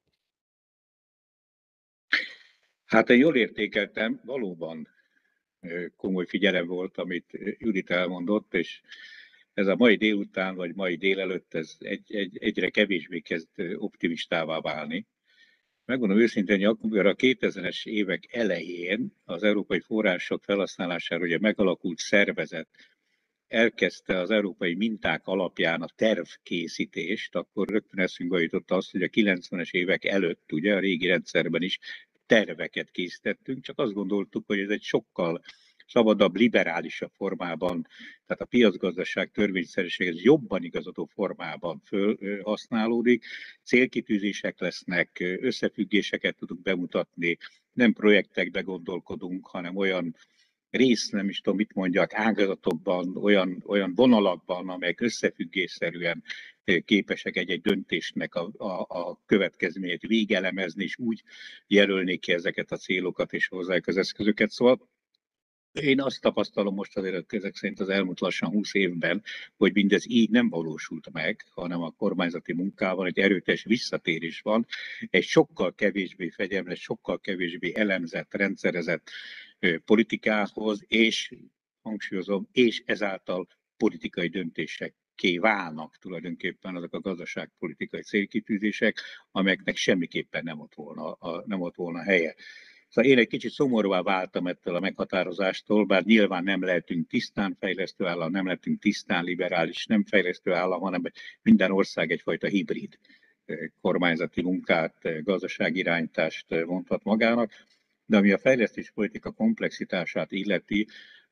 S1: Hát én jól értékeltem, valóban komoly figyelem volt, amit Judit elmondott, és ez a mai délután, vagy mai délelőtt ez egy, egy, egyre kevésbé kezd optimistává válni. Megmondom őszintén, hogy akkor a kétezres évek elején az európai források felhasználására ugye megalakult szervezet elkezdte az európai minták alapján a tervkészítést, akkor rögtön eszünkbe jutott azt, hogy a kilencvenes évek előtt, ugye a régi rendszerben is terveket készítettünk, csak azt gondoltuk, hogy ez egy sokkal szabadabb, liberálisabb formában, tehát a piacgazdaság törvényszerűséghez jobban igazodó formában felhasználódik, célkitűzések lesznek, összefüggéseket tudunk bemutatni, nem projektekbe gondolkodunk, hanem olyan rész, nem is tudom mit mondjak, ágazatokban, olyan, olyan vonalakban, amelyek összefüggésszerűen képesek egy-egy döntésnek a, a, a következményét végelemezni, és úgy jelölni ki ezeket a célokat és hozzájuk az eszközöket. Szóval én azt tapasztalom most azért ezek szerint az elmúlt lassan húsz évben, hogy mindez így nem valósult meg, hanem a kormányzati munkával egy erőteljes visszatérés van, egy sokkal kevésbé fegyelmes, sokkal kevésbé elemzett, rendszerezett politikához, és hangsúlyozom, és ezáltal politikai döntésekké válnak tulajdonképpen azok a gazdaságpolitikai célkitűzések, amelyeknek semmiképpen nem ott volna, a, nem ott volna helye. Szóval én egy kicsit szomorúvá váltam ettől a meghatározástól, bár nyilván nem lehetünk tisztán fejlesztő állam, nem lehetünk tisztán liberális, nem fejlesztő állam, hanem minden ország egyfajta hibrid kormányzati munkát, gazdaságirányítást mondhat magának. De ami a fejlesztéspolitika komplexitását illeti,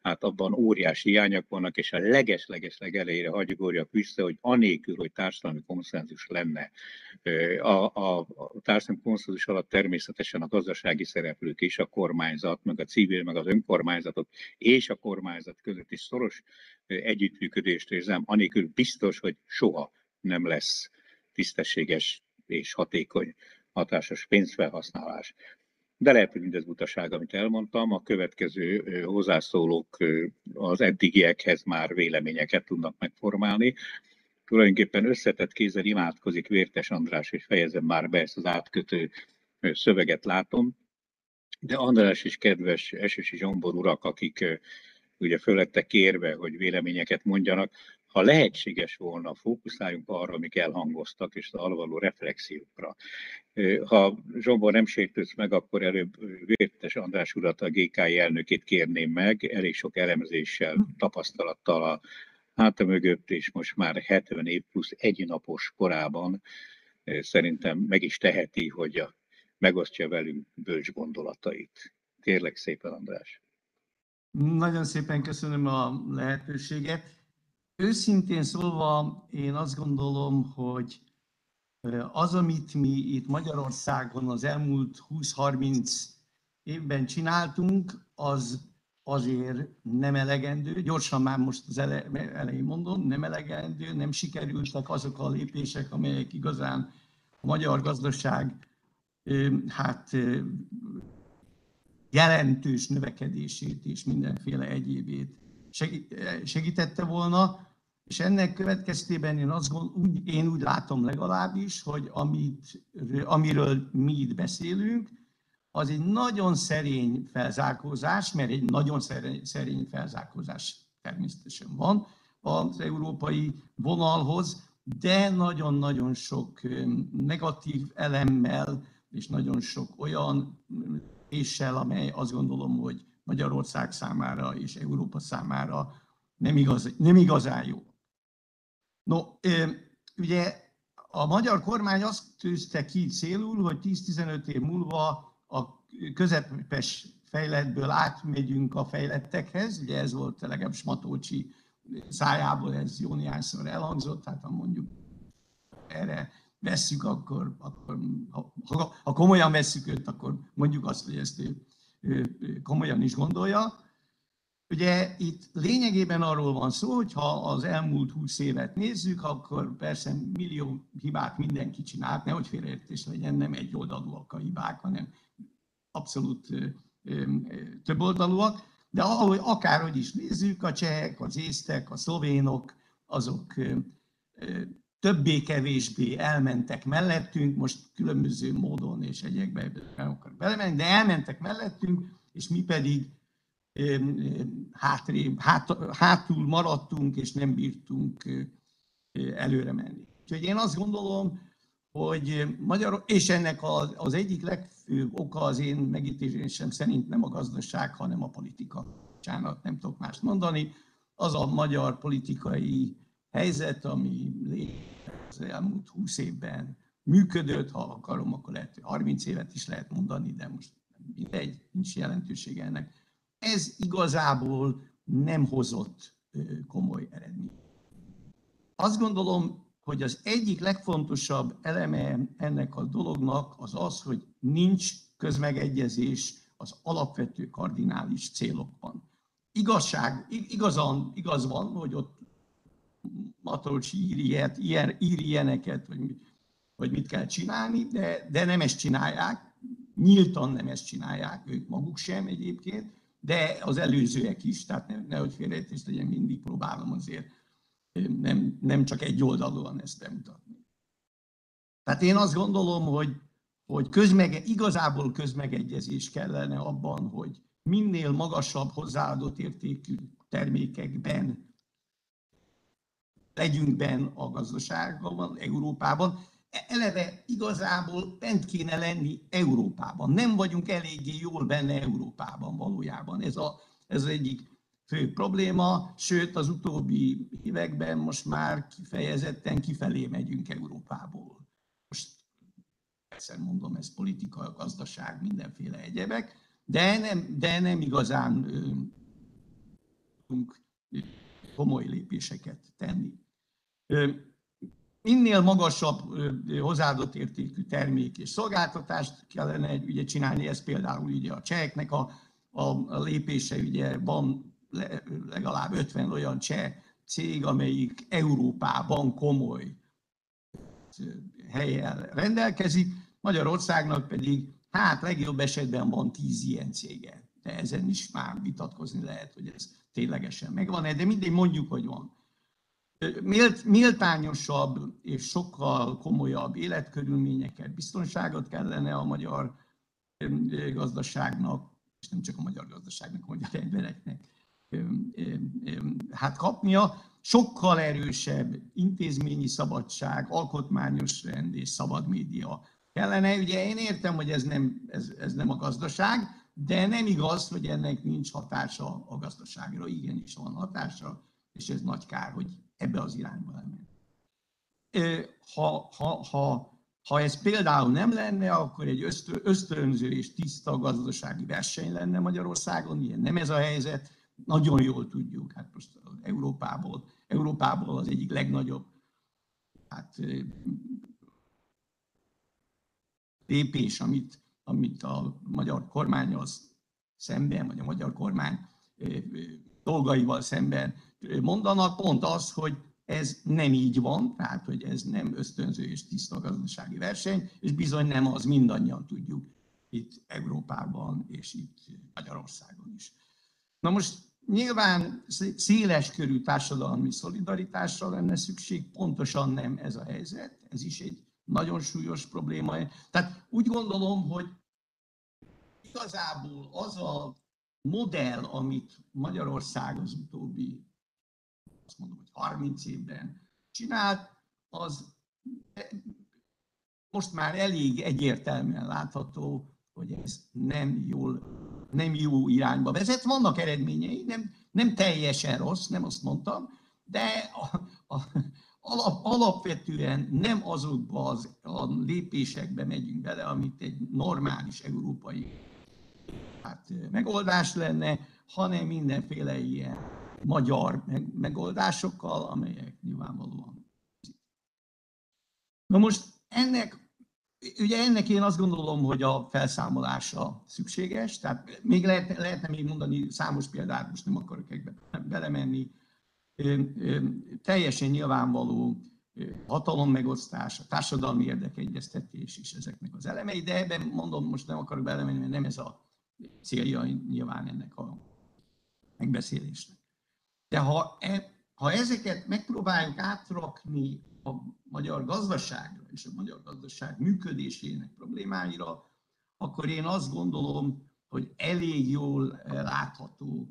S1: hát abban óriási hiányok vannak, és a leges-leges legelejére hagyogorjak vissza, hogy anélkül, hogy társadalmi konszenzus lenne. A, a, a társadalmi konszenzus alatt természetesen a gazdasági szereplők és a kormányzat, meg a civil, meg az önkormányzatok és a kormányzat között is szoros együttműködést érzem, anélkül biztos, hogy soha nem lesz tisztességes és hatékony, hatásos pénzfelhasználás. De lehet, hogy mindez butaság, amit elmondtam, a következő hozzászólók az eddigiekhez már véleményeket tudnak megformálni. Tulajdonképpen összetett kézzel imádkozik Vértes András, és fejezem már be ezt az átkötő szöveget látom. De András is kedves Esősi Zsombor urak, akik ugye föl lettek kérve, hogy véleményeket mondjanak, ha lehetséges volna, fókuszáljunk arra, amik elhangoztak, és az alvaló reflexiókra. Ha Zsombor nem sértődsz meg, akkor előbb Vértes András urat, a gé ká i elnökét kérném meg, elég sok elemzéssel, tapasztalattal a háta mögött, és most már hetven év plusz egy napos korában szerintem meg is teheti, hogy a, megosztja velünk bölcs gondolatait. Kérlek szépen, András.
S6: Nagyon szépen köszönöm a lehetőséget. Őszintén szólva, én azt gondolom, hogy az, amit mi itt Magyarországon az elmúlt húsz-harminc évben csináltunk, az azért nem elegendő. Gyorsan már most az elején mondom, nem elegendő, nem sikerültek azok a lépések, amelyek igazán a magyar gazdaság hát jelentős növekedését és mindenféle egyébét segítette volna, és ennek következtében én, azt gond, úgy, én úgy látom legalábbis, hogy amit, amiről mi itt beszélünk, az egy nagyon szerény felzárkózás, mert egy nagyon szerény felzárkózás természetesen van az európai vonalhoz, de nagyon-nagyon sok negatív elemmel, és nagyon sok olyan éssel, amely azt gondolom, hogy Magyarország számára és Európa számára nem, igaz, nem igazán jó. No, ugye a magyar kormány azt tűzte ki célul, hogy tíz-tizenöt év múlva a közepes fejlettből átmegyünk a fejlettekhez, ugye ez volt legalábbis Matolcsi szájából, ez jó néhányszor elhangzott, hát ha mondjuk erre vesszük, akkor, akkor ha, ha komolyan vesszük őt, akkor mondjuk azt, hogy ezt ő, ő, ő komolyan is gondolja. Ugye itt lényegében arról van szó, hogy ha az elmúlt húsz évet nézzük, akkor persze millió hibát mindenki csinált, nehogy félreértés legyen, nem egy oldalúak a hibák, hanem abszolút több oldalúak, de ahogy akárhogy is nézzük, a csehek, az észtek, a szlovénok, azok többé-kevésbé elmentek mellettünk, most különböző módon és egyekbe nem akarok belemenni, de elmentek mellettünk, és mi pedig hátrébb, hát, hátul maradtunk, és nem bírtunk előre menni. Úgyhogy én azt gondolom, hogy Magyar, és ennek az, az egyik legfőbb oka az én megítélésem szerint nem a gazdaság, hanem a politika. Bocsánat, nem tudok mást mondani. Az a magyar politikai helyzet, ami az elmúlt húsz évben működött, ha akarom, akkor lehet, harminc évet is lehet mondani, de most mindegy, nincs jelentősége ennek. Ez igazából nem hozott komoly eredményt. Azt gondolom, hogy az egyik legfontosabb eleme ennek a dolognak az az, hogy nincs közmegegyezés az alapvető kardinális célokban. Igazság, igazan, igaz van, hogy ott Matolcsi ír, ilyet, ilyen, ír ilyeneket, hogy, hogy mit kell csinálni, de, de nem ezt csinálják, nyíltan nem ezt csinálják, ők maguk sem egyébként, de az előzőek is, tehát ne, nehogy félreértés legyen, mindig próbálom azért nem, nem csak egy oldalúan ezt bemutatni. Tehát én azt gondolom, hogy, hogy közmege, igazából közmegegyezés kellene abban, hogy minél magasabb hozzáadott értékű termékekben legyünk benn a gazdaságban, Európában. Eleve igazából bent kéne lenni Európában. Nem vagyunk eléggé jól benne Európában valójában. Ez, a, ez az egyik fő probléma, sőt az utóbbi években most már kifejezetten kifelé megyünk Európából. Most persze mondom, ez politika, gazdaság, mindenféle egyebek, de nem, de nem igazán tudunk komoly lépéseket tenni. Minél magasabb hozzáadott értékű termék és szolgáltatást kellene ugye csinálni, ez például ugye a cseheknek a, a lépése, ugye van legalább ötven olyan cseh cég, amelyik Európában komoly helyen rendelkezik, Magyarországnak pedig hát legjobb esetben van tíz ilyen cége, de ezen is már vitatkozni lehet, hogy ez ténylegesen megvan-e, de mindegy, mondjuk, hogy van. Mélt, méltányosabb és sokkal komolyabb életkörülményeket, biztonságot kellene a magyar gazdaságnak, és nem csak a magyar gazdaságnak, a magyar embereknek hát kapnia. Sokkal erősebb intézményi szabadság, alkotmányos rend és szabad média kellene. Ugye én értem, hogy ez nem, ez, ez nem a gazdaság, de nem igaz, hogy ennek nincs hatása a gazdaságra. Igenis van hatása, és ez nagy kár, hogy ebbe az irányba elmegy. Ha, ha, ha, ha ez például nem lenne, akkor egy ösztönző és tiszta gazdasági verseny lenne Magyarországon, ilyen nem ez a helyzet, nagyon jól tudjuk, hát most Európából, Európából az egyik legnagyobb hát, lépés, amit, amit a magyar kormány az szemben, vagy a magyar kormány dolgaival szemben mondanak, pont az, hogy ez nem így van, tehát hogy ez nem ösztönző és tiszta gazdasági verseny, és bizony nem az, mindannyian tudjuk itt Európában és itt Magyarországon is. Na most nyilván széleskörű társadalmi szolidaritásra lenne szükség, pontosan nem ez a helyzet, ez is egy nagyon súlyos probléma. Tehát úgy gondolom, hogy igazából az a modell, amit Magyarország az utóbbi, azt mondom, hogy harminc évben csinált, az most már elég egyértelműen látható, hogy ez nem, jól, nem jó irányba vezet. Vannak eredményei, nem, nem teljesen rossz, nem azt mondtam, de a, a, alap, alapvetően nem azokba az, a lépésekbe megyünk bele, amit egy normális európai hát, megoldás lenne, hanem mindenféle ilyen magyar megoldásokkal, amelyek nyilvánvalóan. Na most ennek, ugye ennek én azt gondolom, hogy a felszámolása szükséges, tehát még lehet, lehetne még mondani számos példát, most nem akarok ebbe belemenni. Teljesen nyilvánvaló hatalommegosztás, a társadalmi érdekegyeztetés is ezeknek az elemei, de ebben mondom, most nem akarok belemenni, mert nem ez a célja nyilván ennek a megbeszélésnek. De ha, e, ha ezeket megpróbáljuk átrakni a magyar gazdaságra és a magyar gazdaság működésének problémáira, akkor én azt gondolom, hogy elég jól látható.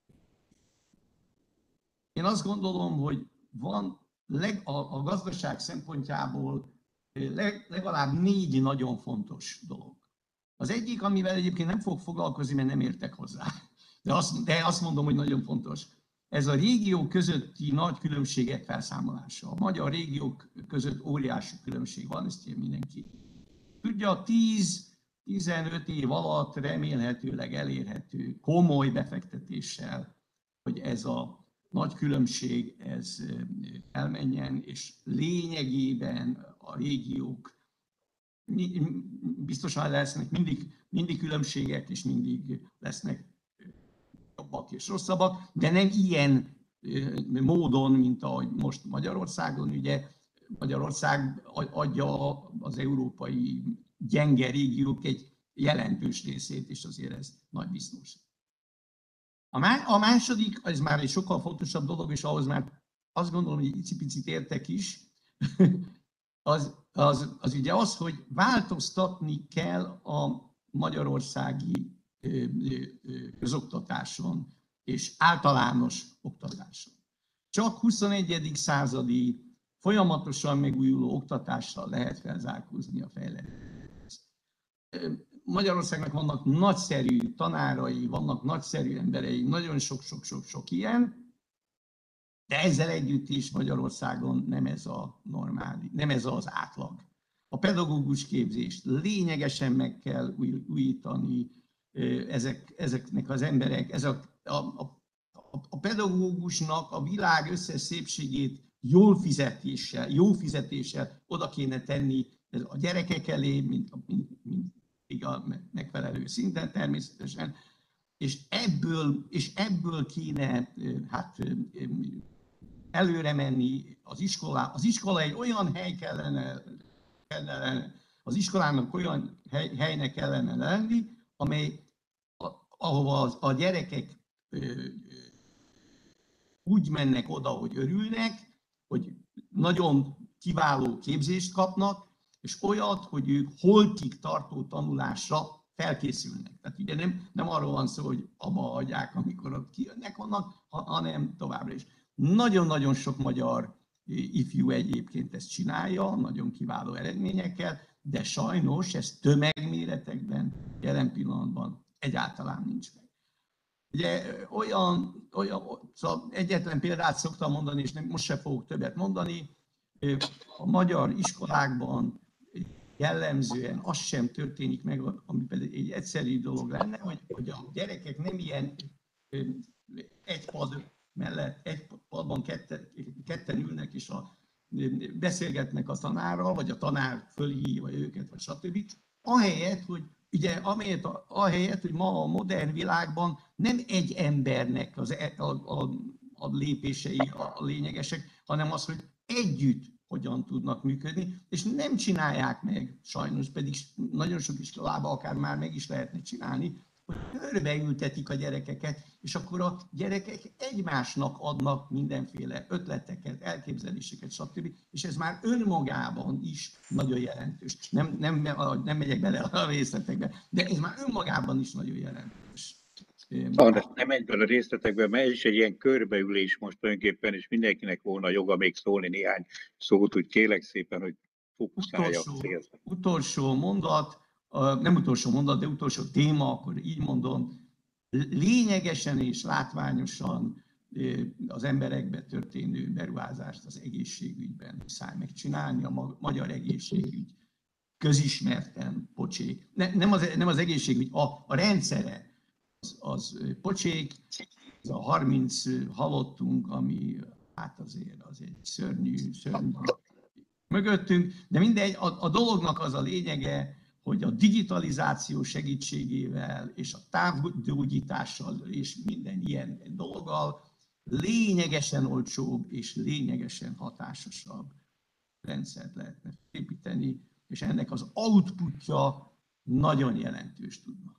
S6: Én azt gondolom, hogy van leg, a, a gazdaság szempontjából leg, legalább négy nagyon fontos dolog. Az egyik, amivel egyébként nem fog foglalkozni, mert nem értek hozzá, de azt, de azt mondom, hogy nagyon fontos. Ez a régiók közötti nagy különbségek felszámolása. A magyar régiók között óriási különbség van, ezt mindenki tudja. tíz-tizenöt év alatt remélhetőleg elérhető komoly befektetéssel, hogy ez a nagy különbség ez elmenjen, és lényegében a régiók biztosan lesznek mindig, mindig különbségek, és mindig lesznek jobbak és rosszabbak, de nem ilyen módon, mint ahogy most Magyarországon. Ugye Magyarország adja az európai gyenge régiók egy jelentős részét, és azért ez nagy disznóság. A második, ez már egy sokkal fontosabb dolog, és ahhoz már azt gondolom, hogy icipicit értek is, az, az, az ugye az, hogy változtatni kell a magyarországi közoktatáson és általános oktatáson. Csak huszonegyedik századi folyamatosan megújuló oktatással lehet felzárkózni a fejlesztésre. Magyarországnak vannak nagyszerű tanárai, vannak nagyszerű emberei, nagyon sok-sok-sok-sok ilyen, de ezzel együtt is Magyarországon nem ez a normális, nem ez az átlag. A pedagógus képzést lényegesen meg kell újítani, ezek, ezeknek az emberek, ez a, a, a a pedagógusnak a világ összes szépségét jól fizetéssel, jó fizetéssel oda kéne tenni a gyerekek elé, mint, mint, mint a megfelelő szinten természetesen, és ebből, és ebből kéne hát, előre menni az iskolá. Az iskola egy olyan hely kellene, kellene az iskolának olyan hely, helynek kellene lenni, amely, ahova az, a gyerekek úgy mennek oda, hogy örülnek, hogy nagyon kiváló képzést kapnak, és olyat, hogy ők holtig tartó tanulásra felkészülnek. Tehát ugye nem, nem arról van szó, hogy abba hagyják, amikor ott kijönnek onnan, hanem továbbra is. Nagyon-nagyon sok magyar ifjú egyébként ezt csinálja, nagyon kiváló eredményekkel, de sajnos ez tömegméretekben jelen pillanatban egyáltalán nincs meg. Ugye olyan, olyan szóval egyetlen példát szoktam mondani, és nem, most se fogok többet mondani, a magyar iskolákban jellemzően az sem történik meg, ami pedig egy egyszerű dolog lenne, hogy, hogy a gyerekek nem ilyen egy pad mellett, egy padban ketten, ketten ülnek, és a, beszélgetnek a tanárral, vagy a tanár fölhívja őket, vagy stb. Ahelyett, hogy ugye, amelyet, ahelyett, hogy ma a modern világban nem egy embernek az, a, a, a lépései a lényegesek, hanem az, hogy együtt hogyan tudnak működni, és nem csinálják meg, sajnos, pedig nagyon sok iskolában akár már meg is lehetne csinálni, hogy körbeültetik a gyerekeket, és akkor a gyerekek egymásnak adnak mindenféle ötleteket, elképzeléseket, stb. És ez már önmagában is nagyon jelentős. Nem, nem, nem megyek bele a részletekbe, de ez már önmagában is nagyon jelentős.
S1: András, nem menj bele a részletekbe, mert ez is egy ilyen körbeülés most tulajdonképpen, és mindenkinek volna joga még szólni néhány szót, úgy kérlek szépen, hogy fókuszálja a célra.
S6: Utolsó mondat, nem utolsó mondat, de utolsó téma, akkor így mondom, lényegesen és látványosan az emberekbe történő beruházást az egészségügyben muszáj megcsinálni, a magyar egészségügy közismerten pocsék. Ne, nem, az, nem az egészségügy, a, a rendszere az, az pocsék, ez a harminc halottunk, ami hát azért az egy szörnyű, szörnyű mögöttünk, de mindegy, a, a dolognak az a lényege, hogy a digitalizáció segítségével és a távgyógyítással és minden ilyen dologgal lényegesen olcsóbb és lényegesen hatásosabb rendszert lehetne építeni, és ennek az outputja nagyon jelentős tudna.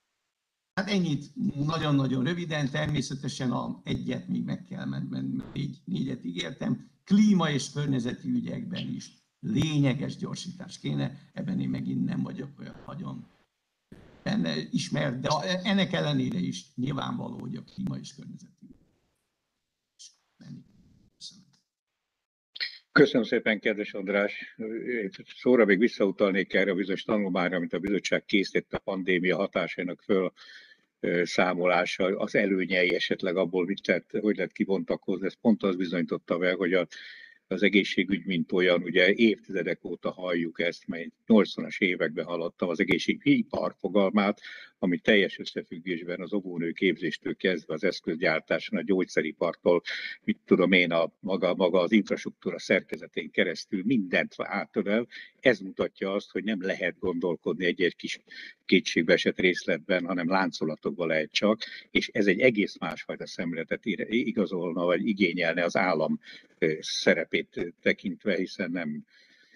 S6: Hát ennyit nagyon-nagyon röviden, természetesen a egyet még meg kell menni, négy, négyet ígértem, klíma és környezeti ügyekben is lényeges gyorsítás kéne, ebben én megint nem vagyok olyan nagyon benne ismert, de ennek ellenére is nyilvánvaló, hogy a klíma és környezeti ügyekben. Köszönöm.
S1: Köszönöm szépen, kedves András. Szóra még visszautalnék erre a bizonyos tanulmányra, amit a bizottság készített a pandémia hatásainak föl számolása, az előnyei esetleg abból, mit lehet, hogy lehet kibontakozni. Ez pont az bizonyította be, hogy a, az egészségügy, mint olyan, ugye évtizedek óta halljuk ezt, mely nyolcvanas években haladtam az egészségügyipar fogalmát, ami teljes összefüggésben az óvónő képzéstől kezdve az eszközgyártáson, a gyógyszeripartól, mit tudom én, a maga, maga az infrastruktúra szerkezetén keresztül mindent átölel. Ez mutatja azt, hogy nem lehet gondolkodni egy-egy kis kétségbeesett részletben, hanem láncolatokban lehet csak, és ez egy egész másfajta szemléletet igazolna, vagy igényelne az állam szerepét tekintve, hiszen nem,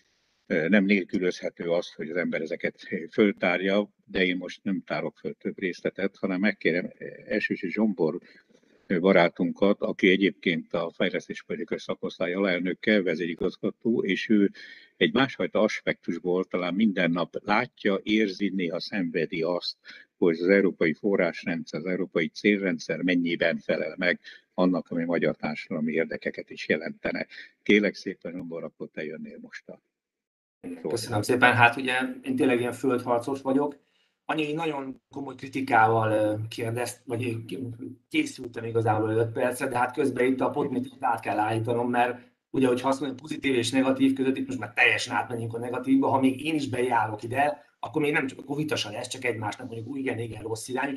S1: nem nélkülözhető az, hogy az ember ezeket föltárja, de én most nem tárok föl több részletet, hanem megkérem elsősorban Zsombor barátunkat, aki egyébként a fejlesztéspolitikai szakosztály alelnöke, vezérigazgató, és ő egy másfajta aspektusból talán minden nap látja, érzi, néha szenvedi azt, hogy az európai forrásrendszer, az európai célrendszer mennyiben felel meg annak, ami magyar társadalmi érdekeket is jelentene. Kérlek szépen, Zsombor, akkor te jönnél most a szóval.
S7: Köszönöm szépen. Hát ugye én tényleg ilyen földharcos vagyok. Annyi nagyon komoly kritikával kérdezt, vagy készültem igazából öt percre, de hát közben itt a potmétert át kell állítanom, mert ugye, hogyha azt mondjuk pozitív és negatív között, itt most már teljesen átmenjünk a negatívba, ha még én is bejárok ide, akkor még nem csak, akkor vitasan lesz, csak egymásnak mondjuk úgy igen, igen, rossz irány, úgyhogy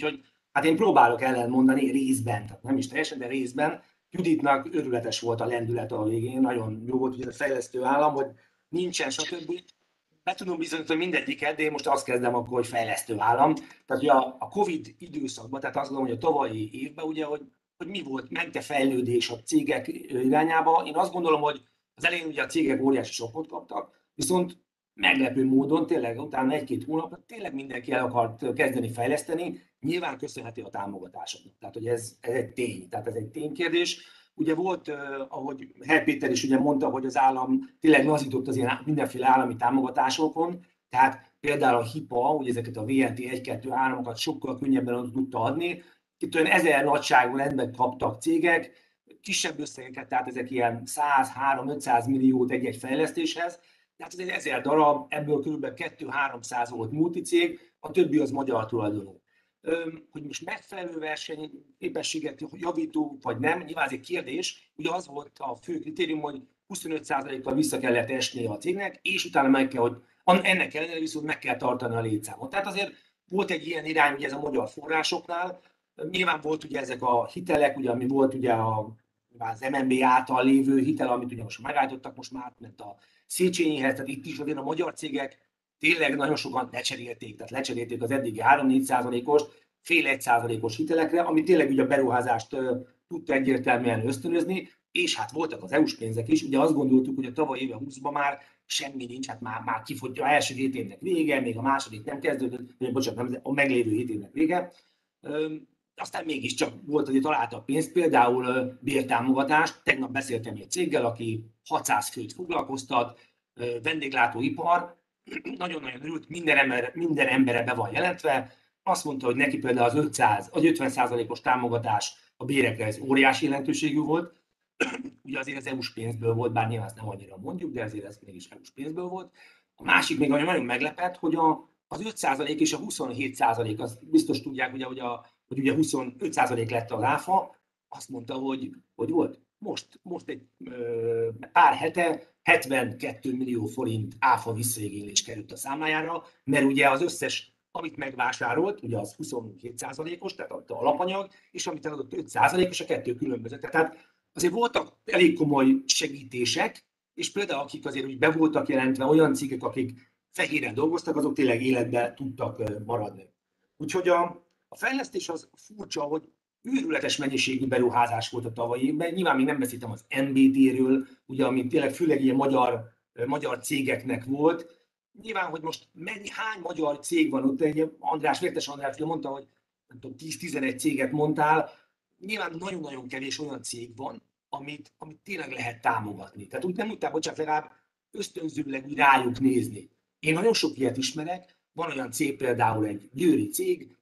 S7: Hát én próbálok ellentmondani részben, tehát nem is teljesen, de részben. Juditnak őrületes volt a lendület a végén, nagyon jó volt, ugye a fejlesztő állam, hogy nincsen, stb. Be tudom bizonyítani mindegyiket, de én most azt kezdem akkor, hogy fejlesztő állam. Tehát ugye a, a Covid időszakban, tehát azt gondolom, hogy a tavalyi évben, ugye, hogy, hogy mi volt, ment-e fejlődés a cégek irányába. Én azt gondolom, hogy az elején ugye a cégek óriási sokkot kaptak, viszont meglepő módon tényleg utána egy-két hónapra tényleg mindenki el akart kezdeni fejleszteni, nyilván köszönheti a támogatásoknak. Tehát, hogy ez, ez egy tény, tehát ez egy ténykérdés. Ugye volt, ahogy Herr Péter is ugye mondta, hogy az állam tényleg lazított az ilyen mindenféle állami támogatásokon, tehát például a HIPA, ugye ezeket a vé en té egy, kettő, háromokat sokkal könnyebben tudta adni. Itt olyan ezer nagyságú rendben kaptak cégek, kisebb összegeket, tehát ezek ilyen száz, háromszáz, ötszáz milliót egy-egy fejlesztéshez, tehát ez egy ezer darab, ebből kb. kétszáz-háromszáz volt multicég, a többi az magyar tulajdonú. Hogy most megfelelő versenyképességet javító, vagy nem, nyilván ez egy kérdés. Ugye az volt a fő kritérium, hogy huszonöt százalékkal vissza kellett esni a cégnek, és utána meg kell, hogy ennek ellenére viszont meg kell tartani a létszámot. Tehát azért volt egy ilyen irány, ugye ez a magyar forrásoknál. Nyilván volt ugye ezek a hitelek, ugye, ami volt ugye a, az em en bé által lévő hitel, amit ugye most megállítottak, most már átment a Széchenyihez, tehát itt is azért a magyar cégek tényleg nagyon sokan lecserélték, tehát lecserélték az eddigi három-négy százalékos, fél egy százalékos hitelekre, ami tényleg ugye a beruházást uh, tudta egyértelműen ösztönözni, és hát voltak az é u-s pénzek is, ugye azt gondoltuk, hogy a tavaly éve húszban már semmi nincs, hát már, már kifogyja, az első hét évnek vége, még a második nem kezdődött, vagy bocsánat, nem, a meglévő hét évnek vége. Um, aztán mégiscsak volt, hogy találta a pénzt, például uh, bértámogatást. Tegnap beszéltem egy céggel, aki hatszáz főt foglalkoztat, uh, vendéglátóipar, nagyon-nagyon örült, minden, ember, minden emberre be van jelentve. Azt mondta, hogy neki például az ötszáz, az ötven százalékos támogatás a bérekre ez óriási jelentőségű volt. Ugye azért az é u-s pénzből volt, bár nyilván ezt nem annyira mondjuk, de azért ez mégis é u-s pénzből volt. A másik még nagyon meglepett, hogy a, az öt százalék és a huszonhét százalék, azt biztos tudják, ugye, hogy, a, hogy ugye huszonöt százalék lett az áfa, azt mondta, hogy hogy volt? Most, most egy ö, pár hete hetvenkettő millió forint áfa visszaigénylés került a számlájára, mert ugye az összes, amit megvásárolt, ugye az huszonhét százalékos, tehát adta alapanyag, és amit eladott öt százalékos, a kettő különböző. Tehát azért voltak elég komoly segítések, és például akik azért úgy be voltak jelentve, olyan cégek, akik fehéren dolgoztak, azok tényleg életben tudtak maradni. Úgyhogy a, a fejlesztés az furcsa, hogy őrületes mennyiségű beruházás volt a tavalyi évben. Nyilván még nem beszéltem az em bé té-ről, ugye, ami tényleg főleg ilyen magyar, magyar cégeknek volt. Nyilván, hogy most mennyi, hány magyar cég van ott, egy András, Vértes András mondta, hogy nem tudom, tíz-tizenegy céget mondtál. Nyilván nagyon-nagyon kevés olyan cég van, amit, amit tényleg lehet támogatni. Tehát úgy nem úgy, bocsánat, legalább ösztönzőleg rájuk nézni. Én nagyon sok ilyet ismerek, van olyan cég, például egy győri cég,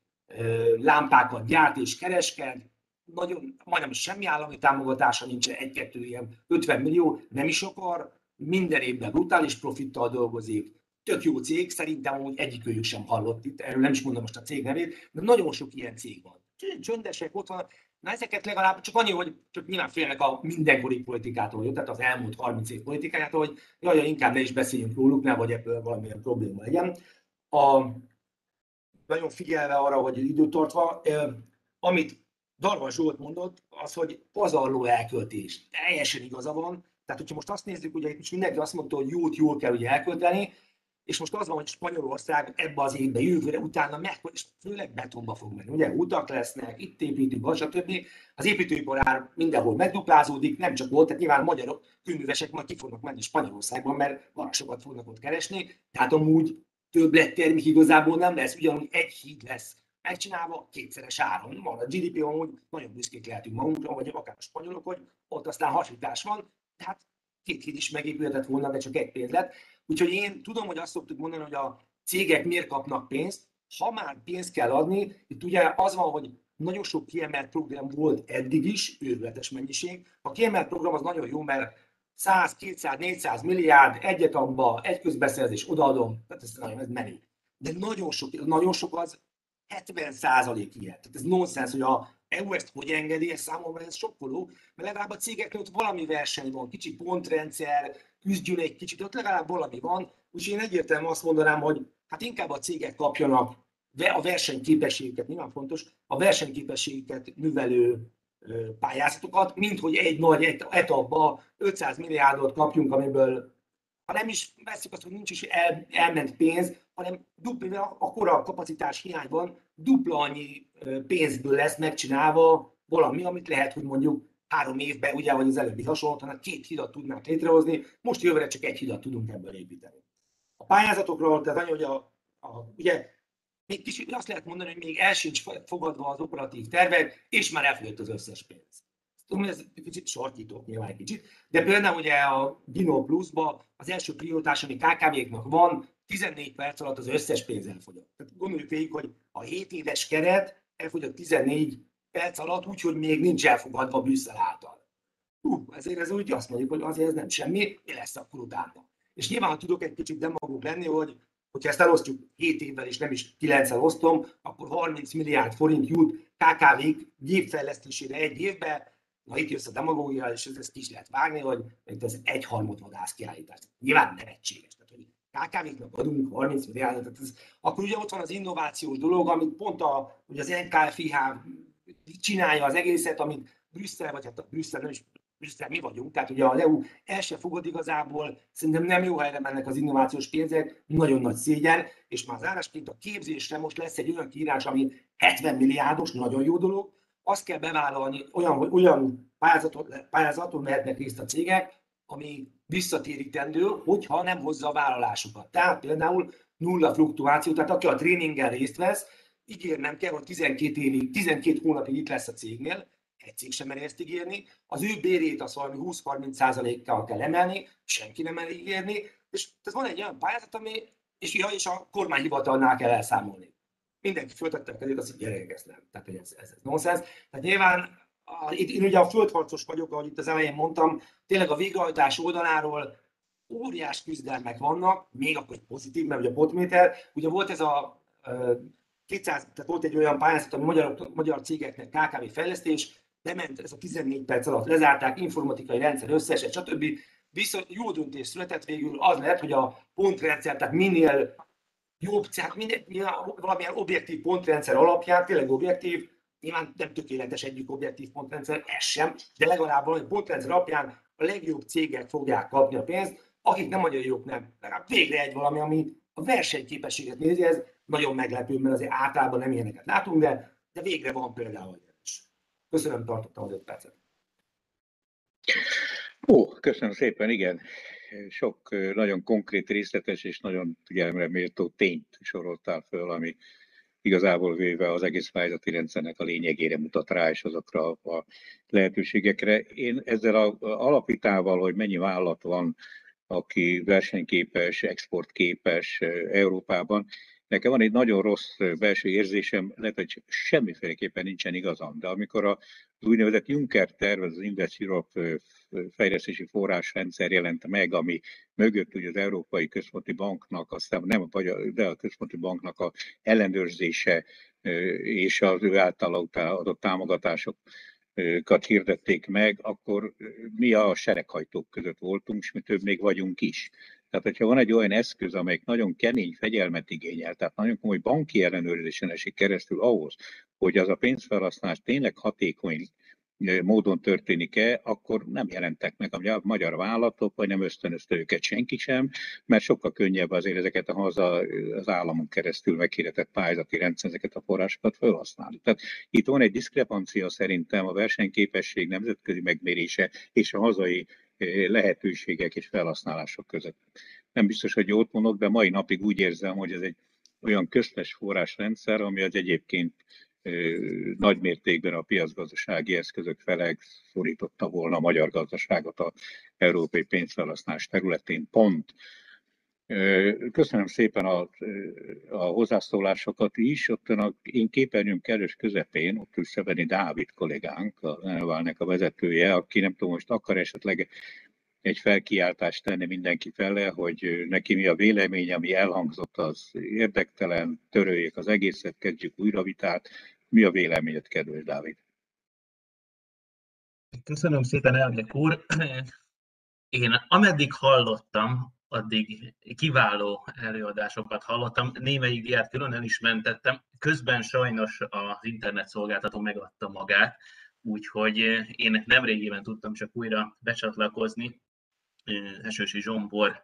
S7: lámpákat gyárt és keresked, nagyon, majdnem semmi állami támogatása nincs, egy-kettő ilyen ötven millió, nem is akar, minden évben brutális profittal dolgozik, tök jó cég, szerintem úgy egyikőjük sem hallott itt, erről nem is mondom most a cég nevét, de nagyon sok ilyen cég van. Csöndesek ott van, na ezeket legalább csak annyi, hogy csak nyilván félnek a mindenkori politikától, tehát az elmúlt harminc év politikájától, hogy jaj, inkább ne is beszéljünk róluk, ne vagy ebből valamilyen probléma legyen. A, nagyon figyelve arra, hogy időt tartva, eh, amit Darvas Zsolt mondott, az, hogy pazarló elköltés. Teljesen igaza van. Tehát, hogyha most azt nézzük, ugye itt mindenki azt mondta, hogy jót jól kell ugye elkölteni, és most az van, hogy Spanyolország ebbe az évben, jövőre, utána meg, és főleg betonba fog menni. Ugye utak lesznek, itt építünk, stb. Az építőipar mindenhol megduplázódik, nem csak volt, tehát nyilván a magyarok, kőművesek majd ki fognak menni Spanyolországban, mert varasokat fognak ott keresni, tehát amúgy többlettermék igazából nem lesz, ugyanúgy egy híd lesz megcsinálva, kétszeres áron. Van a gé dé pé, amúgy nagyon büszkék lehetünk magunkra, vagy akár a spanyolok, hogy ott aztán hasítás van, tehát két híd is megépülhetett volna, de csak egy pénz lett. Úgyhogy én tudom, hogy azt szoktuk mondani, hogy a cégek miért kapnak pénzt, ha már pénzt kell adni, itt ugye az van, hogy nagyon sok kiemelt program volt eddig is, őrületes mennyiség. A kiemelt program az nagyon jó, mert száz, kétszáz, négyszáz milliárd, egyet abba, egy közbeszerzés, odaadom, tehát ez nagyon ez menő. De nagyon sok, nagyon sok az hetven százalék ilyen. Tehát ez nonsens, hogy a é u ezt hogy engedi, ez számomra ez sokkoló, mert legalább a cégeknél ott valami verseny van, kicsi pontrendszer, küzdjön egy kicsit, ott legalább valami van, úgyhogy én egyértelműen azt mondanám, hogy hát inkább a cégek kapjanak a versenyképességüket, nyilván fontos, a versenyképességüket növelő pályázatokat, mint hogy egy nagy etapba ötszáz milliárdot kapjunk, amiből ha nem is veszik azt, hogy nincs is el, elment pénz, hanem dupla, a kora kapacitás hiányban dupla annyi pénzből lesz megcsinálva valami, amit lehet, hogy mondjuk három évben, ugye, vagy az előbbi hasonlóan, két hidat tudnánk létrehozni, most jövőre csak egy hidat tudunk ebből építeni. A pályázatokról, tehát annyi, hogy a, a, ugye, még kicsit azt lehet mondani, hogy még el sincs fogadva az operatív tervek, és már elfogyott az összes pénz. Tudom, hogy ez kicsit sarkítok nyilván egy kicsit, de például ugye a Dino Plus-ba az első prioritás, ami ká ká vé-knak van, tizennégy perc alatt az összes pénz elfogyott. Tehát gondoljuk végig, hogy a hét éves keret elfogyott tizennégy perc alatt, úgyhogy még nincs elfogadva Brüsszel által. Hú, ezért ez úgy azt mondjuk, hogy azért ez nem semmi, mi lesz akkor utána. És nyilván, ha tudok egy kicsit demagóg lenni, hogy hogyha ezt elosztjuk hét évvel és nem is kilenccel osztom, akkor harminc milliárd forint jut ká ká vé-k gépfejlesztésére egy évben. Na itt jössz a demagógia, és ezt ki is lehet vágni, hogy ez egyharmad vadászkiállítás. Nyilván nevetséges. Tehát, hogy ká ká vé-knak adunk harminc milliárdot, tehát ez, akkor ugye ott van az innovációs dolog, amit pont a, ugye az en ká ef i há csinálja az egészet, amit Brüsszel, vagy hát a Brüsszel nem is Brüsszel mi vagyunk, tehát ugye az é u el se fogod igazából, szerintem nem jó helyre mennek az innovációs pénzek, nagyon nagy szégyen, és már zárásként a képzésre most lesz egy olyan kiírás, ami hetven milliárdos, nagyon jó dolog, azt kell bevállalni, olyan, olyan pályázaton, pályázaton mehetnek részt a cégek, ami visszatérítendő, hogyha nem hozza a vállalásukat. Tehát például nulla fluktuáció, tehát aki a tréningen részt vesz, ígérnem kell, hogy tizenkét évig, tizenkét hónapig itt lesz a cégnél, egy cég sem meri ezt ígérni, az ő bérét az valami húsz-harminc százalékkal kell emelni, senki nem mer ígérni, és ez van egy olyan pályázat, ami, és, ja, és a kormányhivatalnál kell elszámolni. Mindenki föltette a kezét, azt, hogy gyerekek, ez nem. Tehát ez, ez, ez nonsens. Tehát nyilván a, itt, én ugye a földharcos vagyok, ahogy itt az elején mondtam, tényleg a végrehajtás oldaláról óriás küzdelmek vannak, még akkor egy pozitív, mert ugye a potméter, ugye volt ez a kétszáz, tehát volt egy olyan pályázat, ami magyar, magyar cégeknek ká ká vé fejlesztés, bement ez a tizennégy perc alatt, lezárták, informatikai rendszer összeesett, stb. Viszont jó döntés született végül, az lett, hogy a pontrendszer, tehát minél jobb, tehát minden, valamilyen objektív pontrendszer alapján, tényleg objektív, nyilván nem tökéletes egyik objektív pontrendszer, ez sem, de legalább valami pontrendszer alapján a legjobb cégek fogják kapni a pénzt, akik nem magyar jók nem. Legalább végre egy valami, ami a versenyképességet nézi, ez nagyon meglepő, mert azért általában nem ilyeneket látunk, de, de végre van például is. Köszönöm, tartottam az öt percet.
S1: Ó, köszönöm szépen, igen. Sok nagyon konkrét, részletes és nagyon figyelemre méltó tényt soroltál föl, ami igazából véve az egész pályázati rendszernek a lényegére mutat rá, és azokra a lehetőségekre. Én ezzel az alapítával, hogy mennyi vállalat van, aki versenyképes, exportképes Európában, nekem van egy nagyon rossz belső érzésem, lehet, hogy semmiféleképpen nincsen igazam, de amikor az úgynevezett Juncker terv, az Invest Europe fejlesztési forrásrendszer jelent meg, ami mögött ugye az Európai Központi Banknak, aztán nem, de a Központi Banknak a ellenőrzése és az ő által adott támogatásokat hirdették meg, akkor mi a sereghajtók között voltunk, és mi több még vagyunk is. Tehát, hogyha van egy olyan eszköz, amelyik nagyon kemény fegyelmet igényel, tehát nagyon komoly banki ellenőrzésen esik keresztül ahhoz, hogy az a pénzfelhasználás tényleg hatékony módon történik-e, akkor nem jelentek meg a magyar vállalatok, vagy nem ösztönözte őket senki sem, mert sokkal könnyebb azért ezeket a haza az államon keresztül meghirdetett pályázati rendszer, ezeket a forrásokat felhasználni. Tehát itt van egy diszkrepancia szerintem a versenyképesség nemzetközi megmérése és a hazai lehetőségek és felhasználások között. Nem biztos, hogy jót mondok, de mai napig úgy érzem, hogy ez egy olyan köztes forrásrendszer, ami az egyébként nagy mértékben a piacgazdasági eszközök felé szorította volna a magyar gazdaságot az európai pénzfelhasználás területén pont. Köszönöm szépen a, a hozzászólásokat is. Ott a én képernyőm kerős közepén, ott ül Szebeni Dávid kollégánk, a Enelvalnek a vezetője, aki nem tudom, most akar esetleg egy felkiáltást tenni mindenki fele, hogy neki mi a véleménye, ami elhangzott, az érdektelen, töröljék az egészet, kezdjük újra vitát. Mi a véleményed, kedves Dávid?
S8: Köszönöm szépen, elnök úr. Én ameddig hallottam, addig kiváló előadásokat hallottam, némelyik diát külön el is mentettem, közben sajnos az internetszolgáltató megadta magát, úgyhogy én nemrégiben tudtam csak újra becsatlakozni, Esősi Zsombor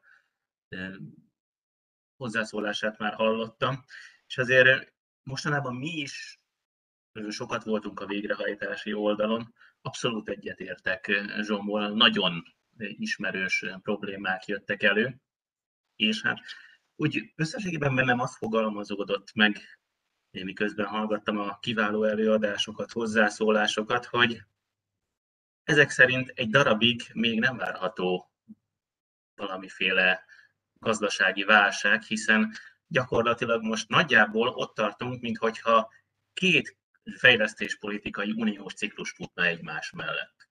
S8: hozzászólását már hallottam, és azért mostanában mi is sokat voltunk a végrehajtási oldalon, abszolút egyetértek Zsomborral, nagyon ismerős problémák jöttek elő, és hát úgy összességében bennem azt fogalmazódott meg, én miközben hallgattam a kiváló előadásokat, hozzászólásokat, hogy ezek szerint egy darabig még nem várható valamiféle gazdasági válság, hiszen gyakorlatilag most nagyjából ott tartunk, minthogyha két fejlesztéspolitikai uniós ciklus futna egymás mellett.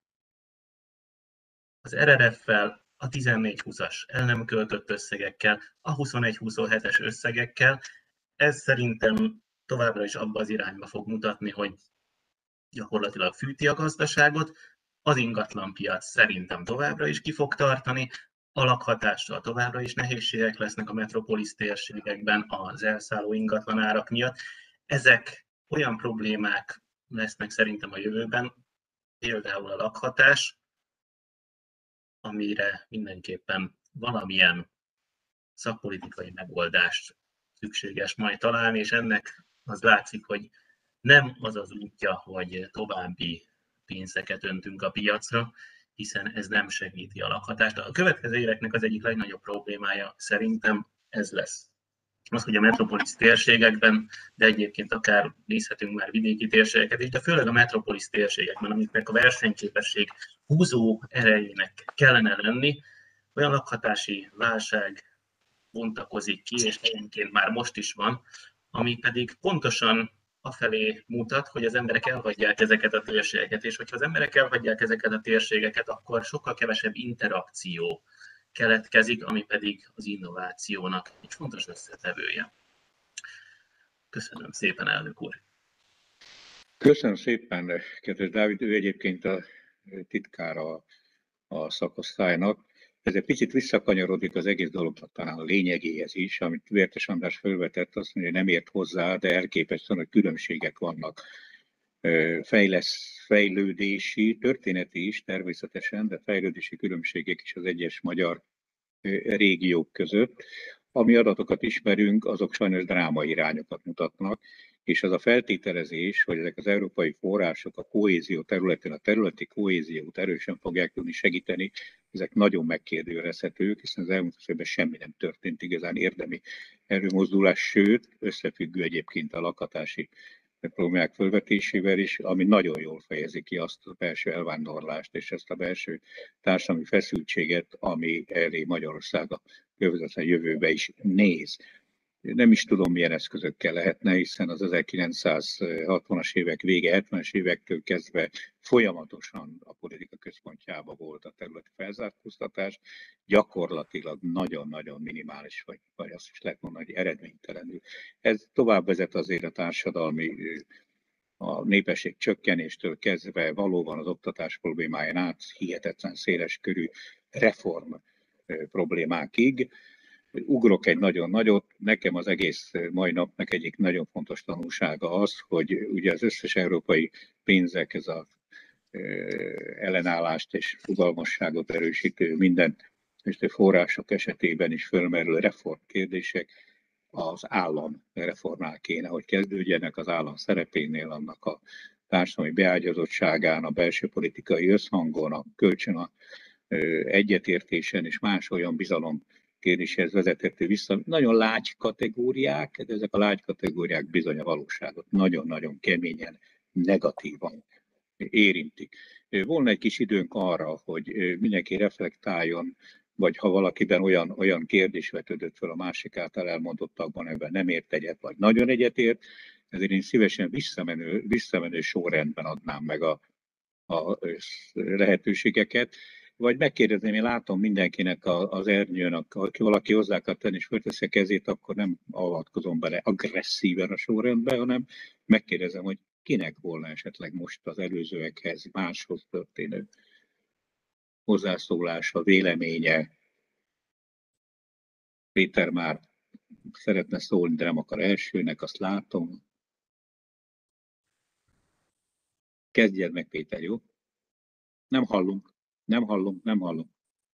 S8: Az er er ef-fel, a tizennégy húszas el nem költött összegekkel, a huszonegy huszonhetes összegekkel, ez szerintem továbbra is abba az irányba fog mutatni, hogy gyakorlatilag fűti a gazdaságot, az ingatlanpiac szerintem továbbra is ki fog tartani, a lakhatással továbbra is nehézségek lesznek a metropolis térségekben az elszálló ingatlanárak miatt. Ezek olyan problémák lesznek szerintem a jövőben, például a lakhatás, amire mindenképpen valamilyen szakpolitikai megoldást szükséges majd találni, és ennek az látszik, hogy nem az az útja, hogy további pénzeket öntünk a piacra, hiszen ez nem segíti a lakhatást. A következő éveknek az egyik legnagyobb problémája szerintem ez lesz. Az, hogy a metropolis térségekben, de egyébként akár nézhetünk már vidéki térségeket is, de főleg a metropolis térségekben, amiknek a versenyképesség húzó erejének kellene lenni, olyan lakhatási válság bontakozik ki, és helyenként már most is van, ami pedig pontosan afelé mutat, hogy az emberek elhagyják ezeket a térségeket, és hogyha az emberek elhagyják ezeket a térségeket, akkor sokkal kevesebb interakció keletkezik, ami pedig az innovációnak egy fontos összetevője. Köszönöm szépen, elnök úr!
S1: Köszönöm szépen, kedves Dávid, ő egyébként a titkára a szakosztálynak. Ez egy picit visszakanyarodik az egész dolognak talán a lényegéhez is, amit Vértes András felvetett, azt mondja, hogy nem ért hozzá, de elképesztően, hogy különbségek vannak. Fejlesz, fejlődési, történeti is természetesen, de fejlődési különbségek is az egyes magyar régiók között. Ami adatokat ismerünk, azok sajnos drámai irányokat mutatnak, és az a feltételezés, hogy ezek az európai források a kohézió területén, a területi kohéziót erősen fogják tudni segíteni, ezek nagyon megkérdőjelezhetők, hiszen az elmúlt évben semmi nem történt igazán érdemi erőmozdulás, sőt, összefüggő egyébként a lakhatási problémák fölvetésével is, ami nagyon jól fejezi ki azt a belső elvándorlást és ezt a belső társadalmi feszültséget, ami elé Magyarország a közvetlen jövőbe is néz. Nem is tudom, milyen eszközökkel lehetne, hiszen az ezerkilencszázhatvanas évek vége, hetvenes évektől kezdve folyamatosan a politika központjában volt a területi felzárkóztatás, gyakorlatilag nagyon-nagyon minimális, vagy, vagy azt is lehet mondani, hogy eredménytelenül. Ez tovább vezet azért a társadalmi, a népesség csökkenéstől kezdve valóban az oktatás problémáján át hihetetlen széles körű reform problémákig. Ugrok egy nagyon nagyot, nekem az egész mai napnak egyik nagyon fontos tanulsága az, hogy ugye az összes európai pénzek, ez a ellenállást és rugalmasságot erősítő minden és a források esetében is fölmerülő reformkérdések az állam reformnál kéne, hogy kezdődjenek, az állam szerepénél, annak a társadalmi beágyazottságán, a belső politikai összhangon, a kölcsön a egyetértésen és más olyan bizalom kérdéshez vezethető vissza. Nagyon lágy kategóriák, de ezek a lágy kategóriák bizony a valóságot nagyon-nagyon keményen, negatívan érintik. Volna egy kis időnk arra, hogy mindenki reflektáljon, vagy ha valakiben olyan, olyan kérdés vetődött fel a másik által elmondottakban, ebben nem ért egyet, vagy nagyon egyetért, ezért én szívesen visszamenő, visszamenő sorrendben adnám meg a, a lehetőségeket. Vagy megkérdezném, én látom mindenkinek az ernyőn, ha valaki hozzá akar tenni és fölteszi a kezét, akkor nem avatkozom bele agresszíven a sorrendbe, hanem megkérdezem, hogy kinek volna esetleg most az előzőekhez máshoz történő hozzászólása, véleménye, Péter már szeretne szólni, de nem akar elsőnek, azt látom. Kezdjed meg, Péter, jó? Nem hallunk, nem hallunk, nem hallunk.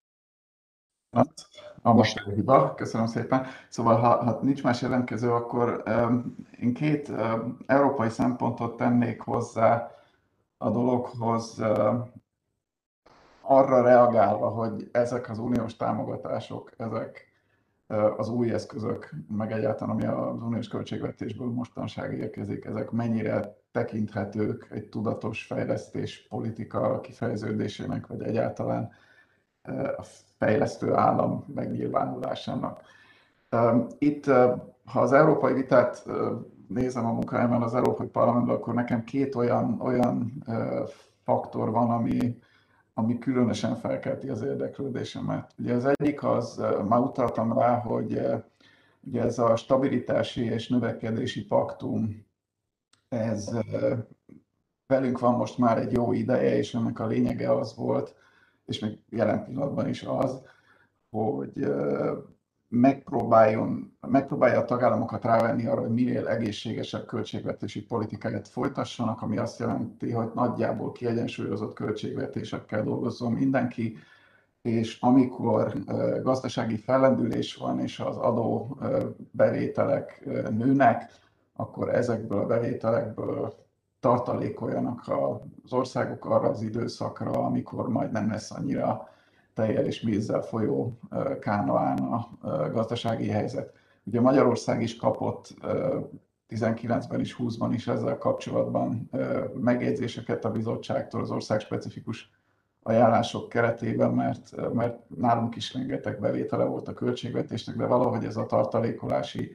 S3: A most hiba, köszönöm szépen. Szóval, ha, ha nincs más jelentkező, akkor um, én két um, európai szempontot tennék hozzá a dologhoz, um, arra reagálva, hogy ezek az uniós támogatások, ezek uh, az új eszközök, meg egyáltalán ami az uniós költségvetésből mostanság érkezik, ezek mennyire tekinthetők egy tudatos fejlesztés politika kifejeződésének, vagy egyáltalán a fejlesztő állam megnyilvánulásának. Itt, ha az európai vitát nézem a munkájában az Európai Parlamentben, akkor nekem két olyan, olyan faktor van, ami, ami különösen felkelti az érdeklődésemet. Ugye az egyik az, már utaltam rá, hogy ugye ez a stabilitási és növekedési paktum, ez velünk van most már egy jó ideje, és ennek a lényege az volt, és még jelen pillanatban is az, hogy megpróbáljon, megpróbálja a tagállamokat rávenni arra, hogy minél egészségesebb költségvetési politikáját folytassanak, ami azt jelenti, hogy nagyjából kiegyensúlyozott költségvetésekkel dolgozzon mindenki, és amikor gazdasági fellendülés van, és az adóbevételek nőnek, akkor ezekből a bevételekből tartalékoljanak az országok arra az időszakra, amikor majd nem lesz annyira tejjel és vízzel folyó kánaán a gazdasági helyzet. Ugye Magyarország is kapott tizenkilencben is, húszban is ezzel kapcsolatban megjegyzéseket a bizottságtól az országspecifikus ajánlások keretében, mert, mert nálunk is rengeteg bevétele volt a költségvetésnek, de valahogy ez a tartalékolási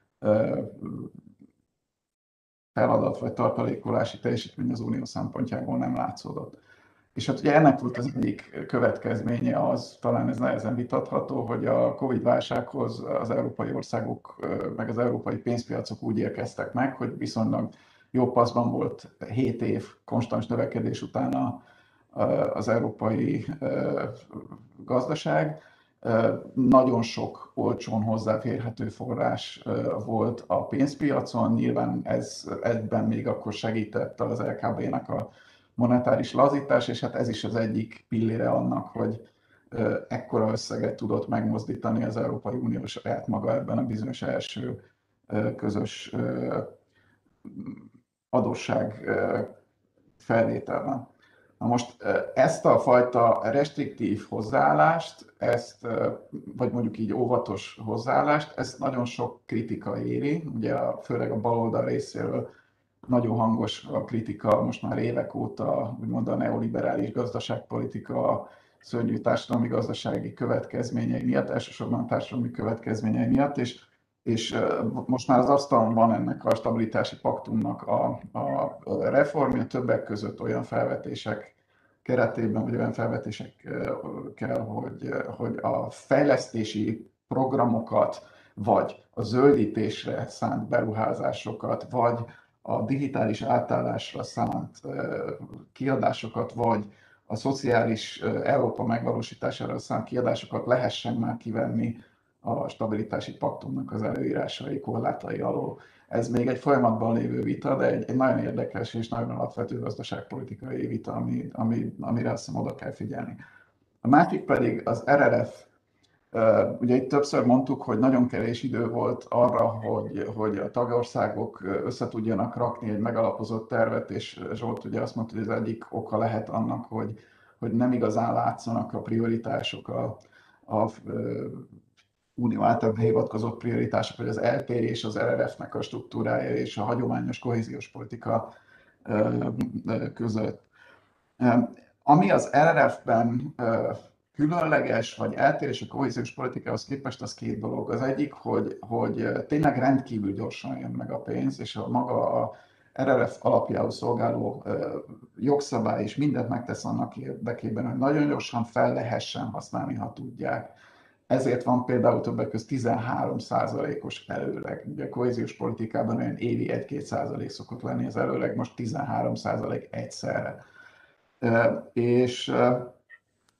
S3: feladat vagy tartalékolási teljesítmény az unió szempontjából nem látszódott. És hát ugye ennek volt az egyik következménye az, talán ez nehezen vitatható, hogy a Covid-válsághoz az európai országok, meg az európai pénzpiacok úgy érkeztek meg, hogy viszonylag jó paszban volt hét év konstans növekedés után az európai gazdaság. Nagyon sok olcsón hozzáférhető forrás volt a pénzpiacon, nyilván ez ebben még akkor segített az el ká bé-nek a monetáris lazítás, és hát ez is az egyik pillére annak, hogy ekkora összeget tudott megmozdítani az Európai Unió saját maga ebben a bizonyos első közös adósság felvételben. Na most ezt a fajta restriktív hozzáállást, ezt, vagy mondjuk így óvatos hozzáállást, ezt nagyon sok kritika éri, ugye főleg a baloldal részéről nagyon hangos a kritika most már évek óta, úgymond a neoliberális gazdaságpolitika szörnyű társadalmi gazdasági következményei miatt, elsősorban társadalmi következményei miatt, és, és most már az asztalon van ennek a stabilitási paktumnak a, a reformja, többek között olyan felvetések keretében, vagy olyan felvetésekkel, hogy, hogy a fejlesztési programokat, vagy a zöldítésre szánt beruházásokat, vagy a digitális átállásra szánt kiadásokat, vagy a szociális Európa megvalósítására szánt kiadásokat lehessen már kivenni a stabilitási paktumnak az előírásai korlátai alól. Ez még egy folyamatban lévő vita, de egy, egy nagyon érdekes és nagyon alapvető gazdaságpolitikai vita, ami, ami, amire azt hiszem oda kell figyelni. A másik pedig az er er ef. Ugye itt többször mondtuk, hogy nagyon kevés idő volt arra, hogy, hogy a tagországok össze tudjanak rakni egy megalapozott tervet, és Zsolt ugye azt mondta, hogy az egyik oka lehet annak, hogy, hogy nem igazán látszanak a prioritások, a, a unió által hivatkozott prioritások, vagy az eltérés az er er ef-nek a struktúrája és a hagyományos kohéziós politika között. Ami az er er ef-ben különleges, vagy eltérés a kohéziós politikához képest, az két dolog. Az egyik, hogy, hogy tényleg rendkívül gyorsan jön meg a pénz, és a maga a er er ef alapjául szolgáló jogszabály is mindent megtesz annak érdekében, hogy nagyon gyorsan fel lehessen használni, ha tudják. Ezért van például többek között tizenhárom százalékos előleg. Ugye a kohéziós politikában olyan évi egy-két százalék szokott lenni az előleg, most tizenhárom százalék egyszerre. És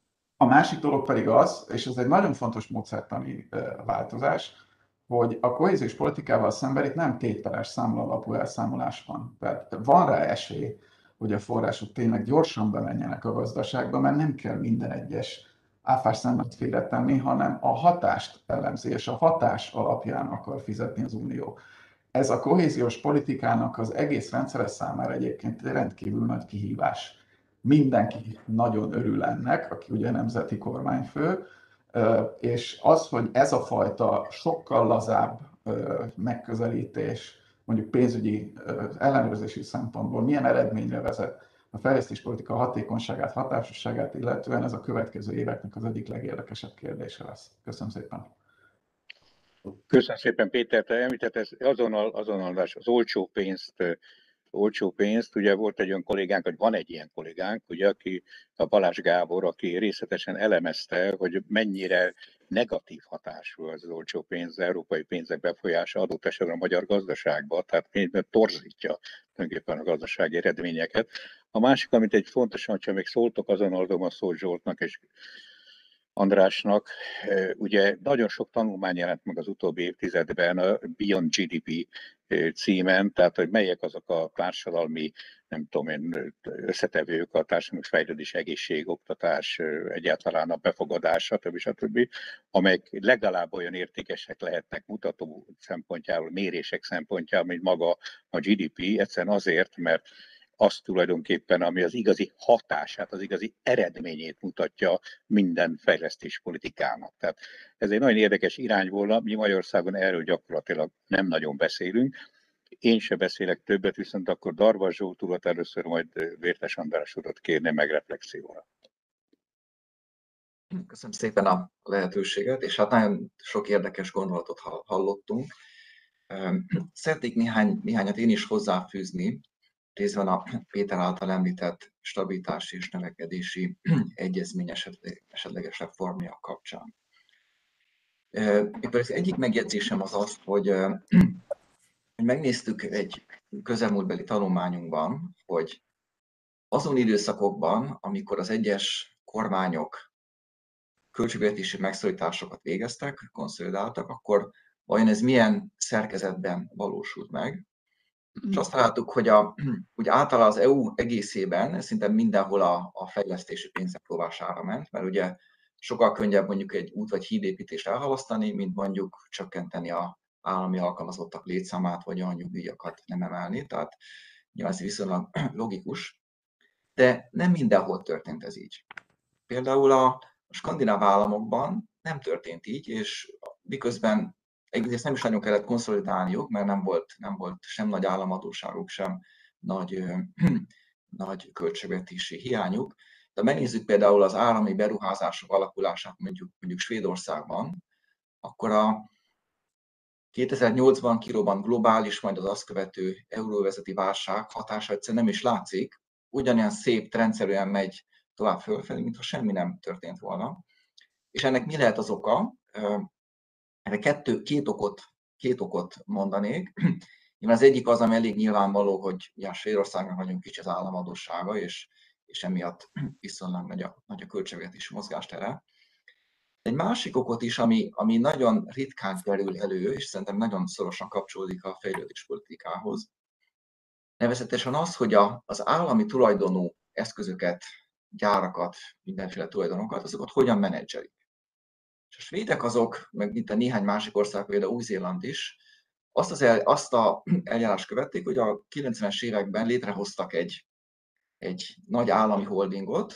S3: A másik dolog pedig az, és ez egy nagyon fontos módszertani változás, hogy a kohéziós politikával szemben itt nem tételes számla alapú elszámolás van. Tehát van rá esély, hogy a források tényleg gyorsan bemenjenek a gazdaságba, mert nem kell minden egyes áfás számlát félretenni, hanem a hatást elemzi, és a hatás alapján akar fizetni az Unió. Ez a kohéziós politikának az egész rendszere számára egyébként egy rendkívül nagy kihívás. Mindenki nagyon örül ennek, aki ugye nemzeti kormányfő, és az, hogy ez a fajta sokkal lazább megközelítés, mondjuk pénzügyi ellenőrzési szempontból milyen eredményre vezet a fejlesztéspolitika hatékonyságát, hatásosságát illetően, ez a következő éveknek az egyik legérdekesebb kérdése lesz. Köszönöm szépen.
S1: Köszönöm szépen, Péter, te említetted azonnal, azonnal az olcsó pénzt, olcsó pénzt. Ugye volt egy olyan kollégánk, vagy van egy ilyen kollégánk, ugye, aki a Balázs Gábor, aki részletesen elemezte, hogy mennyire negatív hatású az, az olcsó pénz, az európai pénzek befolyása adott esetben a magyar gazdaságba, tehát torzítja tulajdonképpen a gazdasági eredményeket. A másik, amit egy fontos, hogyha még szóltok, azon adom a szót Zsoltnak és Andrásnak, ugye nagyon sok tanulmány jelent meg az utóbbi évtizedben a Beyond gé dé pé címen, tehát hogy melyek azok a társadalmi, nem tudom én, összetevők, a társadalmi fejlődés, egészség, oktatás, egyáltalán a befogadás, stb. stb., amelyek legalább olyan értékesek lehetnek mutató szempontjából, mérések szempontjából, mint maga a gé dé pé, egyszerűen azért, mert az tulajdonképpen, ami az igazi hatását, az igazi eredményét mutatja minden fejlesztés politikának. Tehát ez egy nagyon érdekes irány volna, mi Magyarországon erről gyakorlatilag nem nagyon beszélünk. Én se beszélek többet, viszont akkor Darvas Zsolt urat először, majd Vértes András urat kérném meg reflexióra.
S4: Köszönöm szépen a lehetőséget, és hát nagyon sok érdekes gondolatot hallottunk. Szeretnék néhány, néhányat én is hozzáfűzni, részben a Péter által említett stabilitási és növekedési egyezmény esetleges reformja kapcsán. Az egyik megjegyzésem az az, hogy, hogy megnéztük egy közelmúltbeli tanulmányunkban, hogy azon időszakokban, amikor az egyes kormányok költségvetési megszorításokat végeztek, konszolidáltak, akkor vajon ez milyen szerkezetben valósult meg. És azt találtuk, hogy, a, hogy általában az é u egészében szinte mindenhol a, a fejlesztési pénzek rovására ment, mert ugye sokkal könnyebb mondjuk egy út vagy hídépítést elhalasztani, mint mondjuk csökkenteni az állami alkalmazottak létszámát, vagy a nyugdíjakat nem emelni. Tehát nyilván ez viszonylag logikus, de nem mindenhol történt ez így. Például a skandináv államokban nem történt így, és miközben egyrészt nem is nagyon kellett konszolidálniuk, mert nem volt, nem volt sem nagy államadóságuk, sem nagy, nagy költségvetési hiányuk. De megnézzük például az állami beruházások alakulását mondjuk, mondjuk Svédországban, akkor a kétezer-nyolcban kirobbant globális, majd az azt követő euróvezeti válság hatása egyszerűen nem is látszik, ugyanilyen szép, trendszerűen megy tovább fölfelé, mintha semmi nem történt volna. És ennek mi lehet az oka? Erre kettő, két, okot, két okot mondanék. Nyilván az egyik az, ami elég nyilvánvaló, hogy ja, Svédországnak nagyon kicsi az államadóssága, és, és emiatt viszonylag nagy a, nagy a költségvetési mozgástere. Egy másik okot is, ami, ami nagyon ritkán kerül elő, és szerintem nagyon szorosan kapcsolódik a fejlődéspolitikához, nevezetesen az, hogy a, az állami tulajdonú eszközöket, gyárakat, mindenféle tulajdonokat, azokat hogyan menedzselik. És a svédek azok, meg itt a néhány másik ország, például Új-Zéland is, azt az el, azt a eljárást követték, hogy a kilencvenes években létrehoztak egy, egy nagy állami holdingot,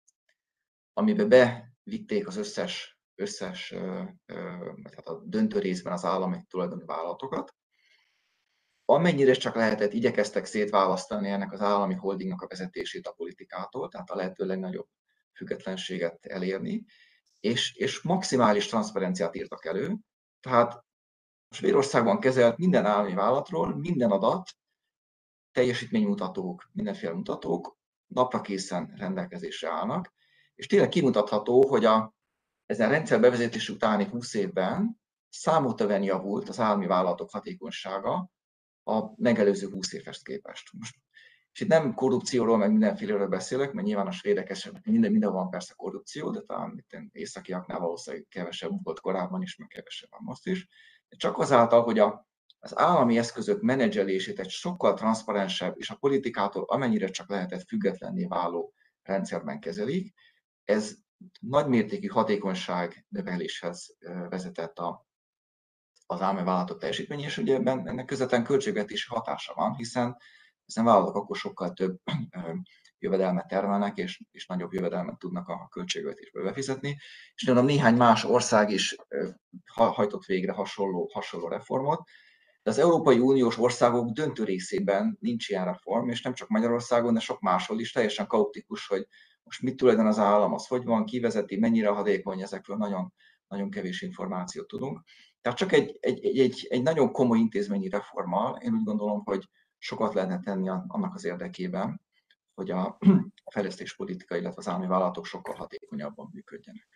S4: amiben bevitték az összes, összes vagy hát a döntő részben az állami tulajdoni vállalatokat. Amennyire csak lehetett, igyekeztek szétválasztani ennek az állami holdingnak a vezetését a politikától, tehát a lehető legnagyobb függetlenséget elérni, és, és maximális transzparenciát írtak elő. Tehát Svédországban kezelt minden állami vállalatról minden adat, teljesítménymutatók, mindenféle mutatók napra készen rendelkezésre állnak, és tényleg kimutatható, hogy a, ezen rendszer bevezetés utáni húsz évben számotevően javult az állami vállalatok hatékonysága a megelőző húsz évhez képest. Most, És itt nem korrupcióról, meg mindenféleről beszélek, mert nyilván a svédek esetben minden, minden van persze korrupció, de talán itt északiaknál valószínűleg kevesebb volt korábban is, meg kevesebb van most is. Csak azáltal, hogy a, az állami eszközök menedzselését egy sokkal transzparensebb és a politikától amennyire csak lehetett függetlenné váló rendszerben kezelik, ez nagymértékű hatékonyság növeléshez vezetett a, az állami vállalatok teljesítmény, és ugye ebben ennek közvetlen költségvetési hatása van, hiszen ezen vállalatok akkor sokkal több jövedelmet termelnek, és, és nagyobb jövedelmet tudnak a költségvetésből befizetni. És tudom, néhány más ország is hajtott végre hasonló, hasonló reformot, de az Európai Uniós országok döntő részében nincs ilyen reform, és nem csak Magyarországon, de sok máshol is teljesen kaotikus, hogy most mit tulajdon az állam, az hogy van, kivezeti, mennyire hatékony, ezekről nagyon, nagyon kevés információt tudunk. Tehát csak egy, egy, egy, egy nagyon komoly intézményi reformmal én úgy gondolom, hogy sokat lehetne tenni annak az érdekében, hogy a fejlesztéspolitika, illetve az állami vállalatok sokkal hatékonyabban működjenek.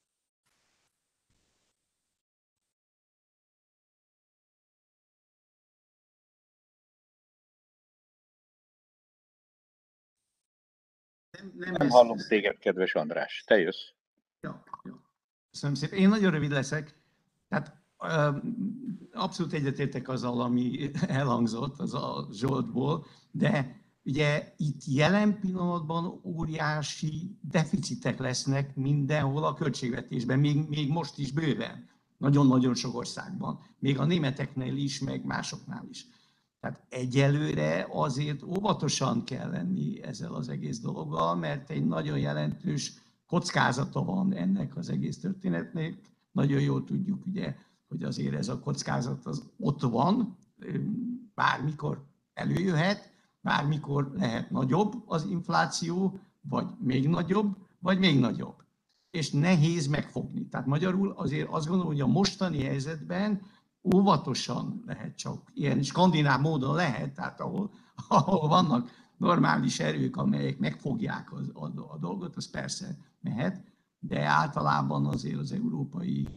S1: Nem, nem, nem hallom téged, kedves András. Te jössz.
S6: Ja, ja. Köszönöm szépen. Én nagyon rövid leszek. Tehát abszolút egyetértek azzal, ami elhangzott az a Zsoltból, de ugye itt jelen pillanatban óriási deficitek lesznek mindenhol a költségvetésben, még, még most is bőven, nagyon-nagyon sok országban, még a németeknél is, meg másoknál is. Tehát egyelőre azért óvatosan kell lenni ezzel az egész dologgal, mert egy nagyon jelentős kockázata van ennek az egész történetnek. Nagyon jól tudjuk, ugye, hogy azért ez a kockázat az ott van, bármikor előjöhet, bármikor lehet nagyobb az infláció, vagy még nagyobb, vagy még nagyobb. És nehéz megfogni. Tehát magyarul azért azt gondolom, hogy a mostani helyzetben óvatosan lehet csak, ilyen skandináv módon lehet, tehát ahol, ahol vannak normális erők, amelyek megfogják a, a, a dolgot, az persze mehet, de általában azért az európai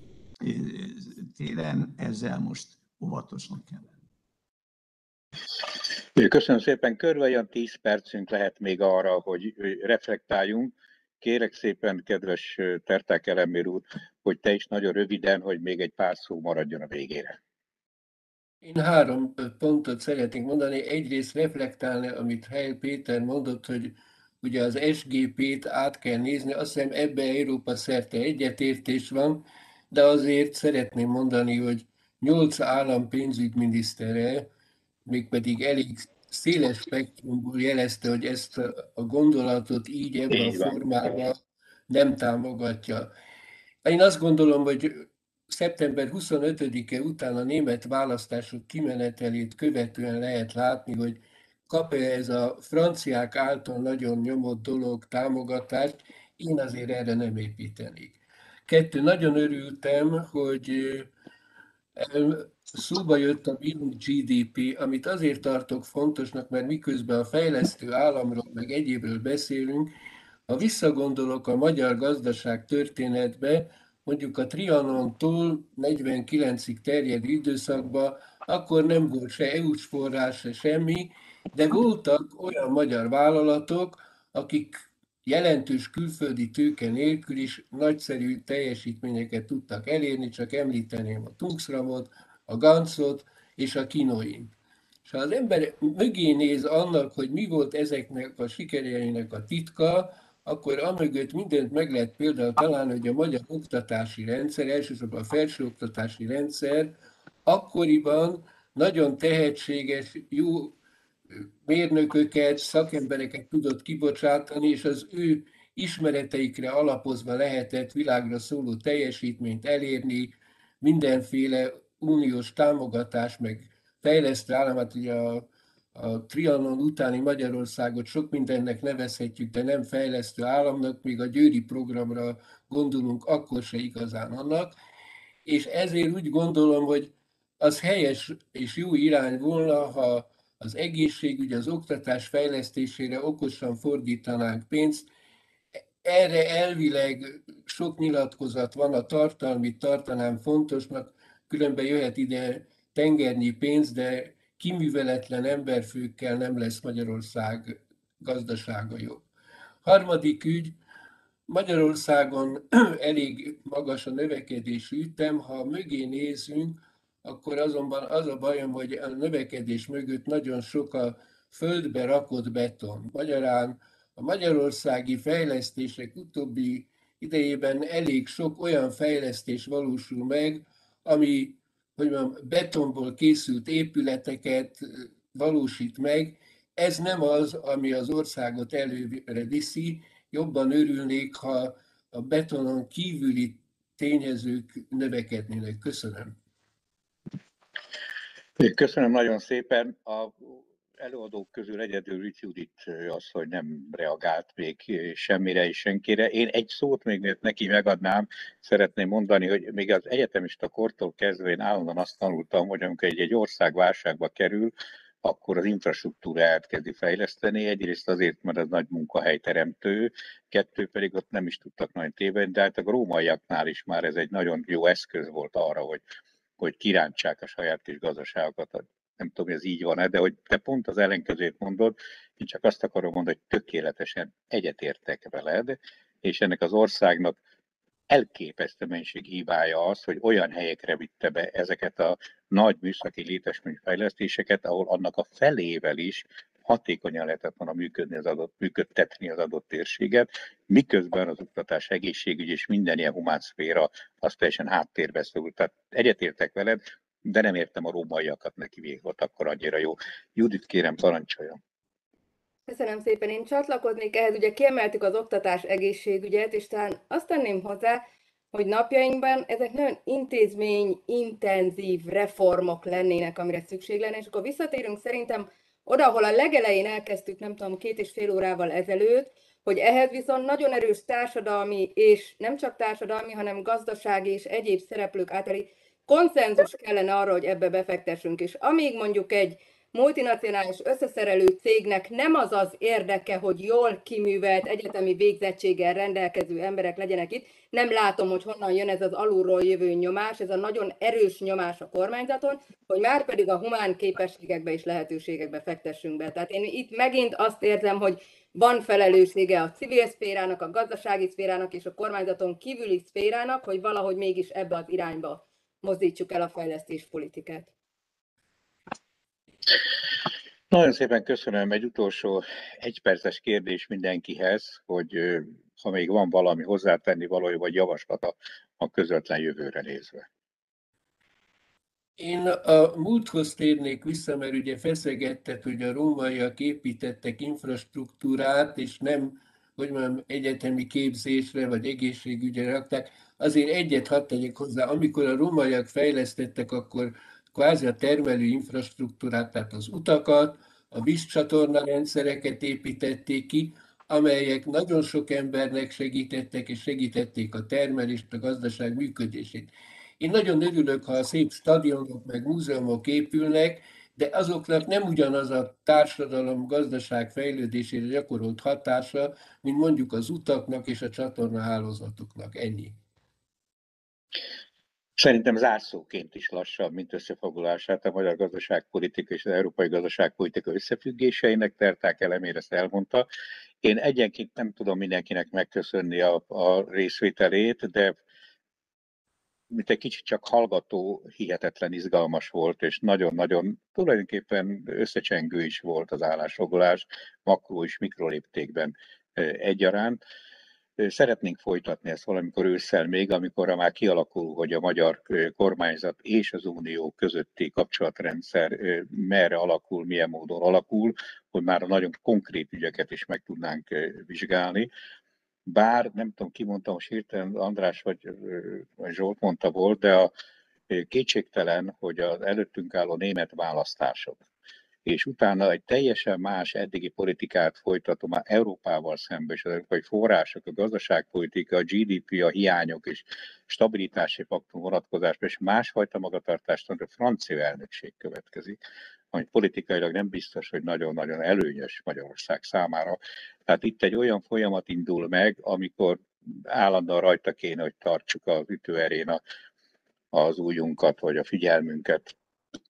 S6: téren ezzel most óvatosan kell lenni.
S1: Köszönöm szépen, körülbelül olyan tíz percünk lehet még arra, hogy reflektáljunk. Kérek szépen, kedves Terták Elemér úr, hogy te is nagyon röviden, hogy még egy pár szó maradjon a végére.
S2: Én három pontot szeretnék mondani. Egyrészt reflektálni, amit Heil Péter mondott, hogy ugye az es gé pét át kell nézni. Azt hiszem ebben Európa szerte egyetértés van, de azért szeretném mondani, hogy nyolc állam pénzügyminisztere, mégpedig elég széles spektrumból jelezte, hogy ezt a gondolatot így ebben a formában nem támogatja. Én azt gondolom, hogy szeptember huszonötödike után a német választások kimenetelét követően lehet látni, hogy kap-e ez a franciák által nagyon nyomott dolog támogatást, én azért erre nem építenék. Kettő, nagyon örültem, hogy szóba jött a gé dé pé, amit azért tartok fontosnak, mert miközben a fejlesztő államról, meg egyébről beszélünk, ha visszagondolok a magyar gazdaság történetbe, mondjuk a Trianontól negyvenkilencig terjedő időszakban, akkor nem volt se é u-s forrás, se semmi, de voltak olyan magyar vállalatok, akik jelentős külföldi tőke nélkül is nagyszerű teljesítményeket tudtak elérni, csak említeném a Tungsramot, a Ganzot és a Kinoint. És ha az ember mögé néz annak, hogy mi volt ezeknek a sikereinek a titka, akkor amögött mindent meg lehet például találni, hogy a magyar oktatási rendszer, elsősorban a felsőoktatási rendszer akkoriban nagyon tehetséges, jó mérnököket, szakembereket tudott kibocsátani, és az ő ismereteikre alapozva lehetett világra szóló teljesítményt elérni, mindenféle uniós támogatás, meg fejlesztő államát, ugye a, a Trianon utáni Magyarországot sok mindennek nevezhetjük, de nem fejlesztő államnak, még a győri programra gondolunk, akkor se igazán annak, és ezért úgy gondolom, hogy az helyes és jó irány volna, ha az egészségügy, az oktatás fejlesztésére okosan fordítanánk pénzt. Erre elvileg sok nyilatkozat van, a tartalmit tartanám fontosnak, különben jöhet ide tengernyi pénz, de kiműveletlen emberfőkkel nem lesz Magyarország gazdasága jobb. Harmadik ügy, Magyarországon elég magas a növekedési ütem, ha mögé nézünk, akkor azonban az a bajom, hogy a növekedés mögött nagyon sok a földbe rakott beton. Magyarán a magyarországi fejlesztések utóbbi idejében elég sok olyan fejlesztés valósul meg, ami, hogy mondjam, betonból készült épületeket valósít meg. Ez nem az, ami az országot előre viszi. Jobban örülnék, ha a betonon kívüli tényezők növekednének. Köszönöm.
S1: Köszönöm nagyon szépen. A előadók közül egyedül Ricz Judit az, hogy nem reagált még semmire és senkire. Én egy szót még miért neki megadnám, szeretném mondani, hogy még az egyetemista kortól kezdve én állandóan azt tanultam, hogy amikor egy, egy ország válságba kerül, akkor az infrastruktúrát kezdi fejleszteni. Egyrészt azért, mert ez nagy munkahelyteremtő, kettő pedig ott nem is tudtak nagyon tévedni, de hát a rómaiaknál is már ez egy nagyon jó eszköz volt arra, hogy, hogy kirántsák a saját kis gazdaságokat. Nem tudom, hogy ez így van-e, de hogy te pont az ellenkezőt mondod, én csak azt akarom mondani, hogy tökéletesen egyetértek veled, és ennek az országnak elképesztő mennyiség hibája az, hogy olyan helyekre vitte be ezeket a nagy műszaki létesítményfejlesztéseket, ahol annak a felével is hatékonyan lehetett volna működni az adott, működtetni az adott térséget, miközben az oktatás, egészségügy és minden ilyen humán szféra az teljesen háttérbe szorult. Tehát egyetértek veled, de nem értem a rómaiakat, neki végig volt akkor annyira jó. Judit, kérem, parancsoljon.
S5: Köszönöm szépen, én csatlakoznék ehhez, ugye kiemeltük az oktatás egészségügyet, és talán azt tenném hozzá, hogy napjainkban ezek nagyon intézmény, intenzív reformok lennének, amire szükség lenne, és akkor visszatérünk szerintem oda, ahol a legelején elkezdtük, nem tudom, két és fél órával ezelőtt, hogy ehhez viszont nagyon erős társadalmi, és nem csak társadalmi, hanem gazdasági és egyéb szereplők általi konszenzus kellene arra, hogy ebbe befektessünk. És amíg mondjuk egy multinacionális összeszerelő cégnek nem az az érdeke, hogy jól kiművelt egyetemi végzettséggel rendelkező emberek legyenek itt, nem látom, hogy honnan jön ez az alulról jövő nyomás, ez a nagyon erős nyomás a kormányzaton, hogy már pedig a humán képességekbe és lehetőségekbe fektessünk be. Tehát én itt megint azt érzem, hogy van felelőssége a civil szférának, a gazdasági szférának és a kormányzaton kívüli szférának, hogy valahogy mégis ebbe az irányba mozdítsuk el a fejlesztéspolitikát.
S1: Nagyon szépen köszönöm. Egy utolsó egyperces kérdés mindenkihez, hogy ha még van valami hozzátenni valója vagy javaslata a közvetlen jövőre nézve.
S2: Én a múlthoz térnék vissza, mert ugye feszegettek, hogy a rómaiak építettek infrastruktúrát, és nem, hogy mondjam, egyetemi képzésre vagy egészségügyre rakták. Azért egyet hadd tegyek hozzá, amikor a rómaiak fejlesztettek, akkor kvázi a termelő infrastruktúrát, tehát az utakat, a vízcsatorna rendszereket építették ki, amelyek nagyon sok embernek segítettek, és segítették a termelést, a gazdaság működését. Én nagyon örülök, ha a szép stadionok meg múzeumok épülnek, de azoknak nem ugyanaz a társadalom, gazdaság fejlődésére gyakorolt hatása, mint mondjuk az utaknak és a csatornahálózatoknak. Ennyi.
S1: Szerintem zárszóként is lassabb, mint összefoglalását a magyar gazdaságpolitika és az európai gazdaságpolitika összefüggéseinek Terták Elemér ezt elmondta. Én egyenként nem tudom mindenkinek megköszönni a, a részvételét, de mint egy kicsit csak hallgató, hihetetlen izgalmas volt, és nagyon-nagyon tulajdonképpen összecsengő is volt az állásfoglalás, makró és mikroléptékben egyaránt. Szeretnénk folytatni ezt valamikor ősszel még, amikor már kialakul, hogy a magyar kormányzat és az unió közötti kapcsolatrendszer merre alakul, milyen módon alakul, hogy már a nagyon konkrét ügyeket is meg tudnánk vizsgálni. Bár nem tudom, ki mondta most hirtelen, András vagy, vagy Zsolt mondta volt, de a kétségtelen, hogy az előttünk álló német választások, és utána egy teljesen más eddigi politikát folytató már Európával szemben, és az európai források, a gazdaságpolitika, a gé dé pé, a hiányok és stabilitási paktum vonatkozásban, és másfajta magatartást, a francia elnökség következik, ami politikailag nem biztos, hogy nagyon-nagyon előnyös Magyarország számára. Tehát itt egy olyan folyamat indul meg, amikor állandóan rajta kéne, hogy tartsuk az ütőerén az ujjunkat, vagy a figyelmünket.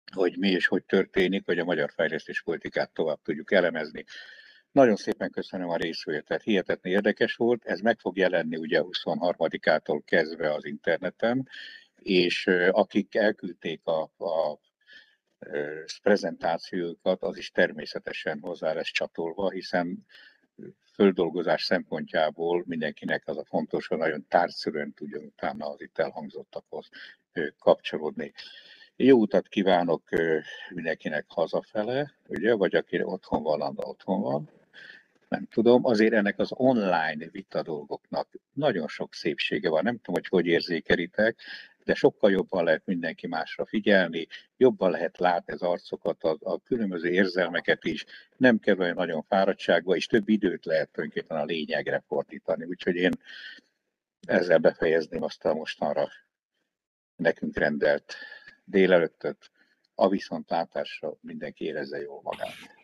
S1: hogy mi és hogy történik, hogy a magyar fejlesztéspolitikát tovább tudjuk elemezni. Nagyon szépen köszönöm a részvételt, hihetetlen érdekes volt, ez meg fog jelenni ugye huszonharmadikától kezdve az interneten, és akik elküldték a, a prezentációkat, az is természetesen hozzá lesz csatolva, hiszen földolgozás szempontjából mindenkinek az a fontos, hogy nagyon tárgyszerűen tudjon utána az itt elhangzottakhoz kapcsolódni. Jó utat kívánok mindenkinek hazafele, ugye, vagy aki otthon van, de otthon van. Nem tudom, azért ennek az online vita dolgoknak nagyon sok szépsége van. Nem tudom, hogy hogy érzékelitek, de sokkal jobban lehet mindenki másra figyelni, jobban lehet látni az arcokat, a, a különböző érzelmeket is, nem kell olyan nagyon fáradtságba, és több időt lehet tulajdonképpen a lényegre fordítani. Úgyhogy én ezzel befejezném azt a mostanra nekünk rendelt délelőttöt. A viszontlátásra mindenki érezze jól magát.